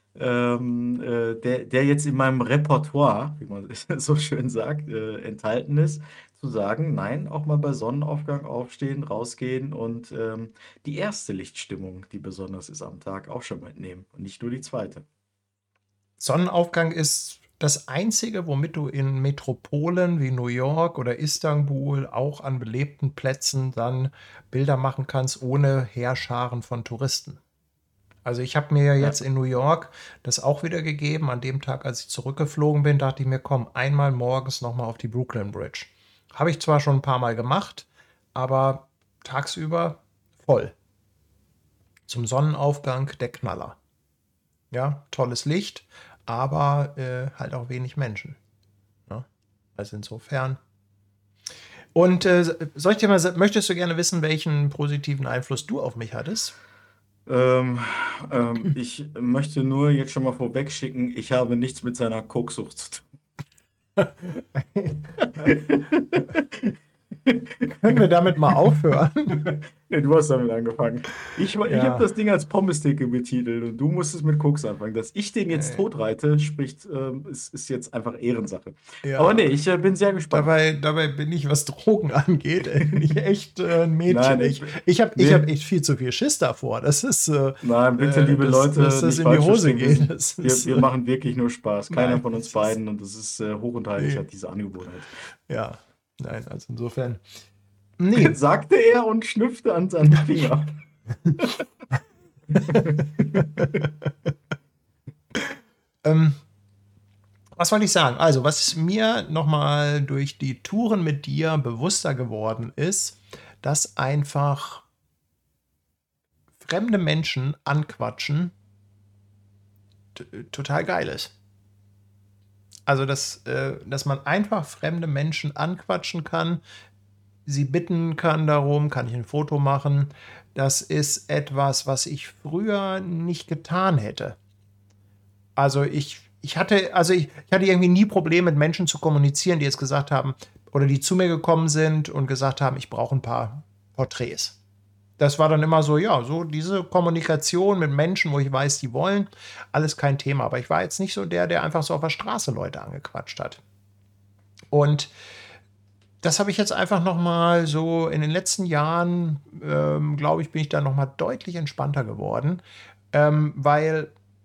ähm, äh, der, der jetzt in meinem Repertoire, wie man so schön sagt, äh, enthalten ist, zu sagen, nein, auch mal bei Sonnenaufgang aufstehen, rausgehen und ähm, die erste Lichtstimmung, die besonders ist am Tag, auch schon mitnehmen und nicht nur die zweite. Sonnenaufgang ist das Einzige, womit du in Metropolen wie New York oder Istanbul auch an belebten Plätzen dann Bilder machen kannst, ohne Heerscharen von Touristen. Also ich habe mir ja Ja. jetzt in New York das auch wieder gegeben. An dem Tag, als ich zurückgeflogen bin, dachte ich mir, komm, einmal morgens nochmal auf die Brooklyn Bridge. Habe ich zwar schon ein paar Mal gemacht, aber tagsüber voll. Zum Sonnenaufgang der Knaller. Ja, tolles Licht, aber äh, halt auch wenig Menschen. Ja? Also insofern. Und äh, soll ich dir mal, möchtest du gerne wissen, welchen positiven Einfluss du auf mich hattest? Ähm, ähm, ich möchte nur jetzt schon mal vorweg schicken, ich habe nichts mit seiner Koksucht zu tun. Können wir damit mal aufhören? Nee, du hast damit angefangen. Ich, war- ich habe Ja. das Ding als Pommestheke betitelt und du musstest mit Koks anfangen. Dass ich den jetzt Äh. totreite, spricht, ähm, ist, ist jetzt einfach Ehrensache. Ja. Aber nee, ich äh, bin sehr gespannt. Dabei, dabei bin ich, was Drogen angeht, äh, bin ich echt äh, ein Mädchen. Nein, ich ich- ich habe ich nee. hab echt viel zu viel Schiss davor. Das ist. Äh, Nein, bitte, äh, liebe dass- Leute, dass das nicht in die falsch Hose verstehen. geht. Wir, Das wir, ist, wir machen wirklich nur Spaß. Keiner Nein, von uns das ist- beiden und das ist äh, hoch und heilig, Nee. hat diese Angewohnheit. Ja, nein, also insofern. Nee, Sagte er und schnüffte an seinen Finger. ähm, was wollte ich sagen? Also, was mir nochmal durch die Touren mit dir bewusster geworden ist, dass einfach fremde Menschen anquatschen t- total geil ist. Also, dass, äh, dass man einfach fremde Menschen anquatschen kann, sie bitten kann darum, kann ich ein Foto machen. Das ist etwas, was ich früher nicht getan hätte. Also ich, ich hatte, also ich, ich hatte irgendwie nie Probleme mit Menschen zu kommunizieren, die jetzt gesagt haben, oder die zu mir gekommen sind und gesagt haben, ich brauche ein paar Porträts. Das war dann immer so, ja, so diese Kommunikation mit Menschen, wo ich weiß, die wollen, alles kein Thema. Aber ich war jetzt nicht so der, der einfach so auf der Straße Leute angequatscht hat. Und das habe ich jetzt einfach noch mal so in den letzten Jahren, ähm, glaube ich, bin ich da noch mal deutlich entspannter geworden, ähm, weil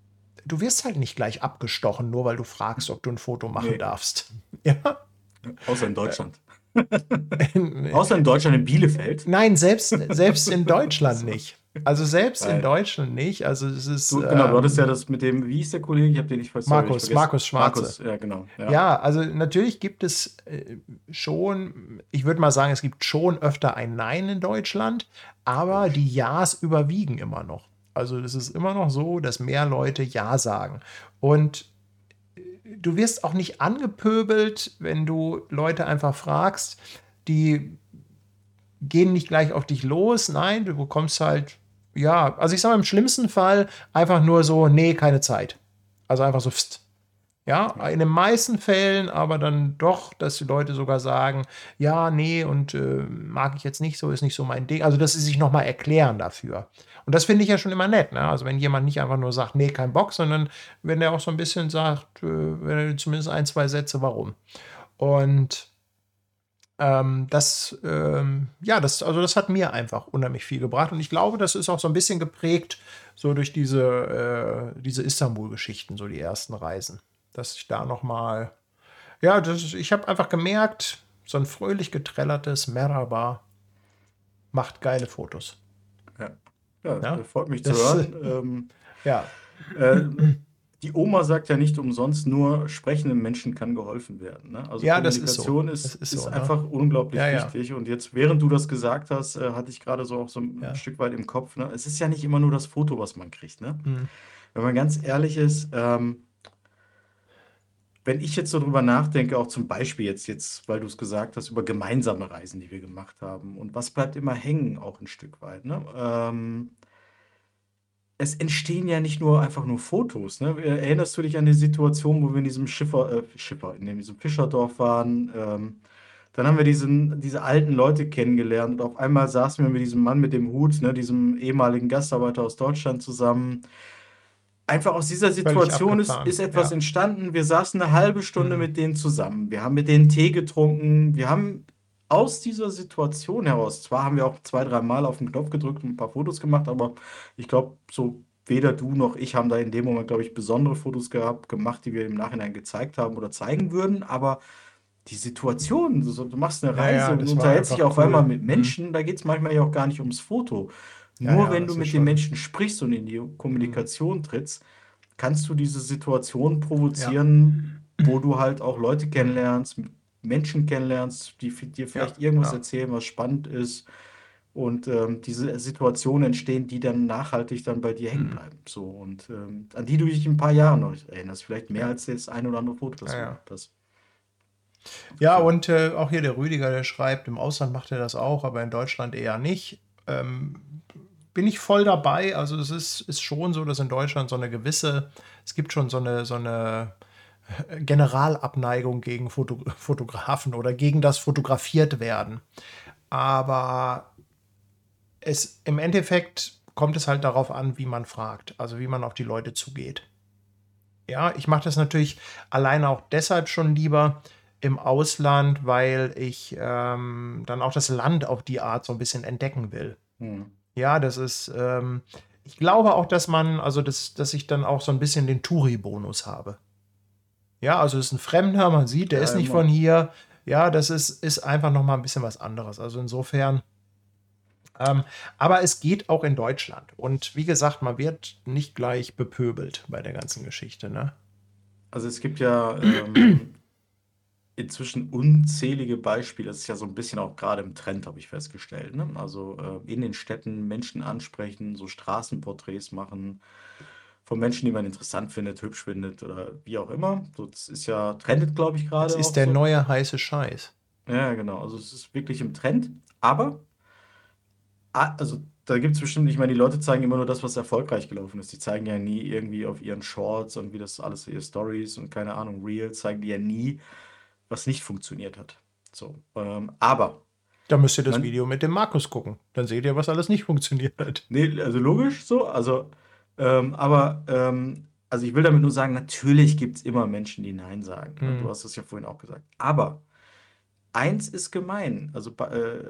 du wirst halt nicht gleich abgestochen, nur weil du fragst, ob du ein Foto machen Nee. darfst. Ja. Außer in Deutschland. Außer in Deutschland, in Bielefeld. Nein, selbst, selbst in Deutschland nicht. Also selbst in Weil- Deutschland nicht. Also es ist. Du, genau, du hattest ja ähm, das mit dem, wie hieß der Kollege? Ich habe den nicht ver- sorry, Markus, ich vergessen. Markus Schwarze. Markus, ja, genau. Ja. Ja, also natürlich gibt es äh, schon, ich würde mal sagen, es gibt schon öfter ein Nein in Deutschland, aber die Ja's überwiegen immer noch. Also es ist immer noch so, dass mehr Leute Ja sagen. Und äh, du wirst auch nicht angepöbelt, wenn du Leute einfach fragst, die gehen nicht gleich auf dich los. Nein, du bekommst halt, ja, also ich sage mal, im schlimmsten Fall einfach nur so, nee, keine Zeit. Also einfach so, pst. Ja, in den meisten Fällen aber dann doch, dass die Leute sogar sagen, ja, nee, und äh, mag ich jetzt nicht so, ist nicht so mein Ding. Also, dass sie sich nochmal erklären dafür. Und das finde ich ja schon immer nett, ne? Also, wenn jemand nicht einfach nur sagt, nee, kein Bock, sondern wenn der auch so ein bisschen sagt, äh, wenn er zumindest ein, zwei Sätze, warum. Und ähm, das, ähm, ja, das, also das hat mir einfach unheimlich viel gebracht. Und ich glaube, das ist auch so ein bisschen geprägt, so durch diese, äh, diese Istanbul-Geschichten, so die ersten Reisen. Dass ich da nochmal, ja, das, ich habe einfach gemerkt, so ein fröhlich geträllertes Merhaba macht geile Fotos. Ja, ja, Ja? das freut mich Das- zu hören. Ähm, Ja, äh, die Oma sagt ja nicht umsonst, nur sprechenden Menschen kann geholfen werden. Ne? Also Ja, das ist so. Kommunikation ist, Das ist ist so, ne? einfach unglaublich Ja, ja. wichtig. Und jetzt, während du das gesagt hast, äh, hatte ich gerade so auch so ein Ja. Stück weit im Kopf. Ne? Es ist ja nicht immer nur das Foto, was man kriegt. Ne? Hm. Wenn man ganz ehrlich ist, ähm, wenn ich jetzt so drüber nachdenke, auch zum Beispiel jetzt, jetzt, weil du es gesagt hast, über gemeinsame Reisen, die wir gemacht haben. Und was bleibt immer hängen, auch ein Stück weit. Ne? Ähm, es entstehen ja nicht nur einfach nur Fotos. Ne? Erinnerst du dich an die Situation, wo wir in diesem Schiffer, äh, Schiffer, in diesem Fischerdorf waren? Ähm, dann haben wir diesen, diese alten Leute kennengelernt und auf einmal saßen wir mit diesem Mann mit dem Hut, ne, diesem ehemaligen Gastarbeiter aus Deutschland zusammen. Einfach aus dieser Situation ist, abgefahren, ist etwas ja. entstanden. Wir saßen eine halbe Stunde Mhm. mit denen zusammen. Wir haben mit denen Tee getrunken. Wir haben aus dieser Situation heraus, zwar haben wir auch zwei, drei Mal auf den Knopf gedrückt und ein paar Fotos gemacht, aber ich glaube, so weder du noch ich haben da in dem Moment, glaube ich, besondere Fotos gehabt, gemacht, die wir im Nachhinein gezeigt haben oder zeigen würden. Aber die Situation, so, du machst eine Ja, Reise ja, und das war unterhältst dich einfach auf einmal cool. mit Menschen, da geht es manchmal ja auch gar nicht ums Foto. Ja, Nur ja, wenn das du ist mit den schon- Menschen sprichst und in die Kommunikation trittst, kannst du diese Situation provozieren, wo du halt auch Leute kennenlernst, Menschen kennenlernst, die fi- dir vielleicht irgendwas ja. erzählen, was spannend ist. Und ähm, diese Situationen entstehen, die dann nachhaltig dann bei dir hängen bleiben. So, und ähm, an die du dich in ein paar Jahren noch erinnerst. Vielleicht mehr als das ein oder andere Foto, das Ja, du ja. gemacht hast. Ja, So. und äh, auch hier der Rüdiger, der schreibt, im Ausland macht er das auch, aber in Deutschland eher nicht. Ähm, bin ich voll dabei. Also es ist, ist schon so, dass in Deutschland so eine gewisse, es gibt schon so eine, so eine Generalabneigung gegen Foto, Fotografen oder gegen das fotografiert werden. Aber es im Endeffekt kommt es halt darauf an, wie man fragt, also wie man auf die Leute zugeht. Ja, ich mache das natürlich alleine auch deshalb schon lieber im Ausland, weil ich ähm, dann auch das Land auf die Art so ein bisschen entdecken will. Hm. Ja, das ist, ähm, ich glaube auch, dass man, also das, dass ich dann auch so ein bisschen den Touri-Bonus habe. Ja, also es ist ein Fremder, man sieht, der Ja, ist nicht immer. von hier. Ja, das ist, ist einfach noch mal ein bisschen was anderes. Also insofern, ähm, aber es geht auch in Deutschland. Und wie gesagt, man wird nicht gleich bepöbelt bei der ganzen Geschichte, ne? Also es gibt ja ähm, inzwischen unzählige Beispiele. Das ist ja so ein bisschen auch gerade im Trend, habe ich festgestellt. Ne? Also äh, in den Städten Menschen ansprechen, so Straßenporträts machen von Menschen, die man interessant findet, hübsch findet oder wie auch immer. So, das ist ja, trendet, glaube ich, Das gerade auch ist der so. neue heiße Scheiß. Ja, genau. Also es ist wirklich im Trend. Aber, ah, also da gibt es bestimmt, ich meine, die Leute zeigen immer nur das, was erfolgreich gelaufen ist. Die zeigen ja nie irgendwie auf ihren Shorts und wie das alles, ihre Stories und keine Ahnung, Reels, zeigen die ja nie, was nicht funktioniert hat. So, ähm, aber, Da müsst ihr das man, Video mit dem Markus gucken. Dann seht ihr, was alles nicht funktioniert hat. nee, also logisch so, also, ähm, aber, ähm, also ich will damit nur sagen, natürlich gibt es immer Menschen, die Nein sagen. Ne? Du Hm. hast es ja vorhin auch gesagt. Aber eins ist gemein. Also, ba- äh,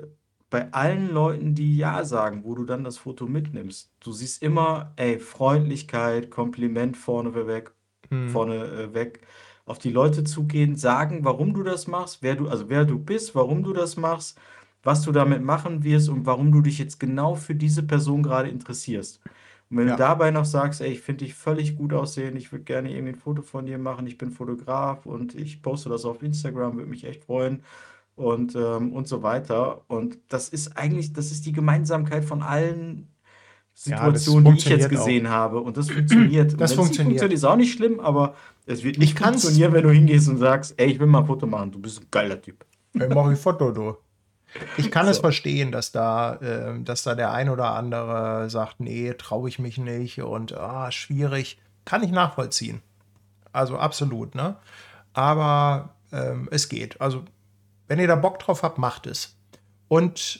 bei allen Leuten, die Ja sagen, wo du dann das Foto mitnimmst, du siehst immer, ey, Freundlichkeit, Kompliment vorne weg, Hm. vorne äh, weg, auf die Leute zugehen, sagen, warum du das machst, wer du, also wer du bist, warum du das machst, was du damit machen wirst und warum du dich jetzt genau für diese Person gerade interessierst. Und wenn du Ja. dabei noch sagst, ey, ich finde dich völlig gut aussehen, ich würde gerne irgendwie ein Foto von dir machen, ich bin Fotograf und ich poste das auf Instagram, würde mich echt freuen und, ähm, und so weiter. Und das ist eigentlich, das ist die Gemeinsamkeit von allen Ja, das Situationen, die ich jetzt funktioniert auch. gesehen habe. Und das funktioniert. Und Das wenn es nicht funktioniert, funktioniert. ist auch nicht schlimm, aber es wird Ich nicht kann's. funktionieren, wenn du hingehst und sagst, ey, ich will mal ein Foto machen, du bist ein geiler Typ. Ich mache ein Foto, du. Ich kann es So. verstehen, dass da, ähm, dass da der ein oder andere sagt, nee, traue ich mich nicht und ah, schwierig. Kann ich nachvollziehen. Also absolut, ne? Aber ähm, es geht. Also, wenn ihr da Bock drauf habt, macht es. Und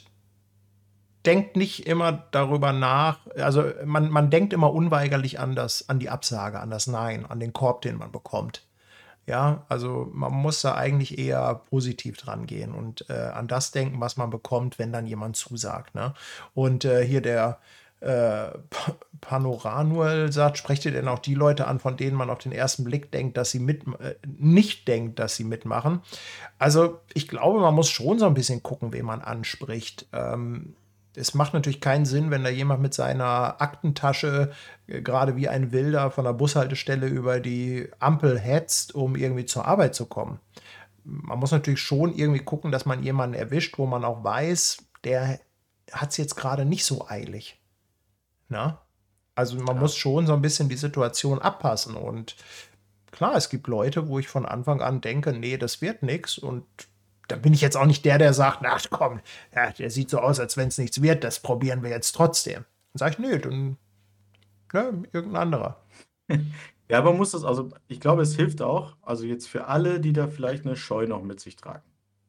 denkt nicht immer darüber nach, also man, man denkt immer unweigerlich an das, an die Absage, an das Nein, an den Korb, den man bekommt. Ja, also man muss da eigentlich eher positiv dran gehen und äh, an das denken, was man bekommt, wenn dann jemand zusagt. Ne? Und äh, hier der äh, P- Panoranuel sagt, sprecht ihr denn auch die Leute an, von denen man auf den ersten Blick denkt, dass sie mit, äh, nicht denkt, dass sie mitmachen? Also ich glaube, man muss schon so ein bisschen gucken, wen man anspricht. Ähm, es macht natürlich keinen Sinn, wenn da jemand mit seiner Aktentasche äh, gerade wie ein Wilder von der Bushaltestelle über die Ampel hetzt, um irgendwie zur Arbeit zu kommen. Man muss natürlich schon irgendwie gucken, dass man jemanden erwischt, wo man auch weiß, der hat es jetzt gerade nicht so eilig. Na? Also man Ja. muss schon so ein bisschen die Situation abpassen. Und klar, es gibt Leute, wo ich von Anfang an denke, nee, das wird nichts. Und da bin ich jetzt auch nicht der, der sagt, ach komm, ja, der sieht so aus, als wenn es nichts wird, das probieren wir jetzt trotzdem. Dann sage ich, nee, dann ne, irgendein anderer. Ja, aber man muss das, also ich glaube, es hilft auch, also jetzt für alle, die da vielleicht eine Scheu noch mit sich tragen.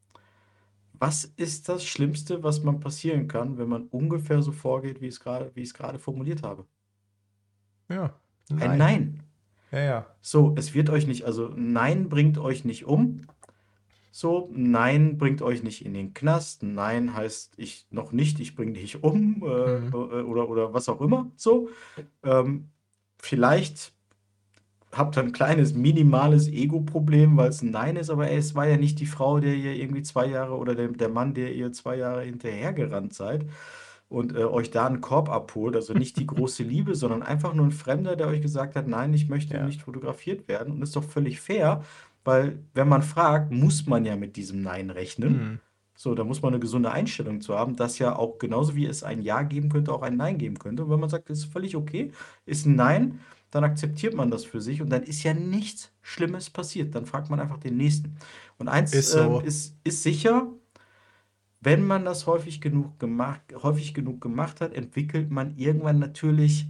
Was ist das Schlimmste, was man passieren kann, wenn man ungefähr so vorgeht, wie es gerade, wie ich es gerade formuliert habe? Ja, Ein nein. Nein. Ja, ja. So, es wird euch nicht, also Nein bringt euch nicht um. So, Nein bringt euch nicht in den Knast. Nein heißt ich noch nicht, ich bringe dich um äh, Mhm. oder, oder was auch immer. So, ähm, vielleicht habt ihr ein kleines, minimales Ego-Problem, weil es ein Nein ist, aber ey, es war ja nicht die Frau, der ihr irgendwie zwei Jahre oder der, der Mann, der ihr zwei Jahre hinterhergerannt seid und äh, euch da einen Korb abholt. Also nicht die große Liebe, sondern einfach nur ein Fremder, der euch gesagt hat, nein, ich möchte Ja. nicht fotografiert werden. Und das ist doch völlig fair, weil wenn man fragt, muss man ja mit diesem Nein rechnen. Mhm. So, da muss man eine gesunde Einstellung zu haben, dass ja auch genauso wie es ein Ja geben könnte, auch ein Nein geben könnte. Und wenn man sagt, das ist völlig okay, ist ein Nein, dann akzeptiert man das für sich und dann ist ja nichts Schlimmes passiert. Dann fragt man einfach den Nächsten. Und eins Ist ähm, so. ist, ist sicher, wenn man das häufig genug gemacht, häufig genug gemacht hat, entwickelt man irgendwann natürlich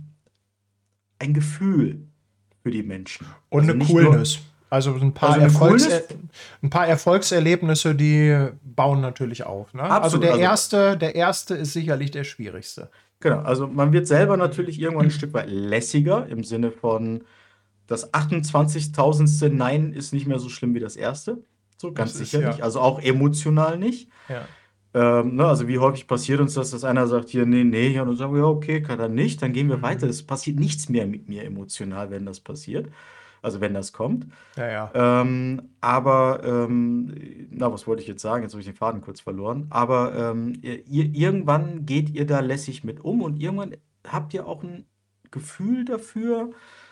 ein Gefühl für die Menschen. Und Also eine nicht nur, Coolness. Also ein paar, also eine Erfolgs Coolness, ein paar Erfolgserlebnisse, die bauen natürlich auf. Ne? Also absolut. der Also erste, der erste ist sicherlich der schwierigste. genau, also man wird selber natürlich irgendwann ein Stück weit lässiger im Sinne von, das achtundzwanzigtausendste Nein ist nicht mehr so schlimm wie das erste. So, Das ganz ist sicher nicht. ja, Also auch emotional nicht. ja. Ähm, ne, also wie häufig passiert uns das, dass einer sagt, hier, nee, nee, ja, und dann sagen wir, ja, okay, kann dann nicht, dann gehen wir weiter. Mhm. Es passiert nichts mehr mit mir emotional, wenn das passiert. Also wenn das kommt. Ja, ja. Ähm, aber, ähm, na, was wollte ich jetzt sagen? Jetzt habe ich den Faden kurz verloren. Aber ähm, ihr, ihr- irgendwann geht ihr da lässig mit um und irgendwann habt ihr auch ein Gefühl dafür,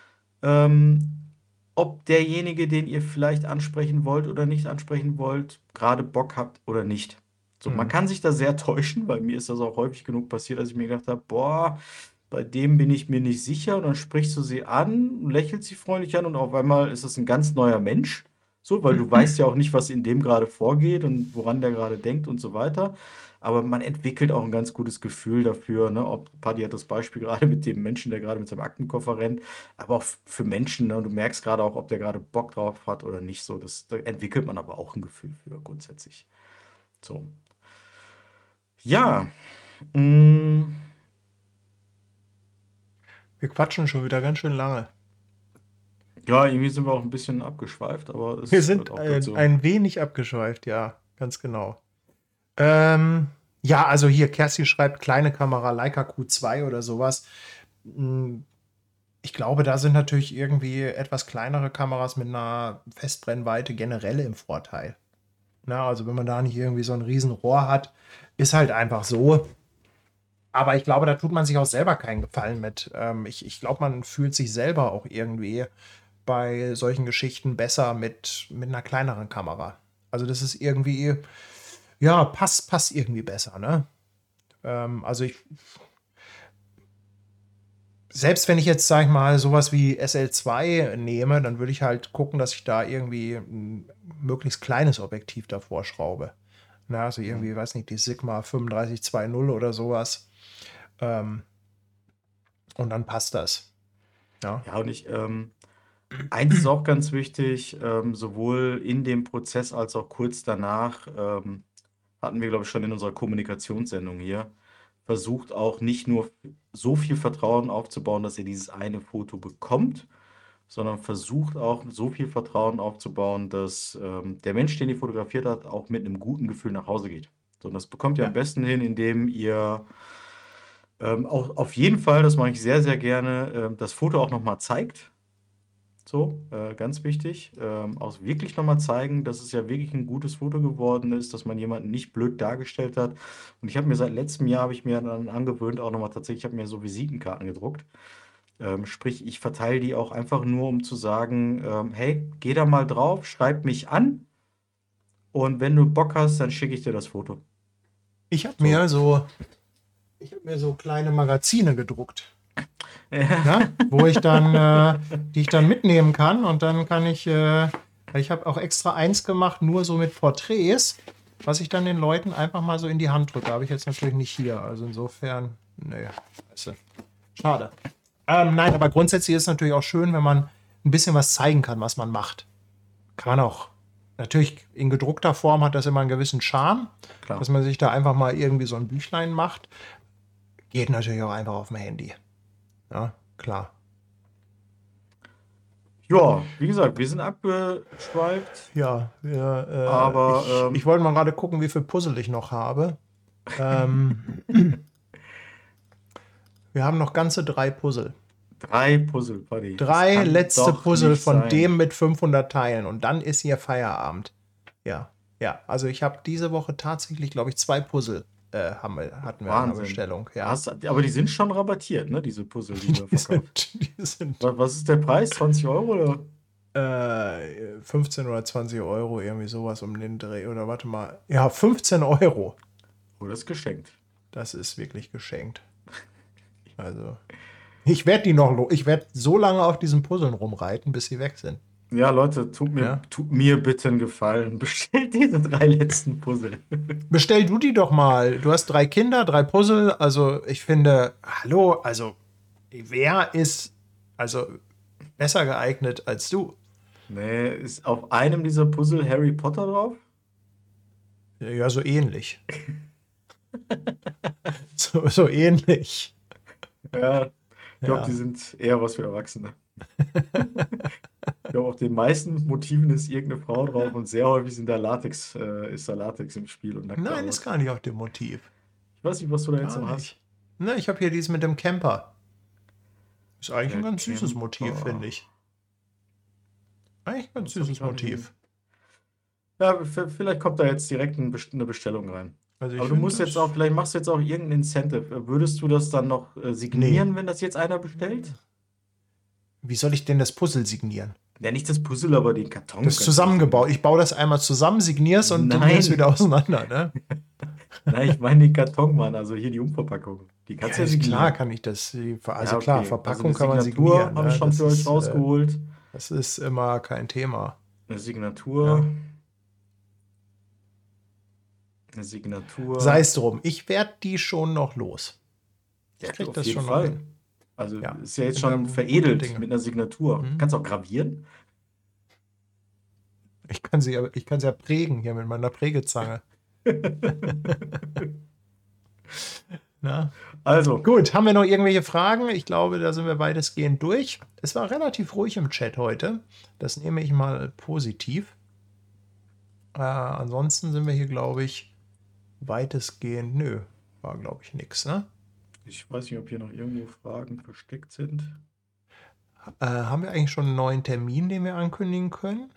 ähm, ob derjenige, den ihr vielleicht ansprechen wollt oder nicht ansprechen wollt, gerade Bock habt oder nicht. So, man Mhm. kann sich da sehr täuschen, weil mir ist das auch häufig genug passiert, dass ich mir gedacht habe, boah, bei dem bin ich mir nicht sicher. Und dann sprichst du sie an, lächelst sie freundlich an und auf einmal ist das ein ganz neuer Mensch. So, weil du weißt ja auch nicht, was in dem gerade vorgeht und woran der gerade denkt und so weiter. Aber man entwickelt auch ein ganz gutes Gefühl dafür, ne? Ob Paddy hat das Beispiel gerade mit dem Menschen, der gerade mit seinem Aktenkoffer rennt, aber auch f- für Menschen, ne? Du merkst gerade auch, ob der gerade Bock drauf hat oder nicht so. Das, da entwickelt man aber auch ein Gefühl für grundsätzlich. So. Ja, mh, Wir quatschen schon wieder ganz schön lange. ja, irgendwie sind wir auch ein bisschen abgeschweift, aber Wir es gehört sind auch ein, dazu. ein wenig abgeschweift, ja, ganz genau. Ähm, Ja, also hier, Kerstin schreibt, kleine Kamera, Leica Q zwei oder sowas. Hm, Ich glaube, da sind natürlich irgendwie etwas kleinere Kameras mit einer Festbrennweite generell im Vorteil. Na, also wenn man da nicht irgendwie so ein Riesenrohr hat, ist halt einfach so. Aber ich glaube, da tut man sich auch selber keinen Gefallen mit. Ähm, ich ich glaube, man fühlt sich selber auch irgendwie bei solchen Geschichten besser mit, mit einer kleineren Kamera. Also das ist irgendwie, ja, passt, passt irgendwie besser, ne? Ähm, also ich, selbst wenn ich jetzt, sag ich mal, sowas wie S L zwei nehme, dann würde ich halt gucken, dass ich da irgendwie ein möglichst kleines Objektiv davor schraube. Na, also irgendwie, weiß nicht, die Sigma fünfunddreißig zwanzig oder sowas. Ähm, und dann passt das. Ja. Ja, und ich, ähm, eins ist auch ganz wichtig, ähm, sowohl in dem Prozess als auch kurz danach, ähm, hatten wir, glaube ich, schon in unserer Kommunikationssendung hier, versucht auch nicht nur so viel Vertrauen aufzubauen, dass ihr dieses eine Foto bekommt, sondern versucht auch so viel Vertrauen aufzubauen, dass ähm, der Mensch, den ihr fotografiert habt, auch mit einem guten Gefühl nach Hause geht. So, und das bekommt ihr am Ja. besten hin, indem ihr ähm, auch auf jeden Fall, das mache ich sehr, sehr gerne, ähm, das Foto auch nochmal zeigt. So, äh, ganz wichtig. Ähm, auch wirklich nochmal zeigen, dass es ja wirklich ein gutes Foto geworden ist, dass man jemanden nicht blöd dargestellt hat. Und ich habe mir seit letztem Jahr, habe ich mir dann angewöhnt, auch nochmal tatsächlich, ich habe mir so Visitenkarten gedruckt. Ähm, sprich, ich verteile die auch einfach nur, um zu sagen, ähm, hey, geh da mal drauf, schreib mich an und wenn du Bock hast, dann schicke ich dir das Foto. Ich habe So. mir so, ich habe mir so kleine Magazine gedruckt. Ja, wo ich dann, äh, die ich dann mitnehmen kann und dann kann ich, äh, ich habe auch extra eins gemacht, nur so mit Porträts, was ich dann den Leuten einfach mal so in die Hand drücke. Habe ich jetzt natürlich nicht hier, also insofern, nee, weißt du, schade. Ähm, nein, aber grundsätzlich ist es natürlich auch schön, wenn man ein bisschen was zeigen kann, was man macht. Kann man auch. Natürlich in gedruckter Form hat das immer einen gewissen Charme, Klar. dass man sich da einfach mal irgendwie so ein Büchlein macht. Geht natürlich auch einfach auf dem Handy. Ja, klar. Ja, wie gesagt, wir sind abgeschweift. Ja, wir, äh, Aber, ich, ähm, ich wollte mal gerade gucken, wie viel Puzzle ich noch habe. Ähm, wir haben noch ganze drei Puzzle. Drei Puzzle, Buddy. Das Drei kann letzte doch Puzzle nicht von sein. dem mit fünfhundert Teilen und dann ist hier Feierabend. Ja, ja. Also ich habe diese Woche tatsächlich, glaube ich, zwei Puzzle äh, haben wir, hatten wir in der Wahnsinn. Bestellung. Ja. Hast, aber die sind schon rabattiert, ne? Diese Puzzle, die du Die verkaufst. sind, die sind Wa- Was ist der Preis? zwanzig Euro oder? äh, fünfzehn oder zwanzig Euro, irgendwie sowas um den Dreh. Oder warte mal. Ja, fünfzehn Euro. Oh, das ist geschenkt. Das ist wirklich geschenkt. Also, ich werde die noch, lo- ich werde so lange auf diesen Puzzeln rumreiten, bis sie weg sind. Ja, Leute, tut mir, Ja. tut mir bitte einen Gefallen. Bestellt diese drei letzten Puzzle. Bestell du die doch mal. Du hast drei Kinder, drei Puzzle. Also, ich finde, hallo, also, wer ist also besser geeignet als du? Nee, ist auf einem dieser Puzzle Harry Potter drauf? Ja, so ähnlich. so, so ähnlich. Ja, ich glaube, Ja. die sind eher was für Erwachsene. Ich glaube, auf den meisten Motiven ist irgendeine Frau drauf und sehr häufig sind da Latex, äh, ist da Latex im Spiel und nackte Nein, Haut. ist gar nicht auf dem Motiv. Ich weiß nicht, was du da jetzt Gar noch hast. nicht. Ne, ich habe hier dies mit dem Camper. Ist eigentlich Der ein ganz süßes Camper. Motiv, finde ich. Eigentlich ein ganz Das hab ich süßes gar nicht Motiv. Ja, v- vielleicht kommt da jetzt direkt ein Best- eine Bestellung rein. Also ich Aber du find musst das- jetzt auch, vielleicht machst du jetzt auch irgendein Incentive. Würdest du das dann noch äh, signieren, wenn das jetzt einer bestellt? Wie soll ich denn das Puzzle signieren? Ja, nicht das Puzzle, aber den Karton. Das ist kannst du zusammengebaut. Ich baue das einmal zusammen, signier's und du Nein. nimmst wieder auseinander, ne? Nein, ich meine den Karton, Mann. Also hier die Umverpackung. Die kannst du ja ist signieren. klar kann ich das. Also Ja, klar, okay. Verpackung Also kann eine man Signatur signieren. habe ich ne? schon Das für euch ist, äh, rausgeholt. Das ist immer kein Thema. Eine Signatur. Ja. Eine Signatur. Sei es drum, ich werde die schon noch los. Ja, Ich krieg auf das jeden schon noch Fall. hin. Also Ja. ist ja jetzt Sind schon da gute veredelt Dinge. mit einer Signatur. Mhm. Kannst auch gravieren. Ich kann sie, ja- ich kann sie ja prägen hier mit meiner Prägezange. Na? Also, Gut, haben wir noch irgendwelche Fragen? Ich glaube, da sind wir weitestgehend durch. Es war relativ ruhig im Chat heute. Das nehme ich mal positiv. Äh, ansonsten sind wir hier, glaube ich, weitestgehend, nö, war glaube ich nix, ne? Ich weiß nicht, ob hier noch irgendwo Fragen versteckt sind. Äh, haben wir eigentlich schon einen neuen Termin, den wir ankündigen können?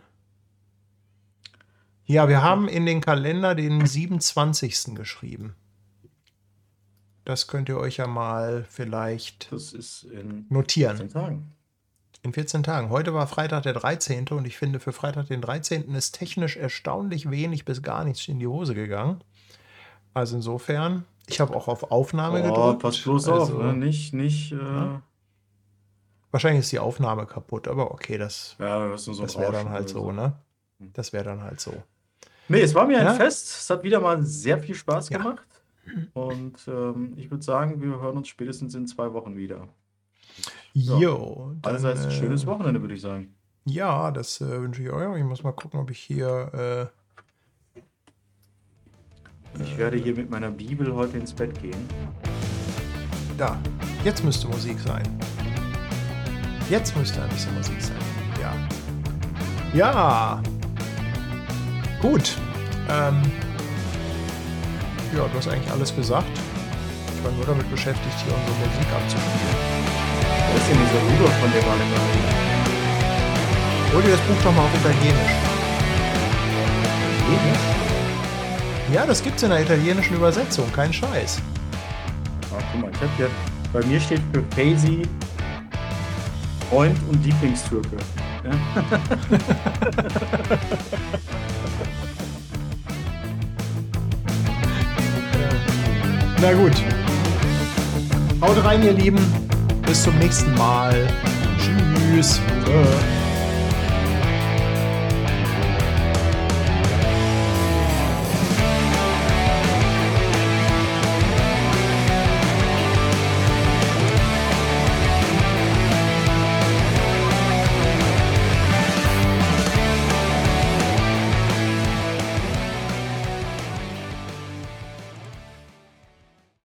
Ja, wir haben in den Kalender den siebenundzwanzigsten geschrieben. Das könnt ihr euch ja mal vielleicht Das ist in notieren. vierzehn Tagen. In vierzehn Tagen. Heute war Freitag der dreizehnte und ich finde, für Freitag den dreizehnten ist technisch erstaunlich wenig bis gar nichts in die Hose gegangen. Also insofern, ich habe auch auf Aufnahme Oh, gedrückt. pass bloß also, auf, ne? Nicht, nicht, äh, Ja. Wahrscheinlich ist die Aufnahme kaputt, aber okay, das, ja, das, so das wäre dann halt so, ne? Das wäre dann halt so. Nee, es war mir ein Ja? Fest. Es hat wieder mal sehr viel Spaß Ja. gemacht. Und ähm, ich würde sagen, wir hören uns spätestens in zwei Wochen wieder. Jo. dann, Allerseits ein äh, schönes Wochenende, würde ich sagen. Ja, das äh, wünsche ich euch. Ich muss mal gucken, ob ich hier. Äh, Ich werde hier mit meiner Bibel heute ins Bett gehen. da. Jetzt müsste Musik sein. Jetzt müsste ein bisschen Musik sein. Ja. Ja. Gut. Ähm, ja, du hast eigentlich alles gesagt. Ich war nur damit beschäftigt, hier unsere Musik abzuspielen. Was ist denn dieser Rudolf, von dem alle immer reden? Hol dir das Buch doch mal auf Italienisch. Italienisch? Ja, das gibt's in der italienischen Übersetzung. Kein Scheiß. Ah, guck mal, ich hab hier, bei mir steht für Casey Freund und Lieblingstürke. Ja? Na gut. Haut rein, ihr Lieben. Bis zum nächsten Mal. Tschüss. Äh.